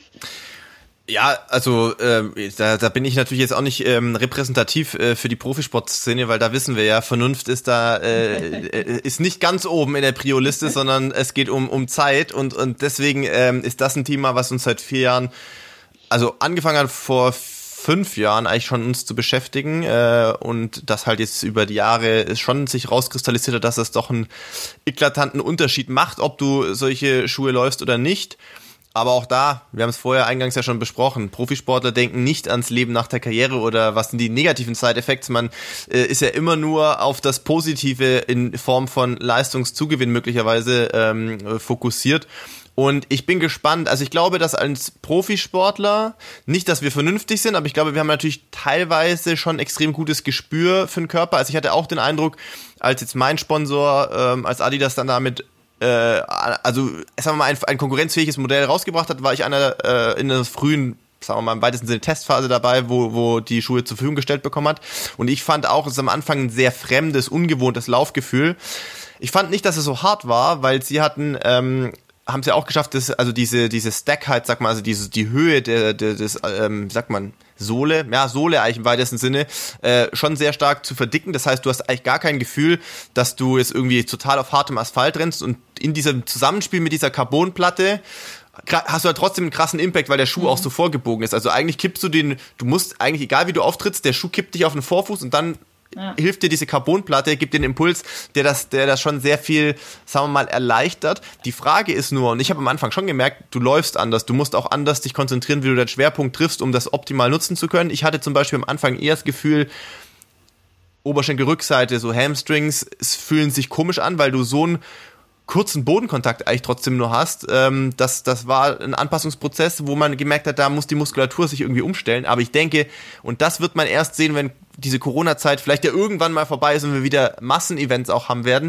Ja, also äh, da, da bin ich natürlich jetzt auch nicht ähm, repräsentativ äh, für die Profisportszene, weil da wissen wir ja, Vernunft ist da äh, ist nicht ganz oben in der Prio-Liste, sondern es geht um um Zeit und und deswegen ähm, ist das ein Thema, was uns seit vier Jahren, also angefangen hat vor fünf Jahren eigentlich schon uns zu beschäftigen äh, und das halt jetzt über die Jahre schon sich rauskristallisiert hat, dass es doch einen eklatanten Unterschied macht, ob du solche Schuhe läufst oder nicht. Aber auch da, wir haben es vorher eingangs ja schon besprochen, Profisportler denken nicht ans Leben nach der Karriere oder was sind die negativen Side-Effects. Man äh, ist ja immer nur auf das Positive in Form von Leistungszugewinn möglicherweise ähm, fokussiert. Und ich bin gespannt, also ich glaube, dass als Profisportler, nicht, dass wir vernünftig sind, aber ich glaube, wir haben natürlich teilweise schon extrem gutes Gespür für den Körper. Also ich hatte auch den Eindruck, als jetzt mein Sponsor, ähm, als Adidas dann damit also sagen wir mal ein, ein konkurrenzfähiges Modell rausgebracht hat, war ich einer äh, in der frühen, sagen wir mal im weitesten Sinne Testphase dabei, wo wo die Schuhe zur Verfügung gestellt bekommen hat und ich fand auch, es ist am Anfang ein sehr fremdes, ungewohntes Laufgefühl. Ich fand nicht, dass es so hart war, weil sie hatten ähm, haben sie auch geschafft, dass, also diese diese Stackheit, sag mal, also diese die Höhe der, der des ähm, wie sagt man Sohle, ja, Sohle eigentlich im weitesten Sinne, äh, schon sehr stark zu verdicken. Das heißt, du hast eigentlich gar kein Gefühl, dass du jetzt irgendwie total auf hartem Asphalt rennst und in diesem Zusammenspiel mit dieser Carbonplatte hast du halt trotzdem einen krassen Impact, weil der Schuh mhm. auch so vorgebogen ist. Also eigentlich kippst du den, du musst eigentlich, egal wie du auftrittst, der Schuh kippt dich auf den Vorfuß und dann ja. hilft dir diese Carbonplatte, gibt den Impuls, der das, der das schon sehr viel, sagen wir mal, erleichtert. Die Frage ist nur, und ich habe am Anfang schon gemerkt, du läufst anders, du musst auch anders dich konzentrieren, wie du deinen Schwerpunkt triffst, um das optimal nutzen zu können. Ich hatte zum Beispiel am Anfang eher das Gefühl, Oberschenkelrückseite, so Hamstrings, es fühlen sich komisch an, weil du so einen kurzen Bodenkontakt eigentlich trotzdem nur hast. Ähm, das, das war ein Anpassungsprozess, wo man gemerkt hat, da muss die Muskulatur sich irgendwie umstellen. Aber ich denke, und das wird man erst sehen, wenn diese Corona-Zeit vielleicht ja irgendwann mal vorbei ist und wir wieder Massenevents auch haben werden,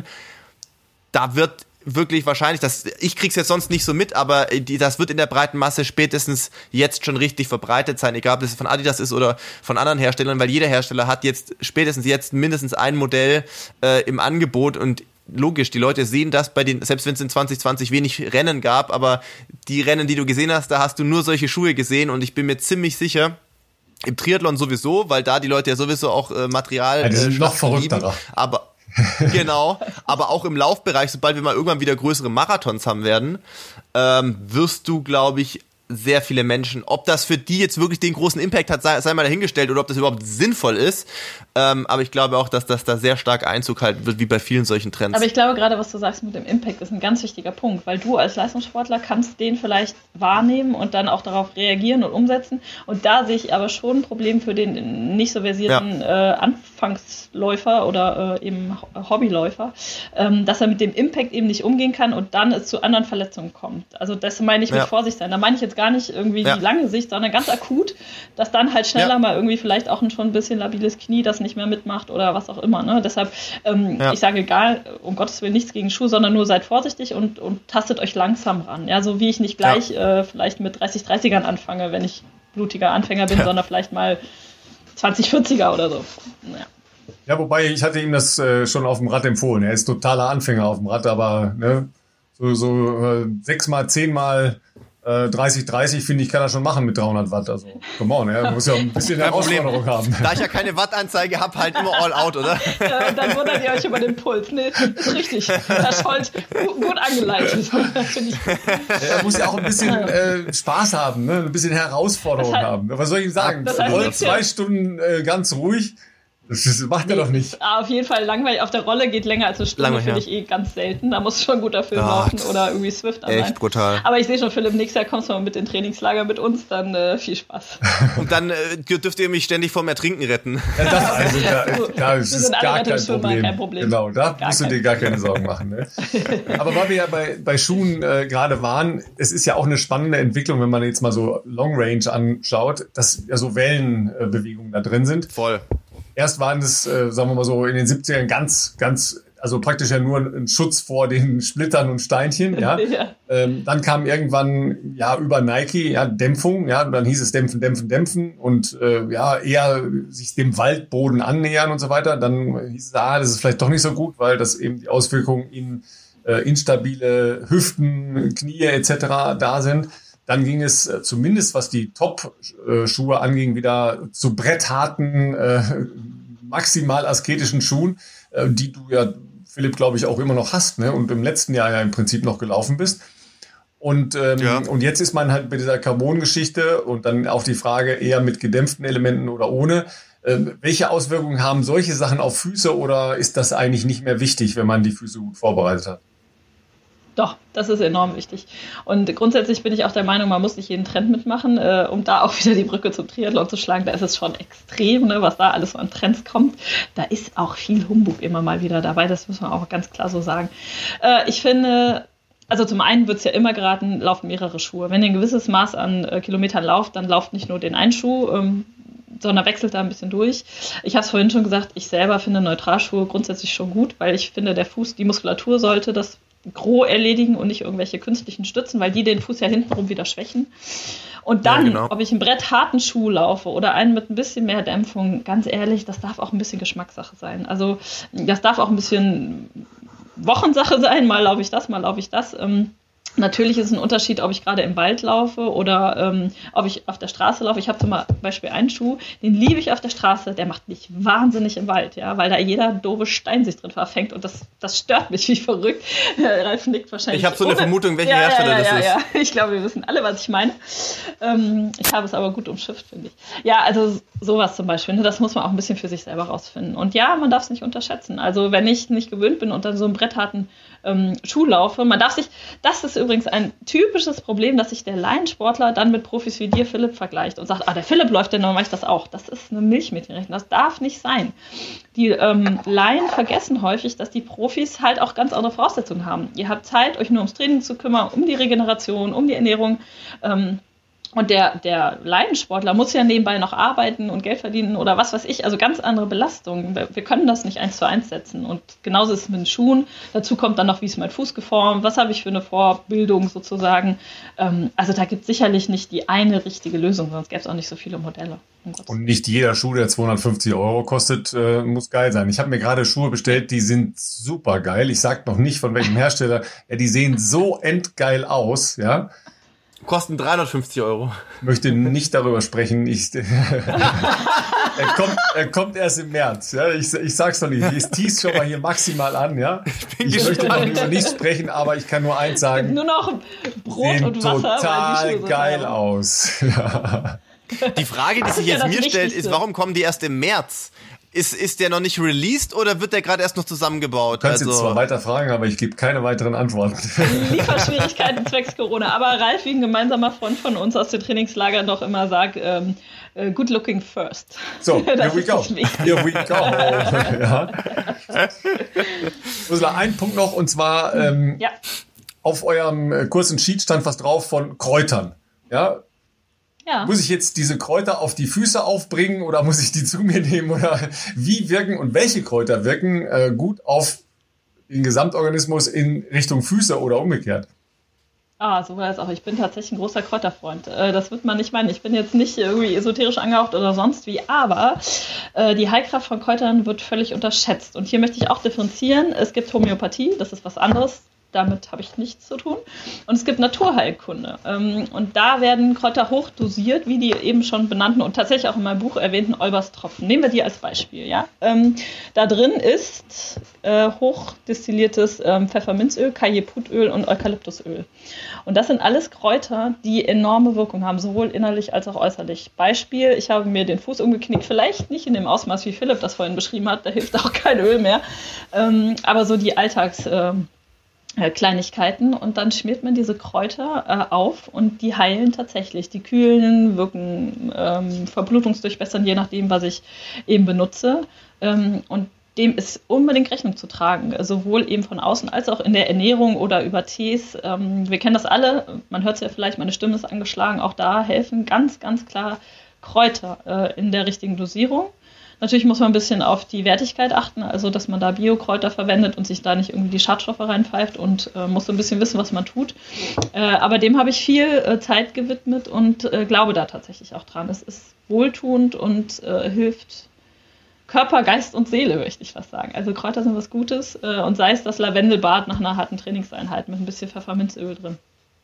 da wird wirklich wahrscheinlich, das, ich krieg's jetzt sonst nicht so mit, aber die, das wird in der breiten Masse spätestens jetzt schon richtig verbreitet sein, egal ob das von Adidas ist oder von anderen Herstellern, weil jeder Hersteller hat jetzt spätestens jetzt mindestens ein Modell äh, im Angebot und logisch, die Leute sehen das bei den, selbst wenn es in zwanzig zwanzig wenig Rennen gab, aber die Rennen, die du gesehen hast, da hast du nur solche Schuhe gesehen und ich bin mir ziemlich sicher, im Triathlon sowieso, weil da die Leute ja sowieso auch äh, Material ja, die sind äh, noch verrückter, lieben, aber genau, aber auch im Laufbereich, sobald wir mal irgendwann wieder größere Marathons haben werden, ähm, wirst du, glaube ich, sehr viele Menschen, ob das für die jetzt wirklich den großen Impact hat, sei, sei mal dahingestellt oder ob das überhaupt sinnvoll ist, ähm, aber ich glaube auch, dass das da sehr stark Einzug halten wird, wie bei vielen solchen Trends. Aber ich glaube gerade, was du sagst mit dem Impact, ist ein ganz wichtiger Punkt, weil du als Leistungssportler kannst den vielleicht wahrnehmen und dann auch darauf reagieren und umsetzen und da sehe ich aber schon ein Problem für den nicht so versierten ja. äh, Anfangsläufer oder äh, eben Hobbyläufer, ähm, dass er mit dem Impact eben nicht umgehen kann und dann es zu anderen Verletzungen kommt. Also das meine ich mit ja. Vorsicht sein. Da meine ich jetzt gar nicht irgendwie ja. die lange Sicht, sondern ganz akut, dass dann halt schneller ja. mal irgendwie vielleicht auch ein schon ein bisschen labiles Knie das nicht mehr mitmacht oder was auch immer. Ne? Deshalb, ähm, ja. ich sage egal, um Gottes Willen nichts gegen Schuh, sondern nur seid vorsichtig und, und tastet euch langsam ran. Ja, so wie ich nicht gleich ja. äh, vielleicht mit dreißig dreißigern anfange, wenn ich blutiger Anfänger bin, ja. sondern vielleicht mal zwanzig vierziger oder so. Ja. Ja, wobei ich hatte ihm das äh, schon auf dem Rad empfohlen. Er ist totaler Anfänger auf dem Rad, aber ne, so, so äh, sechsmal, zehnmal dreißig dreißig, finde ich, kann er schon machen mit dreihundert Watt. Also, come on, er muss ja ein bisschen Herausforderung haben. Da ich ja keine Wattanzeige habe, halt immer all out, oder? Ja, dann wundert ihr euch über den Puls. Nee, ist richtig. Herr Scholz, gut, gut angeleitet. Er muss ja auch ein bisschen äh, Spaß haben, ne? Ein bisschen Herausforderung hat, haben. Was soll ich ihm sagen? Das heißt, zwei ja. Stunden äh, ganz ruhig. Das macht er nee, doch nicht. Auf jeden Fall langweilig. Auf der Rolle geht länger als eine Stunde, finde ich eh ganz selten. Da muss schon ein guter Film ja, laufen oder irgendwie Swift sein. Echt brutal. Aber ich sehe schon, Philipp, nächstes Jahr kommst du mal mit in Trainingslager mit uns, dann äh, viel Spaß. Und dann äh, dürft ihr mich ständig vom Ertrinken retten. Ja, das, also, da, da ist es gar kein Problem. kein Problem. Genau, da gar musst du dir gar keine Sorgen machen. Ne? Aber weil wir ja bei, bei Schuhen äh, gerade waren, es ist ja auch eine spannende Entwicklung, wenn man jetzt mal so Long Range anschaut, dass ja so Wellenbewegungen da drin sind. Voll. Erst waren es, äh, sagen wir mal so, in den siebzigern ganz, ganz, also praktisch ja nur ein Schutz vor den Splittern und Steinchen, ja. ja. Ähm, dann kam irgendwann, ja, über Nike, ja, Dämpfung, ja, und dann hieß es dämpfen, dämpfen, dämpfen und, äh, ja, eher sich dem Waldboden annähern und so weiter. Dann hieß es, ah, das ist vielleicht doch nicht so gut, weil das eben die Auswirkungen in äh, instabile Hüften, Knie et cetera da sind. Dann ging es äh, zumindest, was die Top-Schuhe anging, wieder zu brettharten, äh, maximal asketischen Schuhen, äh, die du ja, Philipp, glaube ich, auch immer noch hast, ne? Und im letzten Jahr ja im Prinzip noch gelaufen bist. Und, ähm, ja. und jetzt ist man halt bei dieser Carbon-Geschichte und dann auf die Frage eher mit gedämpften Elementen oder ohne. Ähm, welche Auswirkungen haben solche Sachen auf Füße oder ist das eigentlich nicht mehr wichtig, wenn man die Füße gut vorbereitet hat? Doch, das ist enorm wichtig. Und grundsätzlich bin ich auch der Meinung, man muss nicht jeden Trend mitmachen, äh, um da auch wieder die Brücke zum Triathlon zu schlagen. Da ist es schon extrem, ne, was da alles so an Trends kommt. Da ist auch viel Humbug immer mal wieder dabei, das muss man auch ganz klar so sagen. Äh, ich finde, also zum einen wird es ja immer geraten, laufen mehrere Schuhe. Wenn ihr ein gewisses Maß an äh, Kilometern lauft, dann lauft nicht nur den einen Schuh, ähm, sondern wechselt da ein bisschen durch. Ich habe es vorhin schon gesagt, ich selber finde Neutralschuhe grundsätzlich schon gut, weil ich finde, der Fuß, die Muskulatur sollte das Gros erledigen und nicht irgendwelche künstlichen Stützen, weil die den Fuß ja hintenrum wieder schwächen. Und dann, ja, genau. ob ich einen brettharten Schuh laufe oder einen mit ein bisschen mehr Dämpfung, ganz ehrlich, das darf auch ein bisschen Geschmackssache sein. Also das darf auch ein bisschen Wochensache sein, mal laufe ich das, mal laufe ich das. Natürlich ist es ein Unterschied, ob ich gerade im Wald laufe oder ähm, ob ich auf der Straße laufe. Ich habe zum Beispiel einen Schuh, den liebe ich auf der Straße, der macht mich wahnsinnig im Wald, ja, weil da jeder doofe Stein sich drin verfängt und das, das stört mich wie verrückt. Ralf nickt wahrscheinlich. Ich habe so eine ohne, Vermutung, welche ja, Hersteller ja, ja, das ja, ist. Ja, ich glaube, wir wissen alle, was ich meine. Ähm, ich habe es aber gut umschifft, finde ich. Ja, also sowas zum Beispiel, ne, das muss man auch ein bisschen für sich selber rausfinden. Und ja, man darf es nicht unterschätzen. Also wenn ich nicht gewöhnt bin und dann so einen brettharten ähm, Schuh laufe, man darf sich, das ist übrigens ein typisches Problem, dass sich der Laiensportler dann mit Profis wie dir, Philipp, vergleicht und sagt, ah, der Philipp läuft, dann mache ich das auch. Das ist eine Milchmädchenrechnung. Das darf nicht sein. Die ähm, Laien vergessen häufig, dass die Profis halt auch ganz andere Voraussetzungen haben. Ihr habt Zeit, euch nur ums Training zu kümmern, um die Regeneration, um die Ernährung. Ähm, Und der, der Laiensportler muss ja nebenbei noch arbeiten und Geld verdienen oder was weiß ich, also ganz andere Belastungen. Wir können das nicht eins zu eins setzen. Und genauso ist es mit den Schuhen. Dazu kommt dann noch, wie ist mein Fuß geformt, was habe ich für eine Vorbildung sozusagen. Also da gibt es sicherlich nicht die eine richtige Lösung, sonst gäbe es auch nicht so viele Modelle. Und nicht jeder Schuh, der zweihundertfünfzig Euro kostet, äh, muss geil sein. Ich habe mir gerade Schuhe bestellt, die sind super geil. Ich sag noch nicht, von welchem Hersteller. Ja, die sehen so endgeil aus, ja. Kosten dreihundertfünfzig Euro. Möchte nicht darüber sprechen. Ich, er, kommt, er kommt erst im März. Ja, ich, ich sag's noch nicht. Ich tease schon mal hier maximal an. Ja, ich, ich möchte darüber nicht sprechen, aber ich kann nur eins sagen. Nur noch Brot und Wasser. Total geil aus. Ja. Die Frage, die sich jetzt mir stellt, ist, warum kommen die erst im März? Ist, ist der noch nicht released oder wird der gerade erst noch zusammengebaut? Du kannst also jetzt zwar weiter fragen, aber ich gebe keine weiteren Antworten. Lieferschwierigkeiten zwecks Corona. Aber Ralf, wie ein gemeinsamer Freund von uns aus den Trainingslagern doch immer sagt, ähm, good looking first. So, here we go. Here we go. Ja. Ursula, ein Punkt noch, und zwar ähm, ja. auf eurem kurzen Sheet stand was drauf von Kräutern. Ja. Ja. Muss ich jetzt diese Kräuter auf die Füße aufbringen oder muss ich die zu mir nehmen? Oder wie wirken und welche Kräuter wirken äh, gut auf den Gesamtorganismus in Richtung Füße oder umgekehrt? Ah, so war es auch. Ich bin tatsächlich ein großer Kräuterfreund. Äh, das wird man nicht meinen. Ich bin jetzt nicht irgendwie esoterisch angehaucht oder sonst wie, aber äh, die Heilkraft von Kräutern wird völlig unterschätzt. Und hier möchte ich auch differenzieren. Es gibt Homöopathie, das ist was anderes. Damit habe ich nichts zu tun. Und es gibt Naturheilkunde. Und da werden Kräuter hochdosiert, wie die eben schon benannten und tatsächlich auch in meinem Buch erwähnten Olberstropfen. Nehmen wir die als Beispiel. Ja? Da drin ist äh, hochdestilliertes äh, Pfefferminzöl, Kajeputöl und Eukalyptusöl. Und das sind alles Kräuter, die enorme Wirkung haben, sowohl innerlich als auch äußerlich. Beispiel, ich habe mir den Fuß umgeknickt, vielleicht nicht in dem Ausmaß, wie Philipp das vorhin beschrieben hat, da hilft auch kein Öl mehr. Aber so die Alltags- äh, Kleinigkeiten, und dann schmiert man diese Kräuter äh, auf und die heilen tatsächlich. Die kühlen, wirken ähm, verblutungsdurchbessern, je nachdem, was ich eben benutze. Ähm, und dem ist unbedingt Rechnung zu tragen, sowohl eben von außen als auch in der Ernährung oder über Tees. Ähm, wir kennen das alle, man hört es ja vielleicht, meine Stimme ist angeschlagen, auch da helfen ganz, ganz klar Kräuter äh, in der richtigen Dosierung. Natürlich muss man ein bisschen auf die Wertigkeit achten, also dass man da Biokräuter verwendet und sich da nicht irgendwie die Schadstoffe reinpfeift, und äh, muss so ein bisschen wissen, was man tut. Äh, aber dem habe ich viel äh, Zeit gewidmet und äh, glaube da tatsächlich auch dran. Es ist wohltuend und äh, hilft Körper, Geist und Seele, möchte ich fast sagen. Also Kräuter sind was Gutes, äh, und sei es das Lavendelbad nach einer harten Trainingseinheit mit ein bisschen Pfefferminzöl drin.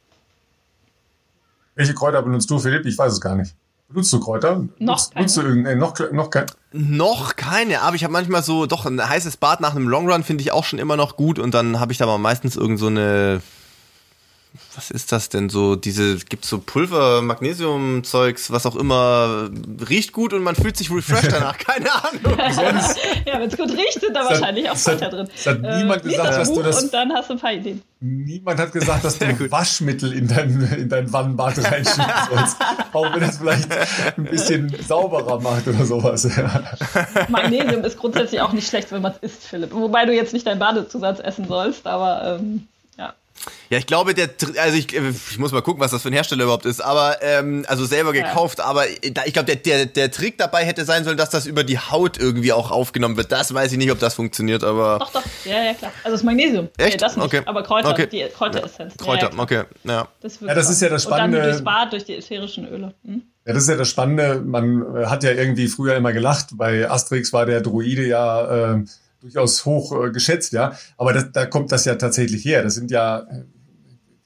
Welche Kräuter benutzt du, Philipp? Ich weiß es gar nicht. Benutzt du Kräuter? Noch keine. Nutzt du irgendein, noch, noch kein? Noch keine, aber ich habe manchmal so, doch, ein heißes Bad nach einem Longrun finde ich auch schon immer noch gut, und dann habe ich da mal meistens irgend so eine, was ist das denn so, diese, gibt's so Pulver, Magnesium-Zeugs, was auch immer, riecht gut und man fühlt sich refreshed danach, keine Ahnung. Ja, wenn es gut riecht, sind da das wahrscheinlich hat, auch Kräuter drin. Es hat äh, niemand gesagt, das dass du das... Und dann hast du ein paar Ideen. Niemand hat gesagt, dass du Waschmittel in dein, in dein Wannenbad reinschieben sollst. Auch wenn das vielleicht ein bisschen sauberer macht oder sowas. Ja. Magnesium ist grundsätzlich auch nicht schlecht, wenn man es isst, Philipp. Wobei du jetzt nicht deinen Badezusatz essen sollst, aber ähm, ja. Ja, ich glaube, der, also ich, ich muss mal gucken, was das für ein Hersteller überhaupt ist, aber, ähm, also selber gekauft, ja. aber ich glaube, der, der, der Trick dabei hätte sein sollen, dass das über die Haut irgendwie auch aufgenommen wird. Das weiß ich nicht, ob das funktioniert, aber... Doch, doch, ja, ja, klar. Also das Magnesium. Echt? Nee, das nicht, okay. aber Kräuter, okay. die Kräuteressenz. Kräuter, ja, ja, okay, ja. Das, ja, das ist ja das Spannende. Und dann durchs Bad, durch die ätherischen Öle. Hm? Ja, das ist ja das Spannende. Man hat ja irgendwie früher immer gelacht. Bei Asterix war der Druide ja äh, durchaus hoch äh, geschätzt, ja. Aber das, da kommt das ja tatsächlich her. Das sind ja...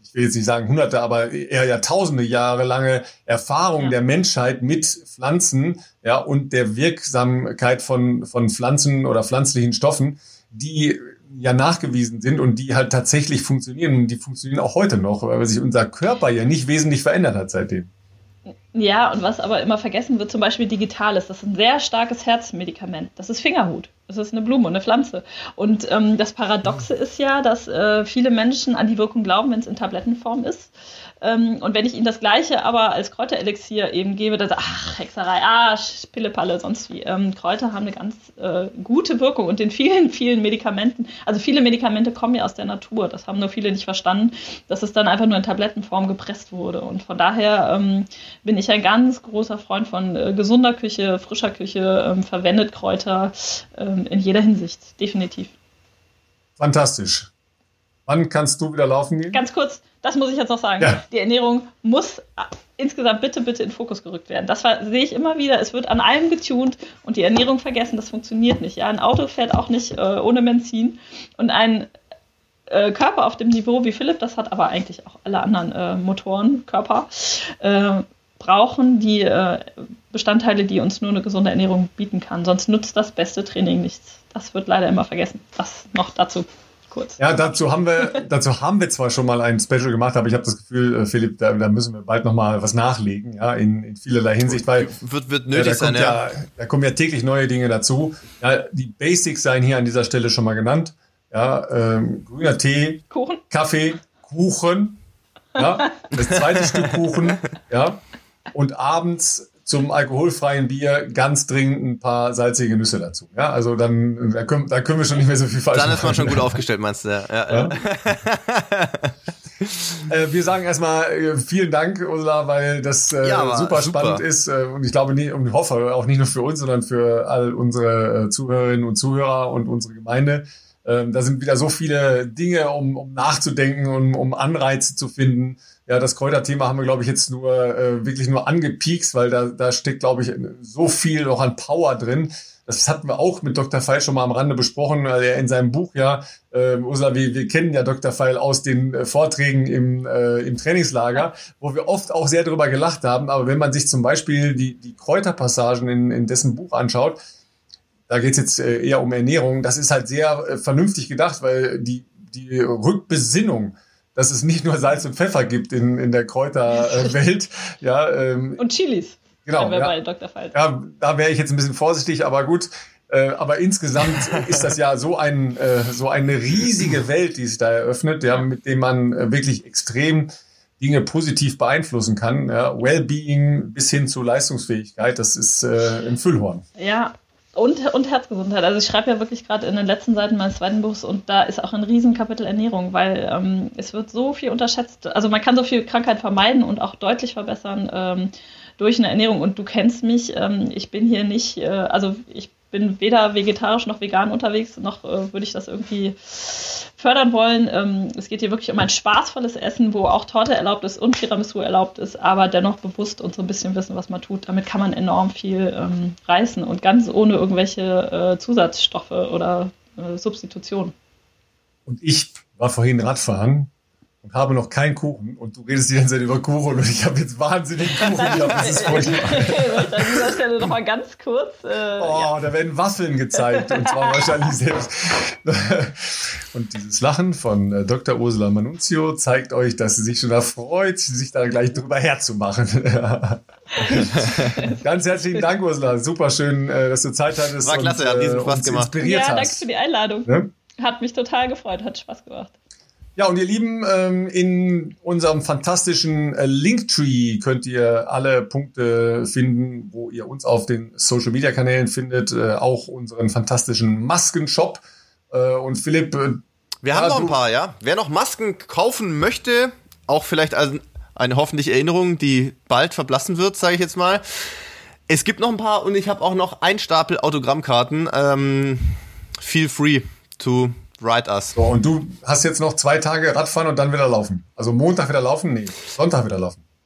ich will jetzt nicht sagen hunderte, aber eher Jahrtausende Jahre lange Erfahrung ja. der Menschheit mit Pflanzen, ja, und der Wirksamkeit von, von Pflanzen oder pflanzlichen Stoffen, die ja nachgewiesen sind und die halt tatsächlich funktionieren. Und die funktionieren auch heute noch, weil sich unser Körper ja nicht wesentlich verändert hat seitdem. Ja, und was aber immer vergessen wird, zum Beispiel Digitalis, das ist ein sehr starkes Herzmedikament. Das ist Fingerhut. Das ist eine Blume und eine Pflanze. Und ähm, das Paradoxe ist ja, dass äh, viele Menschen an die Wirkung glauben, wenn es in Tablettenform ist. Ähm, und wenn ich ihnen das Gleiche aber als Kräuterelixier eben gebe, dann sagen, ach, Hexerei, ah, Pillepalle, sonst wie. Ähm, Kräuter haben eine ganz äh, gute Wirkung. Und in vielen, vielen Medikamenten, also viele Medikamente kommen ja aus der Natur. Das haben nur viele nicht verstanden, dass es dann einfach nur in Tablettenform gepresst wurde. Und von daher ähm, bin ich ein ganz großer Freund von äh, gesunder Küche, frischer Küche, ähm, verwendet Kräuter ähm, in jeder Hinsicht, definitiv. Fantastisch. Wann kannst du wieder laufen gehen? Ganz kurz, das muss ich jetzt noch sagen. Ja. Die Ernährung muss insgesamt bitte, bitte in den Fokus gerückt werden. Das war, sehe ich immer wieder. Es wird an allem getunt und die Ernährung vergessen. Das funktioniert nicht. Ja, ein Auto fährt auch nicht äh, ohne Benzin. Und ein äh, Körper auf dem Niveau, wie Philipp das hat, aber eigentlich auch alle anderen äh, Motoren, Körper, äh, brauchen die äh, Bestandteile, die uns nur eine gesunde Ernährung bieten kann. Sonst nutzt das beste Training nichts. Das wird leider immer vergessen. Das noch dazu. Kurz. Ja, dazu haben wir, dazu haben wir zwar schon mal ein Special gemacht, aber ich habe das Gefühl, Philipp, da, da müssen wir bald noch mal was nachlegen, ja, in, in vielerlei Hinsicht, weil wird, wird nötig ja, da sein, kommt ja. ja, da kommen ja täglich neue Dinge dazu. Ja, die Basics seien hier an dieser Stelle schon mal genannt. Ja, ähm, grüner Tee, Kuchen, Kaffee, Kuchen, ja, das zweite Stück Kuchen, ja, und abends zum alkoholfreien Bier ganz dringend ein paar salzige Nüsse dazu. Ja, also dann da können, da können wir schon nicht mehr so viel falsch machen. Dann ist man schon gut aufgestellt, meinst du? Ja, ja, ja. äh, wir sagen erstmal äh, vielen Dank, Ursula, weil das äh, ja, super spannend super. ist äh, und ich glaube nie, und ich hoffe auch nicht nur für uns, sondern für all unsere äh, Zuhörerinnen und Zuhörer und unsere Gemeinde. Ähm, da sind wieder so viele Dinge, um, um nachzudenken und um Anreize zu finden. Ja, das Kräuterthema haben wir, glaube ich, jetzt nur äh, wirklich nur angepiekst, weil da, da steckt, glaube ich, so viel noch an Power drin. Das hatten wir auch mit Doktor Feil schon mal am Rande besprochen, weil er in seinem Buch ja, äh, Ursula, wir, wir kennen ja Doktor Feil aus den äh, Vorträgen im, äh, im Trainingslager, wo wir oft auch sehr drüber gelacht haben. Aber wenn man sich zum Beispiel die, die Kräuterpassagen in, in dessen Buch anschaut, da geht es jetzt äh, eher um Ernährung, das ist halt sehr äh, vernünftig gedacht, weil die, die Rückbesinnung, dass es nicht nur Salz und Pfeffer gibt in, in der Kräuterwelt. Äh, ja, ähm, und Chilis. Genau. Wir ja, bei Doktor Feil. Ja, da wäre ich jetzt ein bisschen vorsichtig, aber gut. Äh, aber insgesamt ist das ja so ein äh, so eine riesige Welt, die sich da eröffnet, ja, mit dem man äh, wirklich extrem Dinge positiv beeinflussen kann. Ja, Wellbeing bis hin zu Leistungsfähigkeit, das ist äh, ein Füllhorn. Ja. Und, und Herzgesundheit. Also ich schreibe ja wirklich gerade in den letzten Seiten meines zweiten Buchs und da ist auch ein Riesenkapitel Ernährung, weil ähm, es wird so viel unterschätzt. Also man kann so viel Krankheit vermeiden und auch deutlich verbessern ähm, durch eine Ernährung. Und du kennst mich, ähm, ich bin hier nicht, äh, also ich bin weder vegetarisch noch vegan unterwegs, noch äh, würde ich das irgendwie fördern wollen. Ähm, es geht hier wirklich um ein spaßvolles Essen, wo auch Torte erlaubt ist und Tiramisu erlaubt ist, aber dennoch bewusst und so ein bisschen wissen, was man tut. Damit kann man enorm viel ähm, reißen und ganz ohne irgendwelche äh, Zusatzstoffe oder äh, Substitutionen. Und ich war vorhin Radfahren und habe noch keinen Kuchen und du redest die ganze Zeit über Kuchen und ich habe jetzt wahnsinnig Kuchen hier. Das ist furchtbar. An dieser Stelle nochmal ganz kurz. Äh, oh, ja. Da werden Waffeln gezeigt und zwar wahrscheinlich selbst. Und dieses Lachen von äh, Doktor Ursula Manunzio zeigt euch, dass sie sich schon da freut, sich da gleich drüber herzumachen. Ganz herzlichen Dank, Ursula. Super schön, äh, dass du Zeit hattest. War klasse, und, hat diesen Spaß gemacht. Inspiriert ja, hast. Danke für die Einladung. Ne? Hat mich total gefreut, hat Spaß gemacht. Ja, und ihr Lieben, ähm, in unserem fantastischen äh, Linktree könnt ihr alle Punkte finden, wo ihr uns auf den Social-Media-Kanälen findet, äh, auch unseren fantastischen Maskenshop. Äh, und Philipp... Äh, Wir ja, haben noch ein paar, ja. Wer noch Masken kaufen möchte, auch vielleicht als eine hoffentlich Erinnerung, die bald verblassen wird, sage ich jetzt mal. Es gibt noch ein paar und ich habe auch noch ein Stapel Autogrammkarten. Ähm, feel free to... Write us. So, und du hast jetzt noch zwei Tage Radfahren und dann wieder laufen. Also Montag wieder laufen? Nee, Sonntag wieder laufen.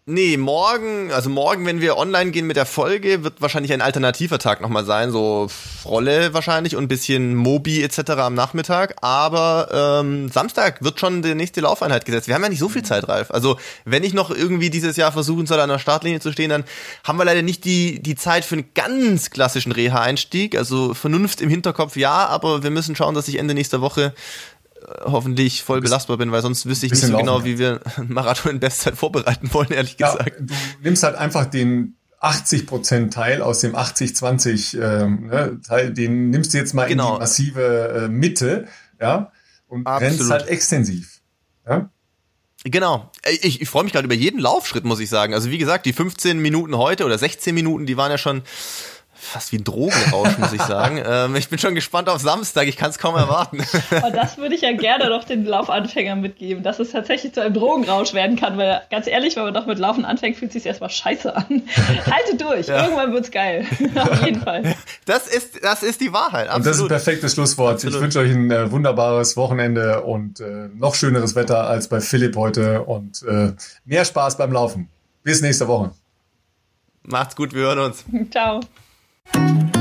Nee, morgen, also morgen, wenn wir online gehen mit der Folge, wird wahrscheinlich ein alternativer Tag nochmal sein, so Rolle wahrscheinlich und ein bisschen Mobi et cetera am Nachmittag, aber ähm, Samstag wird schon die nächste Laufeinheit gesetzt. Wir haben ja nicht so viel Zeit, Ralf. Also wenn ich noch irgendwie dieses Jahr versuchen soll, an der Startlinie zu stehen, dann haben wir leider nicht die die Zeit für einen ganz klassischen Reha-Einstieg. Also Vernunft im Hinterkopf, ja, aber wir müssen schauen, dass ich Ende nächster Woche hoffentlich voll belastbar bin, weil sonst wüsste ich nicht so genau, wie wir einen Marathon in Bestzeit vorbereiten wollen, ehrlich ja, gesagt. Du nimmst halt einfach den achtzig Prozent Teil aus dem achtzig zwanzig ähm, ne, Teil, den nimmst du jetzt mal genau. in die massive äh, Mitte, ja, und Absolut. rennst halt extensiv. Ja? Genau. Ich, ich freue mich gerade über jeden Laufschritt, muss ich sagen. Also wie gesagt, die fünfzehn Minuten heute oder sechzehn Minuten, die waren ja schon fast wie ein Drogenrausch, muss ich sagen. ähm, ich bin schon gespannt auf Samstag, ich kann es kaum erwarten. Und das würde ich ja gerne noch den Laufanfängern mitgeben, dass es tatsächlich zu einem Drogenrausch werden kann, weil ganz ehrlich, wenn man doch mit Laufen anfängt, fühlt es sich erstmal scheiße an. Haltet durch, ja. Irgendwann wird's geil. Auf jeden Fall. Das ist, das ist die Wahrheit, absolut. Und das ist ein perfektes Schlusswort. Absolut. Ich wünsche euch ein äh, wunderbares Wochenende und äh, noch schöneres Wetter als bei Philipp heute und äh, mehr Spaß beim Laufen. Bis nächste Woche. Macht's gut, wir hören uns. Ciao.